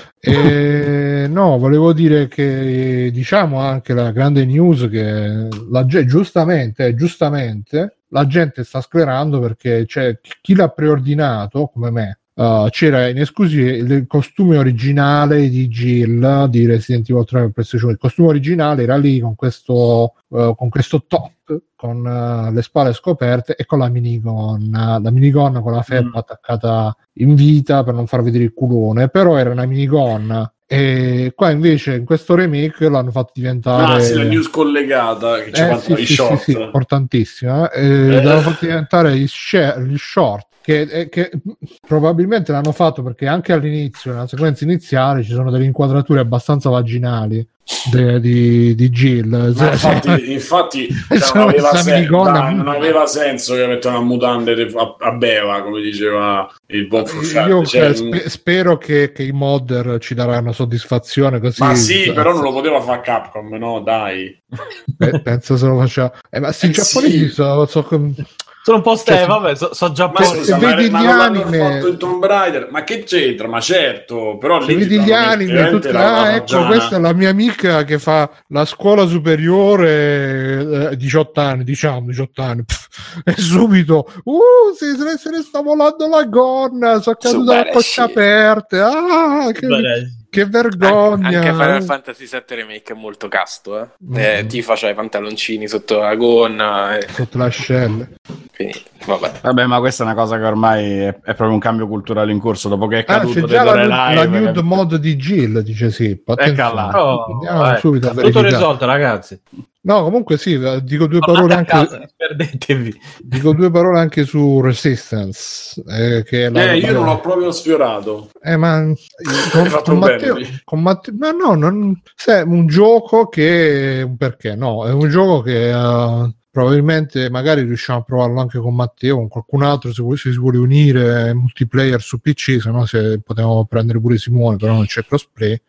E, no, volevo dire che diciamo anche la grande news che la, ge- giustamente, giustamente la gente sta sclerando perché c'è chi l'ha preordinato come me. Uh, c'era in esclusiva il costume originale di Jill di Resident Evil tre per PlayStation. Il costume originale era lì con questo uh, con questo top con uh, le spalle scoperte e con la minigun la minigun con la felpa mm. attaccata in vita per non far vedere il culone, però era una minigun. E qua invece in questo remake l'hanno fatto diventare ah sì, la news collegata che c'è eh, sì, i sì, short sì, sì, importantissima eh, eh. l'hanno fatto diventare gli, share, gli short che, eh, che probabilmente l'hanno fatto perché anche all'inizio nella sequenza iniziale ci sono delle inquadrature abbastanza vaginali de, di, di Jill. Ma infatti, infatti cioè, non, aveva sen- dai, non aveva senso che mettono a mutande a, a beva, come diceva il buon Frusciante. Io cioè, spe- spero che, che i modder ci daranno soddisfazione così. Ma sì, però non lo poteva fare Capcom, no? Dai. Beh, penso se lo faceva. Eh, ma sì, i eh, giapponesi sì. so, so, sono un po' ste, cioè, vabbè, so, so giapponesi. Ma, scusa, se ma, vedi ma gli non anime... l'hanno fatto in Tomb Raider, ma che c'entra? Ma certo, però se lì vedi gli anime, tutti... ah, ecco, questa è la mia amica che fa la scuola superiore, eh, diciotto anni, diciamo diciotto anni, pff, e subito, uh, se, se, ne, se ne sta volando la gonna, sono caduta la coscia aperte, ah, che... Che vergogna! Anche Final Fantasy sette Remake è molto casto, eh? Mm. eh Tifa c'ha i pantaloncini sotto la gonna, eh. sotto l'ascella. Quindi, vabbè. Vabbè, ma questa è una cosa che ormai è, è proprio un cambio culturale in corso. Dopo che è caduto ah, c'è già la, la live, nude mod di Jill, dice sì. Ecco là. Oh, andiamo eh, subito a tutto risolto, ragazzi. No, comunque sì, dico due parole anche casa, perdetevi. Dico due parole anche su Resistance, eh, che è la, eh, io la... non l'ho proprio sfiorato. Eh, ma con, con Matteo, con Matteo, ma no, non è un gioco che perché no, è un gioco che uh, probabilmente magari riusciamo a provarlo anche con Matteo, con qualcun altro se, se si vuole unire multiplayer su P C, se no se potevamo prendere pure Simone, però non c'è crossplay.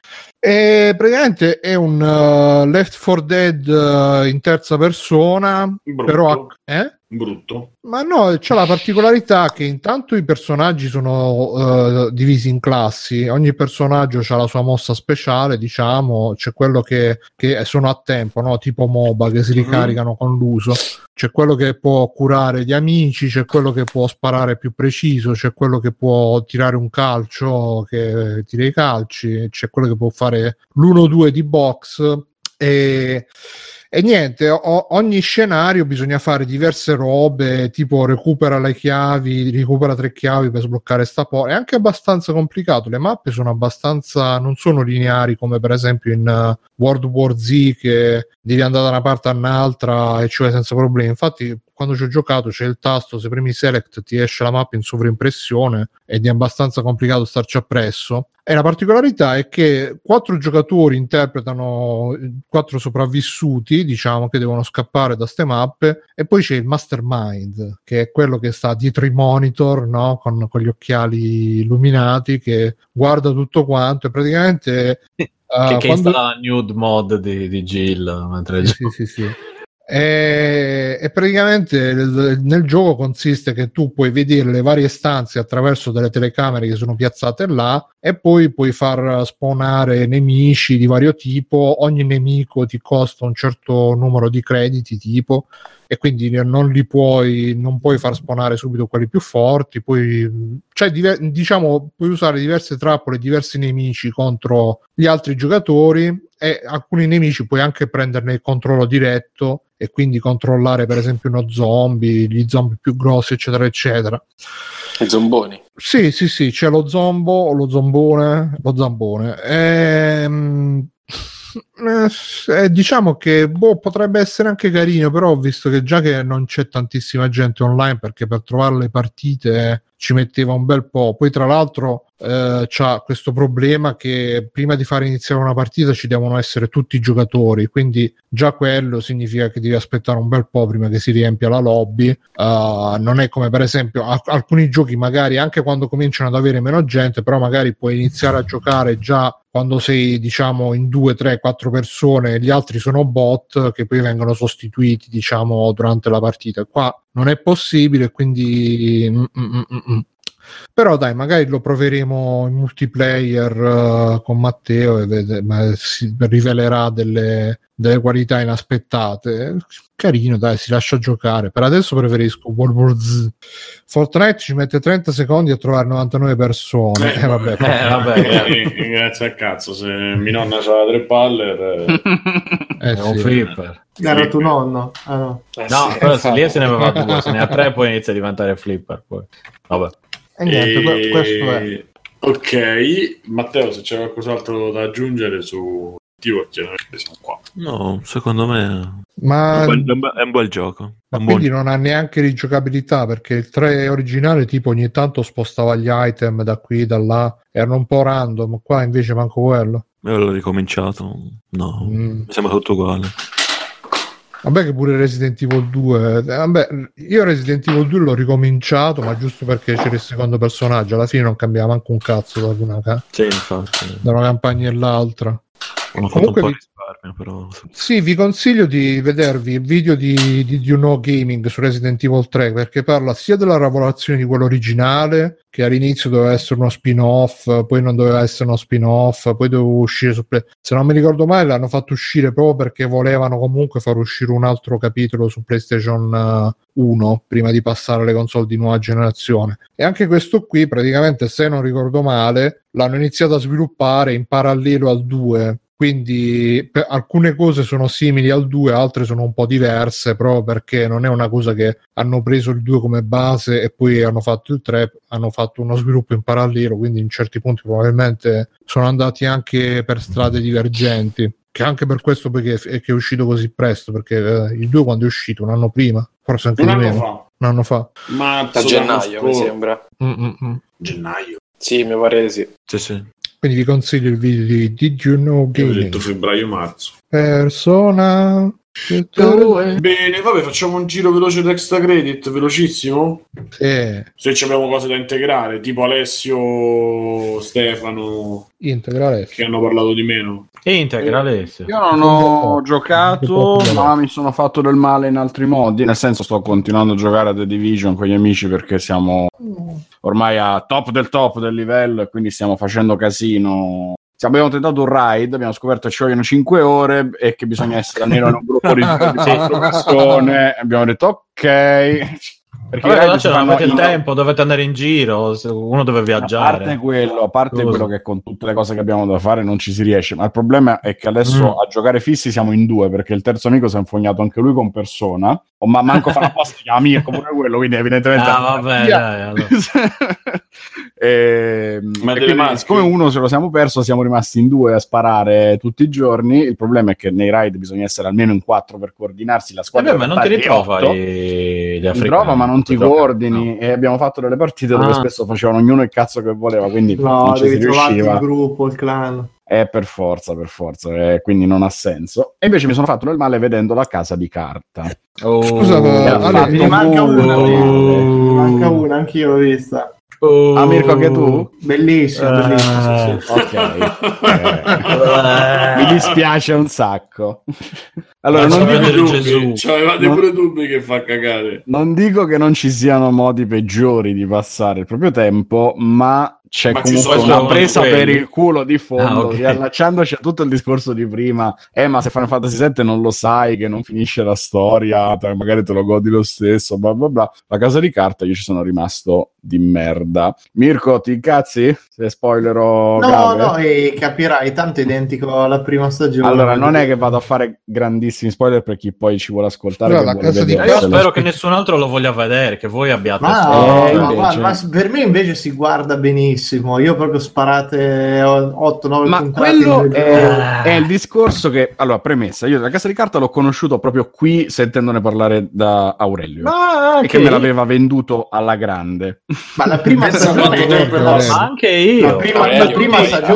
E praticamente è un uh, Left four Dead uh, in terza persona, brutto. Però eh? brutto. Ma no, c'è la particolarità che intanto i personaggi sono uh, divisi in classi, ogni personaggio ha la sua mossa speciale, diciamo, c'è quello che, che sono a tempo, no? Tipo MOBA che si ricaricano mm-hmm. con l'uso, c'è quello che può curare gli amici, c'è quello che può sparare più preciso, c'è quello che può tirare un calcio che tira i calci, c'è quello che può fare l'uno due di box e... E niente, o, ogni scenario bisogna fare diverse robe, tipo recupera le chiavi, recupera tre chiavi per sbloccare sta porta. È anche abbastanza complicato, le mappe sono abbastanza, non sono lineari come per esempio in uh, World War Z che devi andare da una parte a un'altra e cioè senza problemi. Infatti quando ci ho giocato c'è il tasto, se premi select ti esce la mappa in sovraimpressione ed è abbastanza complicato starci appresso. E la particolarità è che quattro giocatori interpretano quattro sopravvissuti, diciamo, che devono scappare da ste mappe, e poi c'è il mastermind, che è quello che sta dietro i monitor, no? con, con gli occhiali illuminati, che guarda tutto quanto e praticamente... Uh, che, che quando... sta la nude mod di, di Jill mentre sì, sì, sì, sì. E, e praticamente nel, nel gioco consiste che tu puoi vedere le varie stanze attraverso delle telecamere che sono piazzate là e poi puoi far spawnare nemici di vario tipo. Ogni nemico ti costa un certo numero di crediti tipo e quindi non li puoi non puoi far spawnare subito quelli più forti, poi cioè diver- diciamo puoi usare diverse trappole, diversi nemici contro gli altri giocatori e alcuni nemici puoi anche prenderne il controllo diretto e quindi controllare per esempio uno zombie, gli zombie più grossi eccetera eccetera. I zomboni. Sì, sì, sì, c'è lo zombo, lo zombone, lo zambone. Ehm... Eh, diciamo che boh, potrebbe essere anche carino, però ho visto che già che non c'è tantissima gente online perché per trovare le partite ci metteva un bel po'. Poi tra l'altro eh, c'ha questo problema che prima di fare iniziare una partita ci devono essere tutti i giocatori, quindi già quello significa che devi aspettare un bel po' prima che si riempia la lobby. Uh, non è come per esempio a- alcuni giochi magari anche quando cominciano ad avere meno gente, però magari puoi iniziare a giocare già quando sei diciamo in due, tre, quattro persone, gli altri sono bot che poi vengono sostituiti diciamo durante la partita. Qua non è possibile, quindi mm, mm, mm, mm. Però dai, magari lo proveremo in multiplayer uh, con Matteo e vede, ma si rivelerà delle, delle qualità inaspettate. Carino, dai, si lascia giocare. Per adesso preferisco World War Z. Fortnite ci mette trenta secondi a trovare novantanove persone. Eh, eh, vabbè, Eh, vabbè, eh, grazie a cazzo, se mia nonna c'aveva tre paller... Eh. eh, è un sì. flipper. Era tuo nonno? Ah, no. Eh, No, sì. però se lì se ne aveva due, se ne ha tre poi inizia a diventare flipper. Poi. Vabbè. E niente, que- E- questo è. Ok, Matteo, se c'è qualcos'altro da aggiungere su T-Work, chiaramente siamo qua. No, secondo me Ma, è un bel, è un bel gioco. ma Un buon quindi non ha neanche rigiocabilità, perché il tre originale tipo ogni tanto spostava gli item da qui, da là, erano un po' random, qua invece manco quello. Io l'ho ricominciato. No, Mm. mi sembra tutto uguale. Vabbè che pure Resident Evil due, eh, vabbè, io Resident Evil due l'ho ricominciato, ma giusto perché c'era il secondo personaggio, alla fine non cambiava manco un cazzo da una, ca- Sì, infatti. da una campagna all'altra. Ho fatto Comunque un po' vi- di risparmio, però. Sì, vi consiglio di vedervi il video di, di, di You Know Gaming su Resident Evil tre, perché parla sia della lavorazione di quello originale, che all'inizio doveva essere uno spin-off, poi non doveva essere uno spin-off, poi doveva uscire su Play- se non mi ricordo male l'hanno fatto uscire proprio perché volevano comunque far uscire un altro capitolo su PlayStation uno prima di passare alle console di nuova generazione. E anche questo qui praticamente, se non ricordo male, l'hanno iniziato a sviluppare in parallelo al due. Quindi per alcune cose sono simili al due, altre sono un po' diverse, proprio perché non è una cosa che hanno preso il due come base e poi hanno fatto il tre, hanno fatto uno sviluppo in parallelo, quindi in certi punti probabilmente sono andati anche per strade divergenti, che anche per questo poi che è, che è uscito così presto, perché eh, il due quando è uscito? Un anno prima? Forse anche Un di anno meno. fa. Un anno fa. Mazzo, A gennaio, mi scorso- sembra. Mm-mm. Gennaio. Sì, mi pare di sì. Sì, sì. Quindi vi consiglio il video di Did You Know Io ho Gaming. detto febbraio-marzo. Persona... Bene, vabbè, facciamo un giro veloce di extra credit, velocissimo. Sì, Se ci abbiamo cose da integrare, tipo Alessio, Stefano, integrale. che hanno parlato di meno. Integra Alessio. Io non ho giocato, ma mi sono fatto del male in altri modi. Nel senso, sto continuando a giocare a The Division con gli amici perché siamo ormai a top del top del livello e quindi stiamo facendo casino. Se abbiamo tentato un raid, abbiamo scoperto che ci vogliono cinque ore e che bisogna essere almeno in un gruppo di quattro persone. Abbiamo detto ok. Perché i Vabbè, raid là si ce fanno l'avete il in- tempo, dovete andare in giro, se uno deve A viaggiare. parte quello, a parte Cosa? quello che con tutte le cose che abbiamo da fare non ci si riesce, ma il problema è che adesso Mm. a giocare fissi siamo in due, perché il terzo amico si è infognato anche lui con Persona, o ma manco fa apposta, si chiama Mirko pure quello, quindi evidentemente... Ah, vabbè, dai, allora. e, Ma e delle quindi, maschere. siccome uno ce lo siamo perso, siamo rimasti in due a sparare tutti i giorni. Il problema è che nei raid bisogna essere almeno in quattro per coordinarsi, la squadra Vabbè, ma non ti è di ritrova otto. i- gli Ti africani. trova ma non ti Gioca- coordini, no. e abbiamo fatto delle partite dove Ah. spesso facevano ognuno il cazzo che voleva, quindi No, non ci si devi trovarti il riusciva. gruppo, il clan. Eh, per forza, per forza, eh, quindi non ha senso. E invece mi sono fatto del male vedendo La Casa di Carta. Oh. Scusa, Mi ha Ale, fatto Ne manca molto una, male. ne manca una, anch'io l'ho vista. Oh. Ah, Mirko, anche tu? Bellissimo, Eh. bellissimo. Sì, sì. Ok. Eh, mi dispiace un sacco. Allora, Ma non c'aveva dico, del Gesù. C'avevate Non- pure dubbi che fa cagare. non dico che non ci siano modi peggiori di passare il proprio tempo, ma c'è Ma ci comunque sono una presa quelli. per il culo di fondo, Ah, ok. riallacciandoci a tutto il discorso di prima. Eh, ma se Final Fantasy sette non lo sai che non finisce la storia, te- magari te lo godi lo stesso, bla bla bla. La Casa di Carta io ci sono rimasto di merda. Mirko, ti incazzi? Se spoilerò No, grave? no, e capirai, tanto identico alla prima stagione. Allora, non è che vado a fare grandissimi spoiler per chi poi ci vuole ascoltare. Scusa, che la vuole Casa di Eh, vedere. io Carta- spero che nessun altro lo voglia vedere, che voi abbiate Ma, spoiler. no, Eh, ma invece- guarda, ma per me invece si guarda benissimo. Io proprio sparate otto nove Ma puntate quello in due è, giorni. è il discorso che, allora, premessa, io la Casa di Carta l'ho conosciuto proprio qui sentendone parlare da Aurelio, Ma e che me l'aveva venduto alla grande. Ma la prima Pensa quanto stagione tempo è Eh, passato. Ma anche io. La prima, Eh, la io- prima io- stagione come tutti è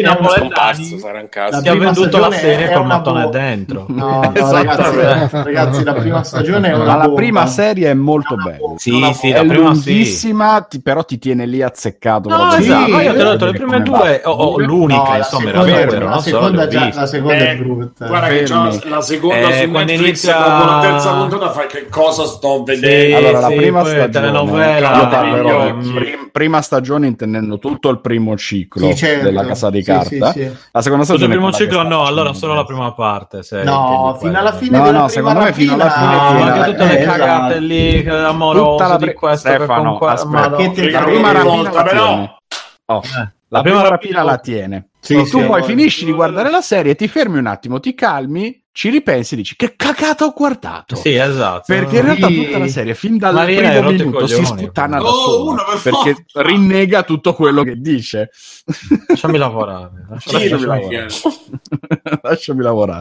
è scomparso, sarà un caso. Ti ha venduto la serie col mattone bo- dentro. No, no, Esatto, ragazzi, ragazzi, la prima stagione è una Ma la bomba. prima serie è molto bella. Sì, sì, È la prima sì. lunghissima, ti- però ti tiene lì azzeccato. No, proprio. esatto, Sì, ma io te l'ho detto, le Come prime va. due, o o l'unica, No, la insomma, era seconda, vero, la non so, seconda, le ho già, viste. la seconda è Eh, brutta. Guarda che Fermi. già la seconda Eh, su quando Netflix inizia- dopo la terza puntata fai che cosa sto Sì, vedendo. Allora, la sì, prima poi stagione, telenovela, io parlerò mm. di prim- prima stagione intendendo tutto il primo ciclo Sì, certo. della Casa di Sì, Carta. sì, sì. La seconda Tutto il stagione è primo quella che ciclo sta no, allora facendo solo la adesso. prima parte. Se No, intendi fino quella. alla fine No, della no, prima secondo me fino alla rapina- fine No, tiene ma la- anche tutte le eh, cagate esatto. lì, che Tutta amorose la di pre- questo che Stefano, con que- aspetta. ma no. Che te- La Che prima ogni rapina volta, la però. tiene. Oh, Eh, la prima rapina la tiene. Sì, tu sì, poi sì. finisci di guardare la serie, ti fermi un attimo, ti calmi, ci ripensi e dici che cagata ho guardato. Sì, esatto. Perché in realtà Sì. tutta la serie, fin dal Marina, hai primo rotto i minuto, si coglioni. sputtana da Oh, sola, uno per perché forza. rinnega tutto quello che dice. Lasciami lavorare. Lasciami, Sì, lasciami lasciami lavorare. lavorare. Lasciami lavorare.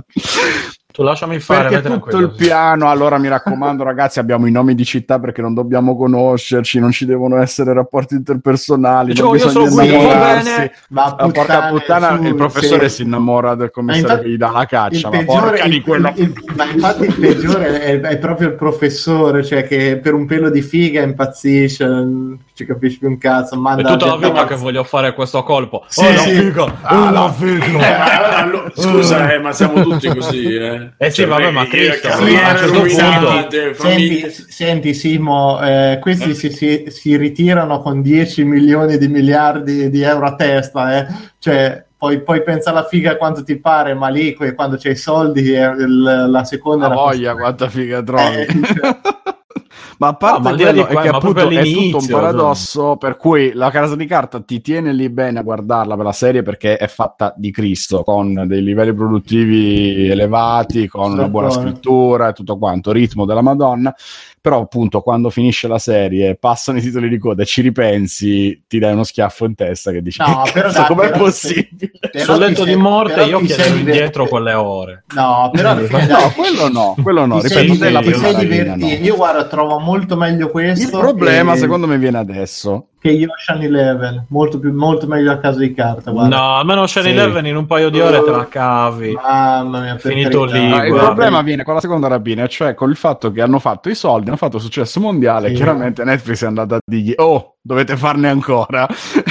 Tu lasciami fare. Perché vai tutto tranquillo. il piano, allora mi raccomando ragazzi, abbiamo i nomi di città perché non dobbiamo conoscerci, non ci devono essere rapporti interpersonali, Cioè, non io bisogna sono qui, va innamorarsi. bene. Ma Ah, porca puttane, puttana, su, il professore sì. si innamora del commissario infatti- che gli dà la caccia, Il ma porca peggiore, di il- quella... il- ma infatti il peggiore è, è proprio il professore, cioè che per un pelo di figa impazzisce, non ci capisci più un cazzo. È Manda tutta la gente vita a- che voglio fare questo colpo. Sì, oh, la sì. figa, Ah, oh, la no. figa. Eh, ma allora, scusa, eh, ma siamo tutti così, eh. Eh sì, vabbè, ma eh, Cristo, carriere a un certo rovinate, Senti, famiglie- senti Simo, eh, questi si, si, si ritirano con dieci milioni di miliardi di euro a testa, eh. Cioè, poi, poi pensa alla figa quanto ti pare, ma lì que- quando c'hai i soldi è il- la seconda La è la voglia, quanta figa trovi. Eh, cioè, Ma a parte No, ma al di là quello, di qua, è che ma appunto proprio è tutto un all'inizio, paradosso per cui la Casa di Carta ti tiene lì bene a guardarla per la serie perché è fatta di Cristo, con dei livelli produttivi elevati, con una buona D'accordo. scrittura e tutto quanto, ritmo della Madonna. Però appunto quando finisce la serie, passano i titoli di coda e ci ripensi, ti dai uno schiaffo in testa che dici No, che però cazzo, dai, com'è però- possibile? però Sul ti letto sei- di morte però io ti chiedo sei indietro divert- quelle ore. No, però alla fine, No, dai, quello no, quello no, ti ripeto, sei, della ti prima sei rapina, divertito. no. Io guarda, trovo molto meglio Il questo problema che, secondo me viene adesso. che Ocean Eleven, molto più molto meglio a Casa di Carta, guarda. No, almeno Ocean Sì. Eleven in un paio di ore te la cavi. Mamma mia, per Finito carità. lì, Ah, il guarda. problema viene con la seconda rapina, cioè con il fatto che hanno fatto i soldi, hanno fatto successo mondiale, Sì. chiaramente Netflix è andata a dirgli oh, dovete farne ancora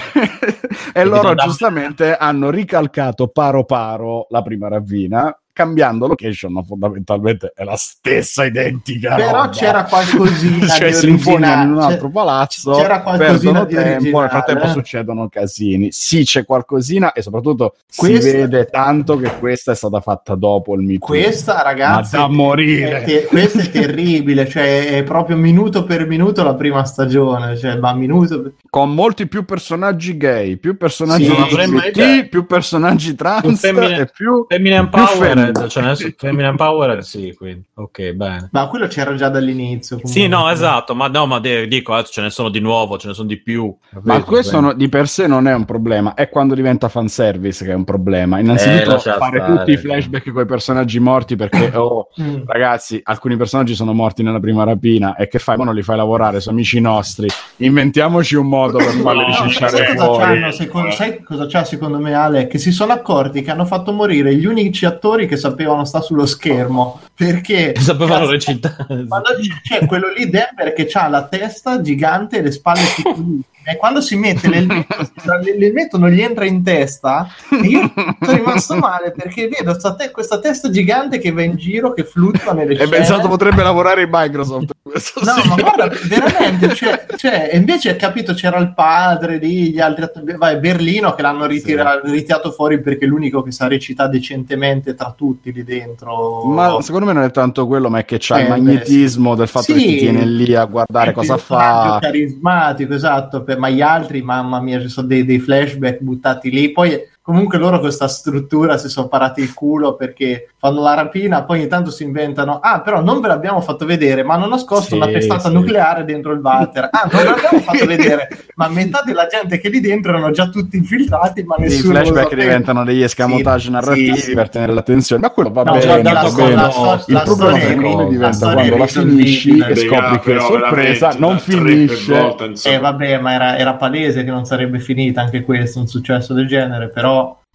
e loro da- giustamente hanno ricalcato paro paro la prima rapina, cambiando location, ma fondamentalmente è la stessa identica Però roba. c'era qualcosina cioè di si infoniano in un originale, altro palazzo, c'era qualcosina perdono di tempo, originale, nel frattempo eh. succedono casini. Sì, c'è qualcosina e soprattutto Questa- si vede tanto che questa è stata fatta dopo il Me Too. Questa, ragazzi, Ma da morire. è te- questa è terribile, cioè è proprio minuto per minuto la prima stagione, cioè ma minuto per... Con molti più personaggi gay, più personaggi Sì, non avrei mai L G B T, detto. più personaggi trans Femmine- e più Feminine più Empowered, femmine. cioè nel senso, Feminine Empowered sì, quindi ok, bene. Ma quello c'era già dall'inizio. comunque. Sì, no, esatto, ma no, ma de- dico, adesso ce ne sono di nuovo, ce ne sono di più. Ma Capito? questo Quindi- no- di per sé non è un problema, è quando diventa fanservice che è un problema. Eh, Innanzitutto lascia fare stare, tutti i cioè. flashback con i personaggi morti perché, oh, Mm. ragazzi, alcuni personaggi sono morti nella prima rapina e che fai? Ma non li fai lavorare, sono amici nostri. Inventiamoci un modo per farli No, licenziare sai cosa fuori. c'hanno, secondo, sai cosa c'ha secondo me Ale? Che si sono accorti che hanno fatto morire gli unici attori che sapevano stare sullo schermo, perché Sapevano cazzo, recitare. quando c'è quello lì Denver che ha la testa gigante e le spalle piccolissime e quando si mette l'elmetto, l'elmetto non gli entra in testa e io sono rimasto male perché vedo sta te- questa testa gigante che va in giro, che fluttua nelle E scene. pensato potrebbe lavorare in Microsoft. Questo No, sì. ma guarda, veramente, cioè, cioè, e invece capito, c'era il padre lì, gli altri attori- vai, Berlino che l'hanno ritira- ritirato fuori perché è l'unico che sa recitare decentemente tra tutti lì dentro. Ma secondo me non è tanto quello, ma è che c'ha Eh, il beh, magnetismo del fatto Sì. che ti tiene lì a guardare È cosa un personaggio fa. carismatico, esatto, per- ma gli altri, mamma mia, ci sono dei, dei flashback buttati lì, poi comunque loro questa struttura si sono parati il culo perché fanno la rapina, poi ogni tanto si inventano, ah però non ve l'abbiamo fatto vedere, ma hanno nascosto Sì, una testata sì. nucleare dentro il water, ah non ve l'abbiamo fatto vedere, ma metà della gente che lì dentro erano già tutti infiltrati, ma I nessuno lo flashback sapeva. diventano degli escamotage Sì, narrativi sì, sì. per tenere l'attenzione, ma quello va No, bene, cioè, va la, la, bene. la, sto- Il la problema storia è secondo me ri- diventa la storia quando è la finisci risolvibile. e scopri che è Però sorpresa, veramente, non da tre per finisce. volte, insomma. Eh vabbè, ma era, era palese che non sarebbe finita anche questo, un successo del genere, però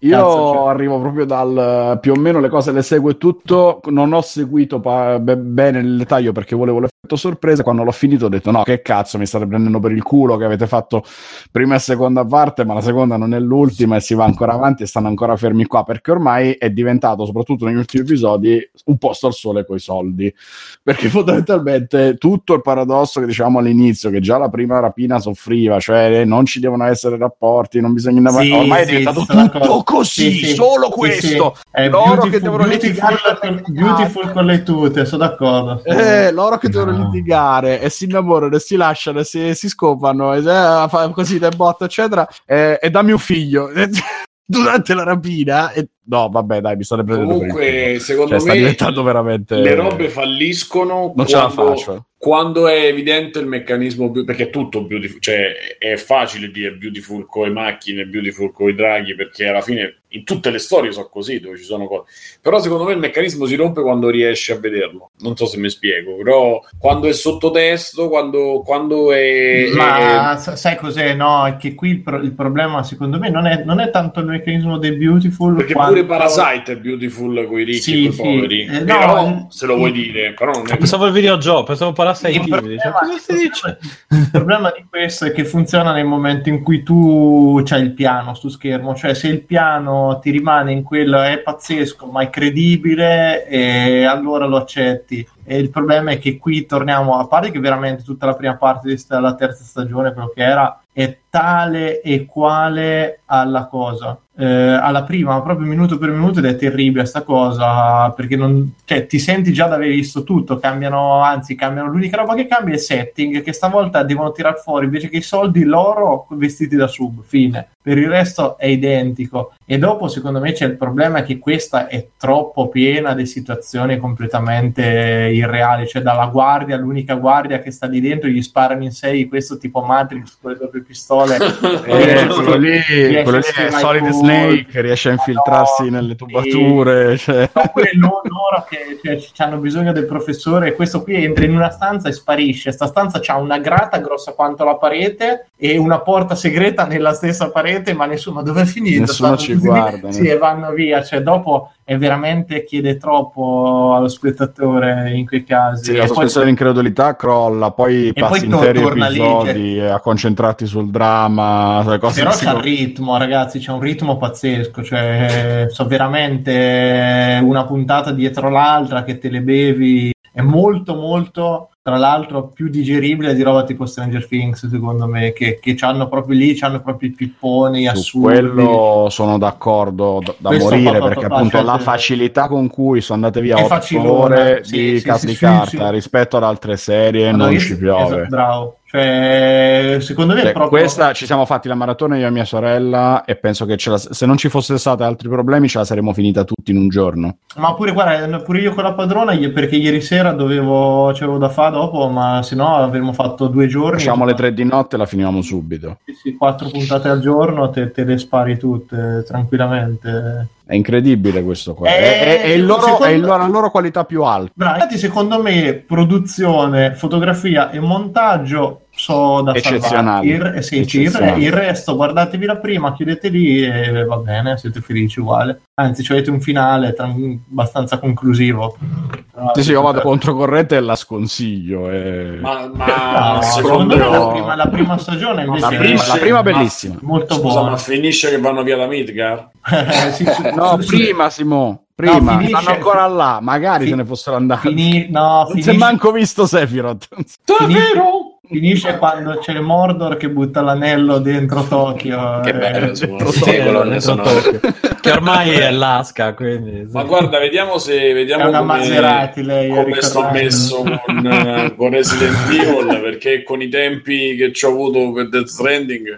Io Cazzo, cioè. arrivo proprio dal più o meno le cose le seguo e tutto, non ho seguito pa- be- bene nel dettaglio perché volevo l'effetto sorpresa. Quando l'ho finito ho detto no, che cazzo, mi state prendendo per il culo che avete fatto prima e seconda parte, ma la seconda non è l'ultima e si va ancora avanti e stanno ancora fermi qua, perché ormai è diventato, soprattutto negli ultimi episodi, un posto al sole coi soldi, perché fondamentalmente tutto il paradosso che dicevamo all'inizio, che già la prima rapina soffriva, cioè non ci devono essere rapporti, non bisogna andare, Sì, ormai è sì, diventato sono tutto d'accordo. così, Sì, sì, solo sì, questo, sì. È loro beautiful, che devono beautiful, litigare, beautiful con le tute, sono d'accordo. eh, loro che devono No. litigare e si innamorano e si lasciano e si, si scopano e eh, fa così te botte eccetera e, e dammi un figlio durante la rapina e... no vabbè dai, mi state prendendo per il Comunque, culo. secondo Cioè, sta me diventando veramente le robe falliscono non ce la quando, faccio. quando è evidente il meccanismo, perché è tutto beautiful, cioè è facile dire beautiful con le macchine, beautiful con i draghi, perché alla fine in tutte le storie sono così, dove ci sono cose. Però secondo me il meccanismo si rompe quando riesci a vederlo. Non so se mi spiego, però quando è sottotesto, quando, quando è... Ma è... sai cos'è? No, è che qui il, pro- il problema secondo me non è, non è tanto il meccanismo del beautiful, Perché quanto... pure Parasite è beautiful con i ricchi Sì, e con i sì. poveri. Eh, no, però, il- se lo vuoi dire, però non è... Pensavo al videogioco, pensavo Parasite Il Eve, problema, dicevo, cosa si dice? il problema di questo è che funziona nel momento in cui tu c'hai il piano su schermo, cioè se il piano ti rimane in quello è pazzesco ma è credibile, e allora lo accetti. E il problema è che qui torniamo, a parte che veramente tutta la prima parte della terza stagione, quello che era, è tale e quale alla cosa, eh, alla prima, proprio minuto per minuto, ed è terribile sta cosa, perché non, cioè, ti senti già di aver visto tutto, cambiano, anzi cambiano, l'unica roba che cambia è il setting, che stavolta devono tirar fuori invece che i soldi loro vestiti da sub, fine, per il resto è identico. E dopo secondo me c'è il problema che questa è troppo piena di situazioni completamente irreali, cioè dalla guardia, l'unica guardia che sta lì dentro, gli sparano in sei, questo tipo Matrix con le doppie pistole, Eh, quello lì, riesce quello a lì è schivare Solid i Snake, colpi. riesce a infiltrarsi No, nelle tubature, cioè. Oppure loro, loro che cioè, hanno bisogno del professore, e questo qui entra in una stanza e sparisce. Sta stanza c'ha una grata grossa quanto la parete e una porta segreta nella stessa parete, ma nessuno, ma dove è finito? Nessuno Stanno ci tutti guarda, lì, sì, e vanno via, cioè dopo è veramente, chiede troppo allo spettatore in quei casi. Sì, E la poi- sospensione di incredulità crolla, poi E passi poi to- interi torna lì, episodi a concentrarti sul dramma, le cose Però che si- c'è il ritmo, ragazzi, c'è un ritmo pazzesco, cioè so veramente una puntata dietro l'altra che te le bevi, è molto molto, tra l'altro, più digeribile di roba tipo Stranger Things, secondo me, che, che c'hanno proprio lì, c'hanno proprio i pipponi Su assurdi. quello sono d'accordo da, da Questo morire, fa- fa- perché fa- appunto fa- la fa- facilità con cui sono andate via È otto facilona, ore sì, di sì, cazzo sì, di sì, carta sì. rispetto ad altre serie Allora, non io- ci piove. esatto, bravo. Cioè, secondo me è Cioè, proprio... questa ci siamo fatti la maratona io e mia sorella e penso che ce la- se non ci fossero stati altri problemi ce la saremmo finita tutti in un giorno. Ma pure, guarda, pure io con la padrona, io- perché ieri sera dovevo, c'avevo da fare dopo, ma se no avremmo fatto due giorni. Facciamo le tre di notte e la finivamo subito. Sì, sì, quattro puntate al giorno, te, te le spari tutte tranquillamente. È incredibile questo qua. Eh, è, è- è il loro, secondo- è il loro- la loro qualità più alta. Bravo, infatti secondo me produzione, fotografia e montaggio sono da Eccezionali. salvare. Il, eh, sì, sì, il, Eccezionali. il resto guardatevi la prima, chiudete lì e va bene, siete felici uguale. Anzi, ci avete un finale tra- abbastanza conclusivo. Sì, sì, io vado controcorrente e la sconsiglio. eh. Ma, ma No, secondo secondo me la me... prima, la prima stagione invece La prima, finisce- la prima ma- bellissima. molto Scusa, buona. ma finisce che vanno via da Midgar? Sì, sì, No, sì, sì. prima Simo, prima, No, finisce- stanno ancora là, magari fi- se ne fossero andati. Fini- no, non si è finisce- manco visto Sephiroth. Finisce, finisce quando c'è Mordor che butta l'anello dentro Tokyo. Che eh. bello, su Dentro queste Tokyo, colonne dentro sonore. Tokyo. Che ormai è l'Asca, quindi... Ma guarda, vediamo se vediamo È una come, Maserati, lei, come sto ricordate. messo con, eh, con Resident Evil, perché con i tempi che ci ho avuto per Death Stranding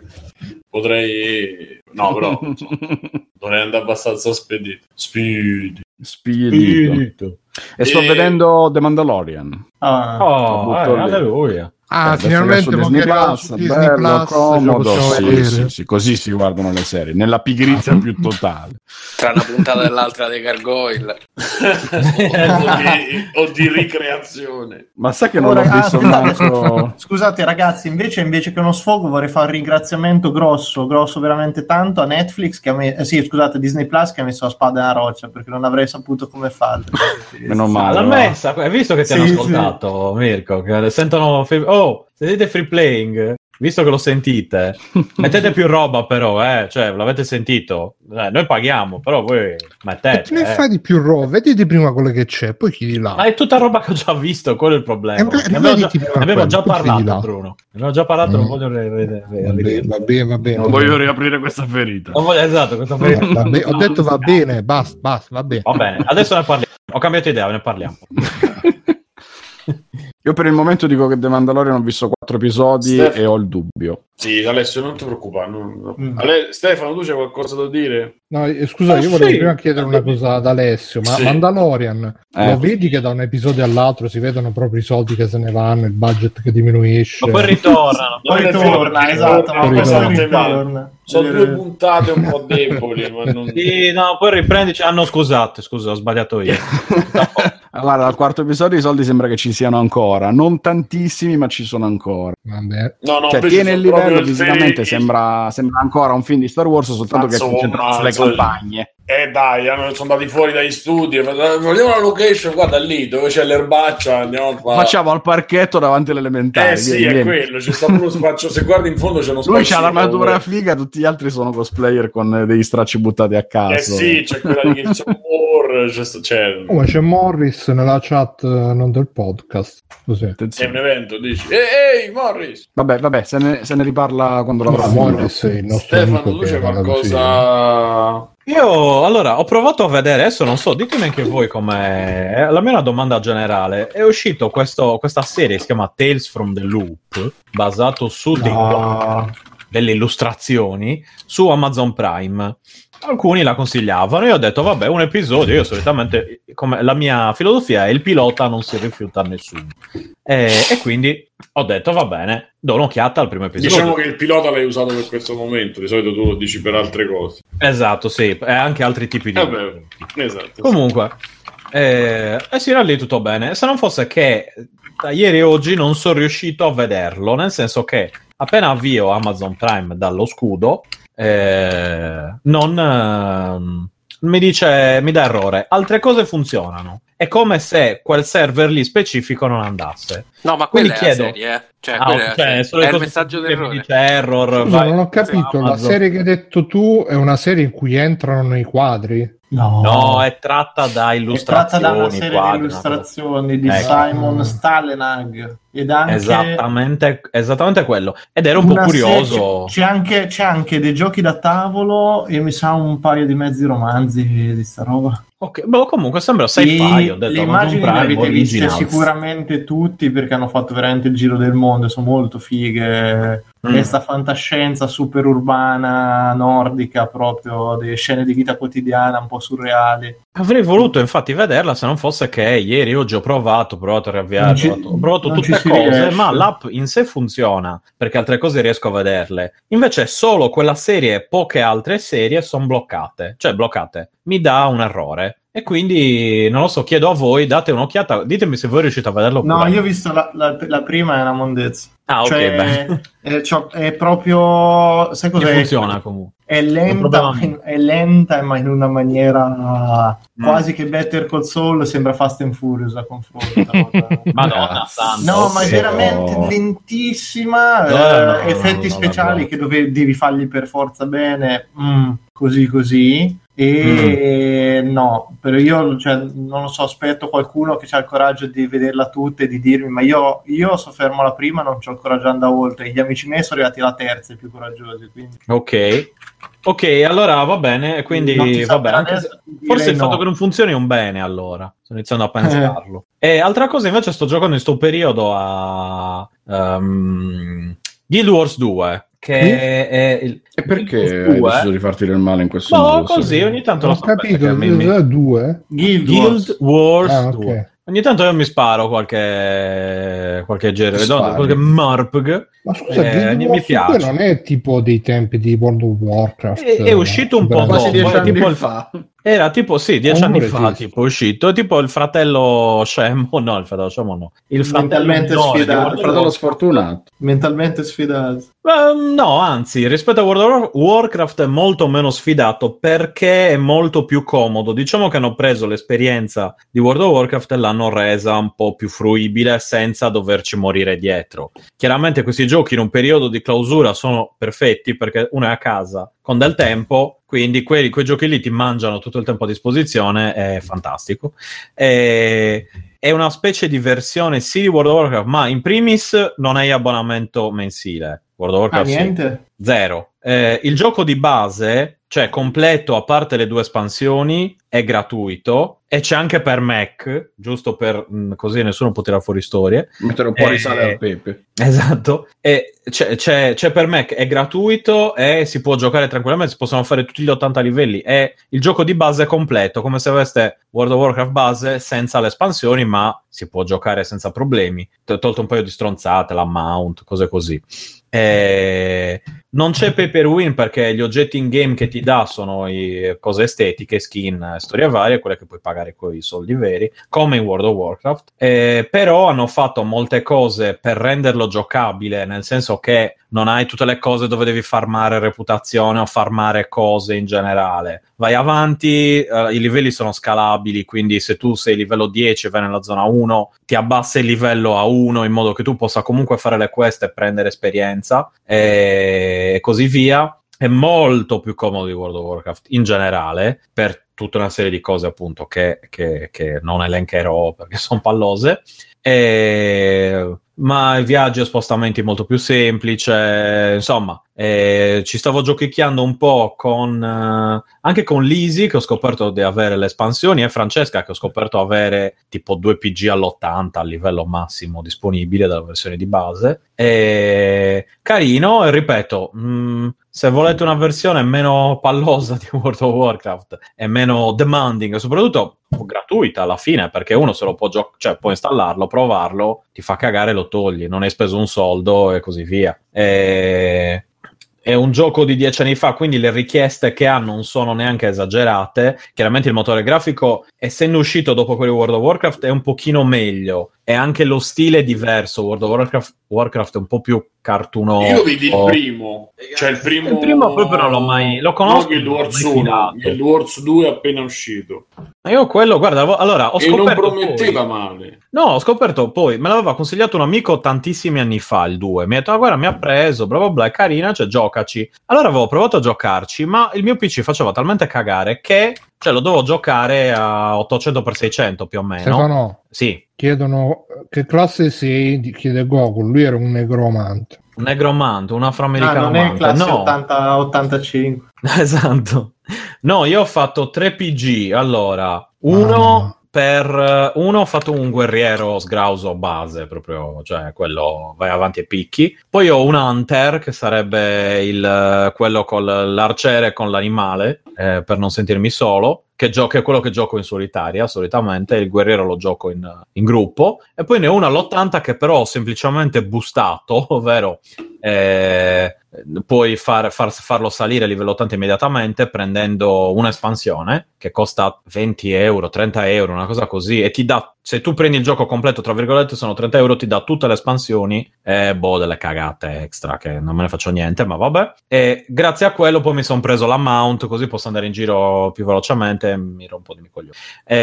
potrei... No, però insomma, dovrei andare abbastanza spedito. Spedito. Spirito. E sto E- vedendo The Mandalorian. Ah, Oh, Lo butto eh, lì. alleluia. Ah, Eh, finalmente adesso su Disney Plus, Disney bello, Plus, comodo, ce lo possiamo sì, vedere. sì, sì, così si guardano le serie, nella pigrizia più totale. Tra una puntata e l'altra dei Gargoyle. o, di, o di ricreazione. Ma sai che non Ora- l'ho ah, visto scusate, manco... Scusate ragazzi, invece, invece che uno sfogo vorrei fare un ringraziamento grosso, grosso veramente tanto a Netflix, che ha me- eh, sì, scusate, Disney Plus che ha messo la spada nella roccia, perché non avrei saputo come farlo. Meno Ah, male. l'ha va. messa, hai visto che ti Sì, hanno sì. ascoltato, Mirko? Che sentono free... Oh, sentite free playing? Visto che lo sentite, mettete più roba però, eh? Cioè, l'avete sentito? Eh, noi paghiamo, però voi mettete. Che ne eh. fai di più roba? Vedete prima quello che c'è, poi chiedi là. Ma è tutta roba che ho già visto, quello è il problema. Eh, beh, ne abbiamo già, rivediti prima ne abbiamo quello, già poi chiedi parlato, là. Bruno. Ne abbiamo già parlato, non Mm. voglio rivedere. Va bene, va bene, va bene. Non voglio riaprire questa ferita. Non voglio, esatto, questo Va bene, ho detto va bene, basta, basta, va bene. Va bene, adesso ne parliamo. Ho cambiato idea, ne parliamo. Io per il momento dico che The Mandalorian ho visto quattro episodi Steph- e ho il dubbio. Sì, Alessio, non ti preoccupare. non- no. Mm. Ale- Stefano, tu c'hai qualcosa da dire? No, eh, scusa, Ah, io volevo sì. prima chiedere una cosa ad Alessio, ma Sì. Mandalorian, Eh. lo vedi che da un episodio all'altro si vedono proprio i soldi che se ne vanno, il budget che diminuisce? Ma poi ritornano. Poi Nel ritorna, film, esatto, ma poi poi ritorna. ritorna. Sono Eh, due puntate un po' deboli, ma non... Sì, no, poi riprendici. Ah, no, scusate, scusa, ho sbagliato io. Guarda, al quarto episodio i soldi sembra che ci siano ancora. Non tantissimi, ma ci sono ancora. Vabbè. No, no, Cioè, invece tiene il sono proprio livello, visivamente feri- sembra, sembra ancora un film di Star Wars, soltanto che è Cazzo, concentrato sulle mazzo. campagne. Eh dai, hanno- sono andati fuori dagli studi. Vogliamo la location, guarda lì dove c'è l'erbaccia. Andiamo a fare. Facciamo al parchetto davanti all'elementare. Eh sì, vieni, è vieni. quello. C'è stato uno spaccio. Se guardi in fondo c'è uno spaccio. Lui c'ha l'armatura figa, tutti gli altri sono cosplayer con eh, degli stracci buttati a caso. Eh sì, c'è quella di Gears of War. C'è, sto- c'è... Oh, ma c'è Morris nella chat, eh, non del podcast. Cos'è? È Attenzione. un evento, dici. Ehi, ehi, Morris! Vabbè, vabbè, se ne, se ne riparla quando No, l'avrà Morris è il nostro Stefano, amico tu che c'è parla così. qualcosa... Io, allora, ho provato a vedere, adesso non so, ditemi anche voi com'è. La mia è una domanda generale. È uscito questo, questa serie, si chiama Tales from the Loop, basato su dei No. delle illustrazioni su Amazon Prime. Alcuni la consigliavano, io ho detto vabbè, un episodio, io solitamente, come la mia filosofia è il pilota non si rifiuta a nessuno, e, e quindi ho detto va bene, do un'occhiata al primo episodio. Diciamo che il pilota l'hai usato per questo momento, di solito tu lo dici per altre cose. Esatto, sì, e anche altri tipi di... Eh beh, esatto. Comunque, eh, e si era lì tutto bene, se non fosse che da ieri e oggi non sono riuscito a vederlo, nel senso che appena avvio Amazon Prime dallo scudo, eh, non eh, mi dice, mi dà errore, altre cose funzionano. È come se quel server lì specifico non andasse. No, ma Quindi quella chiedo- è la serie, eh. Cioè, Ah, quella ok, è, la serie. sono le È il cose messaggio che mi d'errore. dice error, Scusa, vai non ho su capito, la Amazon. serie che hai detto tu è una serie in cui entrano nei quadri? No, No, è tratta da è illustrazioni. tratta da una serie quadri, di una cosa- illustrazioni di Ecco. Simon Stalenhag ed anche Esattamente, esattamente quello. Ed ero un po' una curioso. serie- c'è, c'è anche, c'è anche dei giochi da tavolo e mi sa un paio di mezzi romanzi di sta roba. Ok, boh, comunque sembra sci-fi. E Ho detto, le Amazon immagini le Prime avete viste Originals. sicuramente tutti perché hanno fatto veramente il giro del mondo, sono molto fighe. Mm. Questa fantascienza super urbana nordica, proprio delle scene di vita quotidiana un po' surreali. Avrei voluto infatti vederla se non fosse che ieri oggi ho provato, ho provato a riavviare, Non ci- ho provato, ho provato non tutte ci si cose, riesce. ma l'app in sé funziona, perché altre cose riesco a vederle. Invece solo quella serie e poche altre serie sono bloccate, cioè bloccate. Mi dà un errore. E quindi, non lo so, chiedo a voi, date un'occhiata, ditemi se voi riuscite a vederlo No, oppure io ho visto la, la- la prima, è una mondezza. Ah, ok, Cioè, beh. è, c'ho- è proprio... Sai Che cos'è? funziona comunque. È un lenta, problema ma mio. in, è lenta, ma in una maniera Mm. quasi che Better Call Saul sembra Fast and Furious a confronto. Madonna santa. No, ma è ok. veramente lentissima. No, eh, no, no, effetti no, no, speciali no. che dove devi farli per forza bene, mm, così così. E Mm. no, però io cioè, non lo so, aspetto qualcuno che ha il coraggio di vederla tutta e di dirmi, ma io, io so fermo alla prima, non ho il coraggio di andare oltre. Gli amici miei sono arrivati alla terza, i più coraggiosi. Quindi Ok. Ok, allora va bene, quindi non ti sa vabbè, per anche adesso, se- direi forse il fatto no. che non funzioni è un bene allora, sto iniziando a pensarlo. E altra cosa invece sto giocando in sto periodo a um, Guild Wars due, che è il... E perché Guild hai Wars due? deciso di farti del male in questo No, modo? così ogni tanto Non lo ho so, capito, perché mi- mi- cos'è due? Guild, Guild Wars Ah, ok. due. Ogni tanto io mi sparo qualche qualche genere, Spari. qualche marpg. Ma scusa, Eh, Guild mi Wars piace. due non è tipo dei tempi di World of Warcraft? È, è uscito un po' Super- Quasi dopo, dieci è anni tipo il- fa. Era tipo, sì, dieci Oh, anni amore, fa, giusto. tipo, è uscito. Tipo il fratello scemo, no, il fratello scemo no. Il fratello Mentalmente minore di sfidato. World of Fratello Warcraft. sfortunato. Mentalmente sfidato. Ehm, no, anzi, rispetto a World of Warcraft è molto meno sfidato perché è molto più comodo. Diciamo che hanno preso l'esperienza di World of Warcraft e l'hanno resa un po' più fruibile senza doverci morire dietro. Chiaramente questi giochi in un periodo di clausura sono perfetti perché uno è a casa con del tempo, quindi quei, quei giochi lì ti mangiano tutto il tempo a disposizione, è fantastico. E... È una specie di versione sì di World of Warcraft, ma in primis non hai abbonamento mensile. World of Ah, Warcraft sì. niente? Zero. Eh, il gioco di base, cioè completo a parte le due espansioni, è gratuito e c'è anche per Mac, giusto per mh, così nessuno può tirare fuori storie. Mettere un po' di Eh, sale al pepe. Esatto. E c'è, c'è, c'è per Mac, è gratuito e si può giocare tranquillamente, si possono fare tutti gli ottanta livelli. E il gioco di base è completo, come se aveste World of Warcraft base senza le espansioni, ma si può giocare senza problemi. T- tolto un paio di stronzate, la mount, cose così. Eh, non c'è pay per win perché gli oggetti in game che ti dà sono i, cose estetiche, skin, storia varia, quelle che puoi pagare con i soldi veri, come in World of Warcraft. Eh, però hanno fatto molte cose per renderlo giocabile, nel senso che non hai tutte le cose dove devi farmare reputazione o farmare cose in generale. Vai avanti, eh, i livelli sono scalabili, quindi se tu sei livello dieci e vai nella zona uno, ti abbassa il livello a uno in modo che tu possa comunque fare le quest e prendere esperienza e così via. È molto più comodo di World of Warcraft in generale, per tutta una serie di cose appunto che, che, che non elencherò perché sono pallose. E... ma i viaggi e spostamenti molto più semplice, insomma, eh, ci stavo giochicchiando un po' con eh, anche con Lisi, che ho scoperto di avere le espansioni, e Francesca, che ho scoperto avere tipo due P G all'ottanta a livello massimo disponibile dalla versione di base. E... carino, e ripeto, mh, se volete una versione meno pallosa di World of Warcraft e meno demanding, soprattutto gratuita alla fine, perché uno se lo può gio- cioè può installarlo, provarlo, ti fa cagare, lo togli, non hai speso un soldo e così via. E... è un gioco di dieci anni fa, quindi le richieste che ha non sono neanche esagerate. Chiaramente il motore grafico, essendo uscito dopo quello di World of Warcraft, è un pochino meglio, e anche lo stile è diverso. World of Warcraft, Warcraft è un po' più cartunoso. Io vedi il primo, cioè il primo, Il primo proprio non l'ho mai- lo conosco, no, Guild non l'ho Wars mai uno, fidato. Guild Wars due è appena uscito Ma io quello, guarda, avo- allora ho e non scoperto prometteva poi- male. No, ho scoperto poi, me l'aveva consigliato un amico tantissimi anni fa, il due. Mi ha detto, ah, guarda, mi ha preso, bla bla bla, è carina, cioè giocaci. Allora avevo provato a giocarci, ma il mio P C faceva talmente cagare che, cioè, lo dovevo giocare a ottocento per seicento più o meno. Stefano, Sì, chiedono che classe sei, di- chiede Goku, lui era un negromante. un negromante, un Ah, afroamericano. non è amante. classe No. ottanta ottantacinque. Esatto. No, io ho fatto tre P G. Allora, uno Ah. per uno ho fatto un guerriero sgrauso base, proprio, cioè quello vai avanti e picchi. Poi ho un hunter, che sarebbe il quello con l'arciere con l'animale, eh, per non sentirmi solo, che, gio- che è quello che gioco in solitaria solitamente. Il guerriero lo gioco in, in gruppo. E poi ne ho uno all'ottanta che però ho semplicemente boostato, ovvero eh, puoi far, far- farlo salire a livello ottanta immediatamente prendendo un'espansione che costa venti euro, trenta euro, una cosa così, e ti dà, se tu prendi il gioco completo, tra virgolette, sono trenta euro, ti dà tutte le espansioni e boh, delle cagate extra che non me ne faccio niente, ma vabbè. E grazie a quello poi mi sono preso la mount, così posso andare in giro più velocemente e mi rompo di mi coglioni.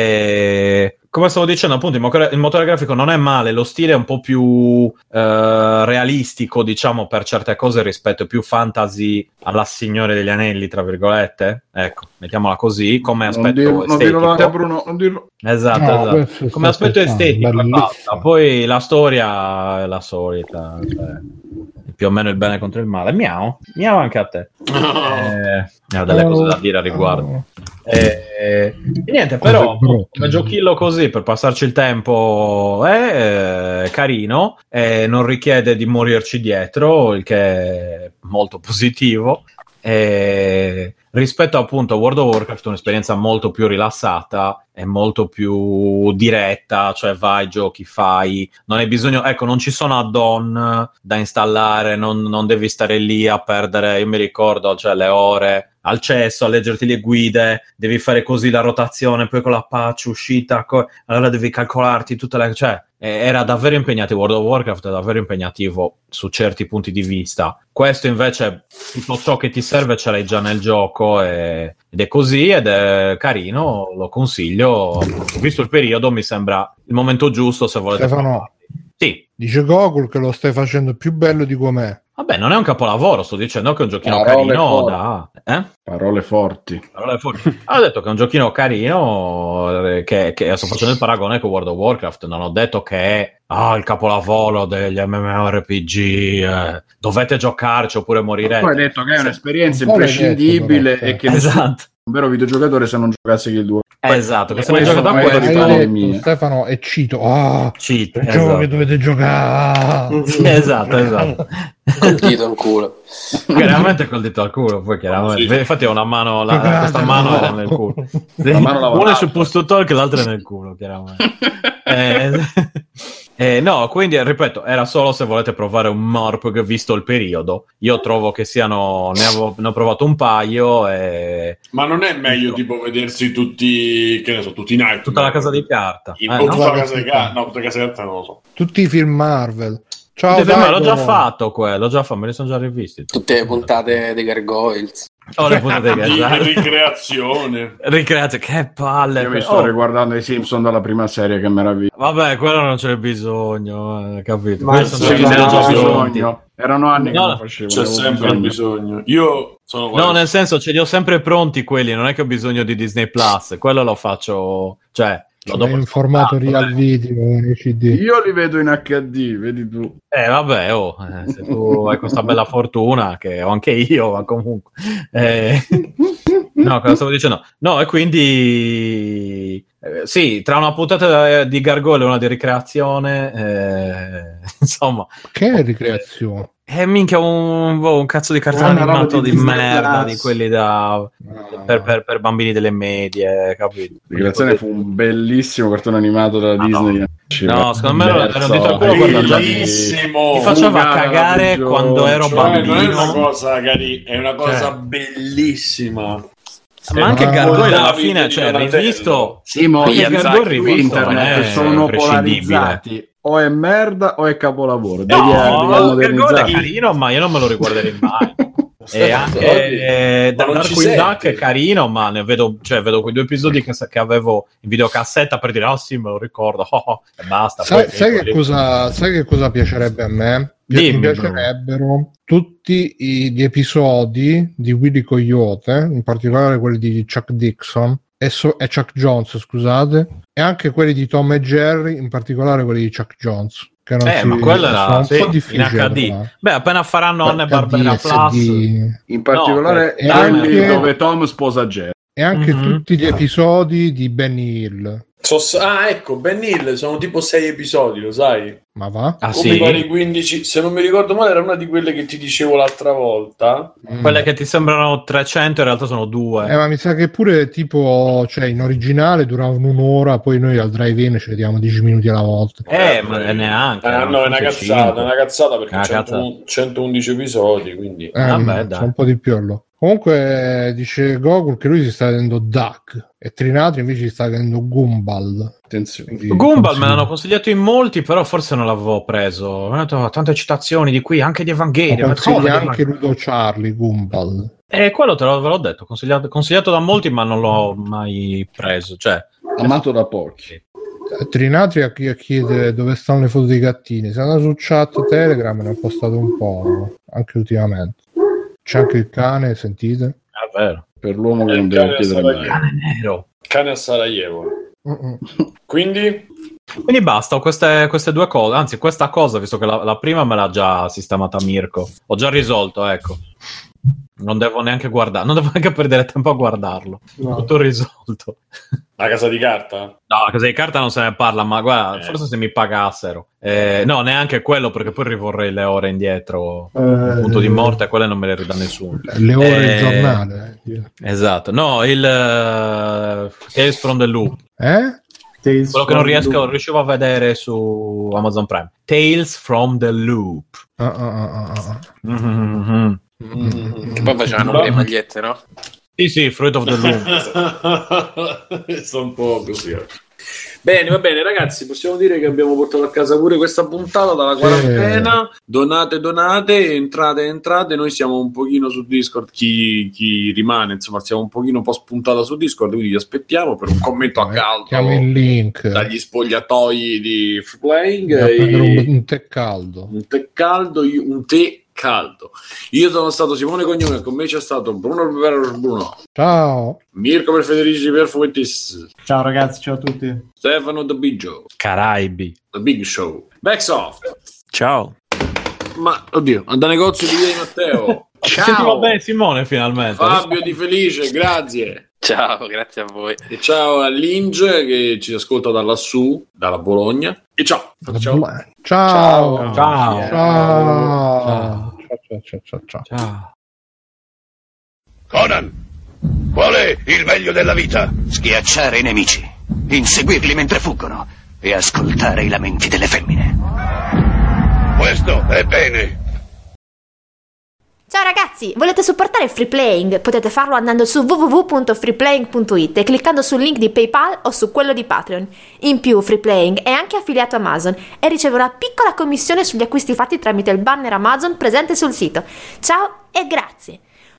E come stavo dicendo, appunto, il motore, il motore grafico non è male, lo stile è un po' più eh, realistico, diciamo, per certe cose, rispetto più fantasy alla Signore degli Anelli, tra virgolette. Ecco, mettiamola così, come Non aspetto dirlo, non dirlo estetico. davanti a Bruno, non dirlo. Esatto, No, esatto. questo Come sta aspetto scherzando, estetico è bellissimo. fatta. Poi la storia è la solita, cioè, più o meno il bene contro il male. Miau, miau anche a te. Eh, ho delle cose da dire a riguardo. E, e niente, però Cose brutte. come giochillo così per passarci il tempo è eh, carino, e non richiede di morirci dietro, il che è molto positivo. E rispetto appunto a World of Warcraft, un'esperienza molto più rilassata e molto più diretta, cioè vai, giochi, fai, non hai bisogno, ecco, non ci sono add-on da installare, non, non devi stare lì a perdere, io mi ricordo, cioè le ore al cesso a leggerti le guide, devi fare così la rotazione, poi con la patch uscita, co- allora devi calcolarti tutte le, cioè era davvero impegnativo. World of Warcraft è davvero impegnativo su certi punti di vista. Questo invece tutto ciò che ti serve ce l'hai già nel gioco e, ed è così, ed è carino, lo consiglio. Visto il periodo mi sembra il momento giusto se volete. Stefano, sì. Dice Gokul che lo stai facendo più bello di com'è. Vabbè, non è un capolavoro, sto dicendo che è un giochino Parole carino forti. da... Eh? Parole forti. Parole forti. Ho detto che è un giochino carino, eh, che, che sto facendo il paragone con World of Warcraft, non ho detto che è ah, il capolavoro degli MMORPG, eh, dovete giocarci oppure morire. Tu hai detto che è un'esperienza Non l'hai imprescindibile detto, e che Esatto. un vero videogiocatore se non giocasse Kill due. Esatto, che se ne Questo gioca da non è quello di Hai parole detto, mie. Stefano, e cito, ah, cheat, il gioco esatto. che dovete giocare. Sì, esatto, esatto. Col dito in culo. Chiaramente col dito al culo, poi chiaramente. Sì. Infatti ho una mano, la, Giocate, questa mano no. era nel culo. La mano lavata. Una è sul push to talk e l'altra è nel culo, chiaramente. eh, eh, no, quindi ripeto, era solo se volete provare un MORPG visto il periodo. Io trovo che siano, ne, avevo, ne ho provato un paio e... Ma non è meglio tipo vedersi tutti, che ne so, tutti i Nightmare? Tutta la casa di carta. In, Eh, o no? tutta la casa di carta? No, tutta la casa di carta non lo so. Tutti i film Marvel. Ciao, Tutti i film, Dago. l'ho già fatto quello, l'ho già fatto, me li sono già rivisti. Tutte le puntate dei Gargoyles. Oh, le puntate che Di esatto. ricreazione. Ricreate, che palle. Io mi sto Oh, riguardando i Simpson dalla prima serie, che meraviglia. vabbè, quello non c'è bisogno, eh, capito? Ma Quelli sì, sono Sì, già- no, ne sono avevo già no, pronti. bisogno. Erano anni No, che lo facevo. C'è avevo sempre bisogno. Io sono No, nel senso, ce li ho sempre pronti quelli, non è che ho bisogno di Disney Plus, quello lo faccio, cioè, lo Cioè, dopo in formato scontato, real eh. video in C D. Io li vedo in acca di, vedi tu. Eh, vabbè, oh, eh, se tu hai questa bella fortuna, che ho anche io, ma comunque... Eh, no, cosa stavo dicendo? No, e quindi... eh, sì, tra una puntata di Gargoyle e una di ricreazione, eh, insomma... Che ricreazione? Eh, minchia, un, boh, un cazzo di cartone Una roba animato di di, Disney merda, Plus. di quelli da... Per, per, per bambini delle medie, capito? La creazione fu un bellissimo cartone animato dalla Ah, Disney. no. Ci No, va secondo me era verso- un dito al culo, guarda, già mi- Bellissimo. mi faceva Fugata la cagare prigione. quando ero Cioè, non è bambino. una cosa cari, è una cosa Cioè. bellissima. Ma anche Ah, Gargoyle alla David fine, di cioè, Donatello. rivisto... Sì, ma Anche gli Gargoyle attacchi rivisto su internet non è sono imprescindibile. polarizzati. O è merda o è capolavoro. Devi, No, devi Gargoyle è modernizzare. carino, ma io non me lo riguarderei mai. E Stefano, anche oggi- eh, ma non ci Darkwing Duck senti? è carino, ma ne vedo, cioè, vedo quei due episodi che, che avevo in videocassetta per dire, ah sì, me lo ricordo, oh, oh, e basta. Sai, Poi sai finisco che lì. cosa, sai che cosa piacerebbe a me? Mi Dimmi, piacerebbero tutti i- gli episodi di Willy Coyote, in particolare quelli di Chuck Dixon e, so- e Chuck Jones, scusate, e anche quelli di Tom e Jerry, in particolare quelli di Chuck Jones. Che non Eh, si- ma quello sono era un sì, po' in difficili acca da di. trovare. Beh, appena faranno Hanna H D, Barbera S D. Plus, In particolare e quelli anche- dove Tom sposa Jerry. E anche Mhm. tutti gli episodi di Benny Hill. So- ah, ecco, Ben Hill, sono tipo sei episodi, lo sai? Ma va? ah O sì, mi pare quindici, se non mi ricordo male era una di quelle che ti dicevo l'altra volta. Mm. quelle che ti sembrano trecento in realtà sono due. Eh, ma mi sa che pure tipo, cioè in originale duravano un'ora, poi noi al drive-in ci vediamo dieci minuti alla volta. Eh, ma neanche. Ah, no, è una forse cazzata, cinque. è una cazzata perché Una cento cazzata. centoundici episodi, quindi... Eh, Vabbè, c'è dai. un po' di più allora. Comunque eh, dice Gokul che lui si sta vedendo Duck e Trinatri invece si sta vedendo Gumball. Attenzione. Quindi Gumball me consiglio. l'hanno consigliato in molti, però forse non l'avevo preso. Mi hanno detto, tante citazioni di qui, anche di Lo Evangelio. Ma consiglia come di anche Evangelio? Ludo Charlie Gumball. Eh, quello te lo, ve l'ho detto, consigliato, consigliato da molti, ma non l'ho mai preso. Cioè, Amato da pochi. Eh, Trinatri a chi chiede dove stanno le foto dei gattini. Se andate su chat Telegram ne ho postato un po' anche ultimamente. C'è anche il cane, sentite? è vero. Per l'uomo che Eh, non deve cane chiedere sarà mai. io. Cane nero. Cane a Sarajevo. Mm-mm. Quindi... Quindi basta, ho queste, queste due cose. Anzi, questa cosa, visto che la, la prima me l'ha già sistemata Mirko. Ho già risolto, ecco. Non devo neanche guardare, non devo neanche perdere tempo a guardarlo. No. Tutto risolto. La casa di carta? No, la cosa di carta non se ne parla, ma guarda, Eh. forse se mi pagassero. Eh, no, neanche quello, perché poi rivorrei le ore indietro. Eh, Un punto di morte, quelle non me le ridà nessuno. Le ore Eh, del giornale. Esatto, no, il uh, Tales from the Loop. Eh? Tales Quello che non from the riesco, Loop. riuscivo a vedere su Amazon Prime. Tales from the Loop. Ah, ah, ah, ah. Mm-hmm. Mm. Che poi facevano No. le magliette, no? Sì, sì, Fruit of the Loop. Sto un po' così. Bene, va bene, ragazzi, possiamo dire che abbiamo portato a casa pure questa puntata dalla quarantena. Donate, donate, entrate, entrate. Noi siamo un pochino su Discord, chi, chi rimane, insomma, siamo un pochino un po' spuntata su Discord, quindi vi aspettiamo per un commento a caldo Chiamo il link. dagli spogliatoi di Free Playing. Andiamo a prendere e- un, un tè caldo. un tè caldo, io- un tè caldo. Io sono stato Simone Cognome, con me c'è stato Bruno per Bruno, Ciao. Mirko per Federici per Fuentis, Ciao ragazzi, ciao a tutti. Stefano The Big Joe, Caraibi. The Big Show, Backsoft. Ciao. Ma oddio, da negozio di via di Matteo. Ci sentiva bene Simone finalmente. Fabio Di Felice, grazie. Ciao, grazie a voi. E ciao a Linge che ci ascolta da lassù, dalla Bologna. E ciao. Ciao. Ciao. Ciao. Ciao. Ciao. Ciao. Ciao, ciao, ciao, ciao. Ciao. Conan, qual è il meglio della vita? Schiacciare i nemici, inseguirli mentre fuggono e ascoltare i lamenti delle femmine. Questo è bene. Ciao ragazzi, volete supportare Free Playing? Potete farlo andando su w w w punto freeplaying punto it e cliccando sul link di PayPal o su quello di Patreon. In più, Free Playing è anche affiliato a Amazon e riceve una piccola commissione sugli acquisti fatti tramite il banner Amazon presente sul sito. Ciao e grazie!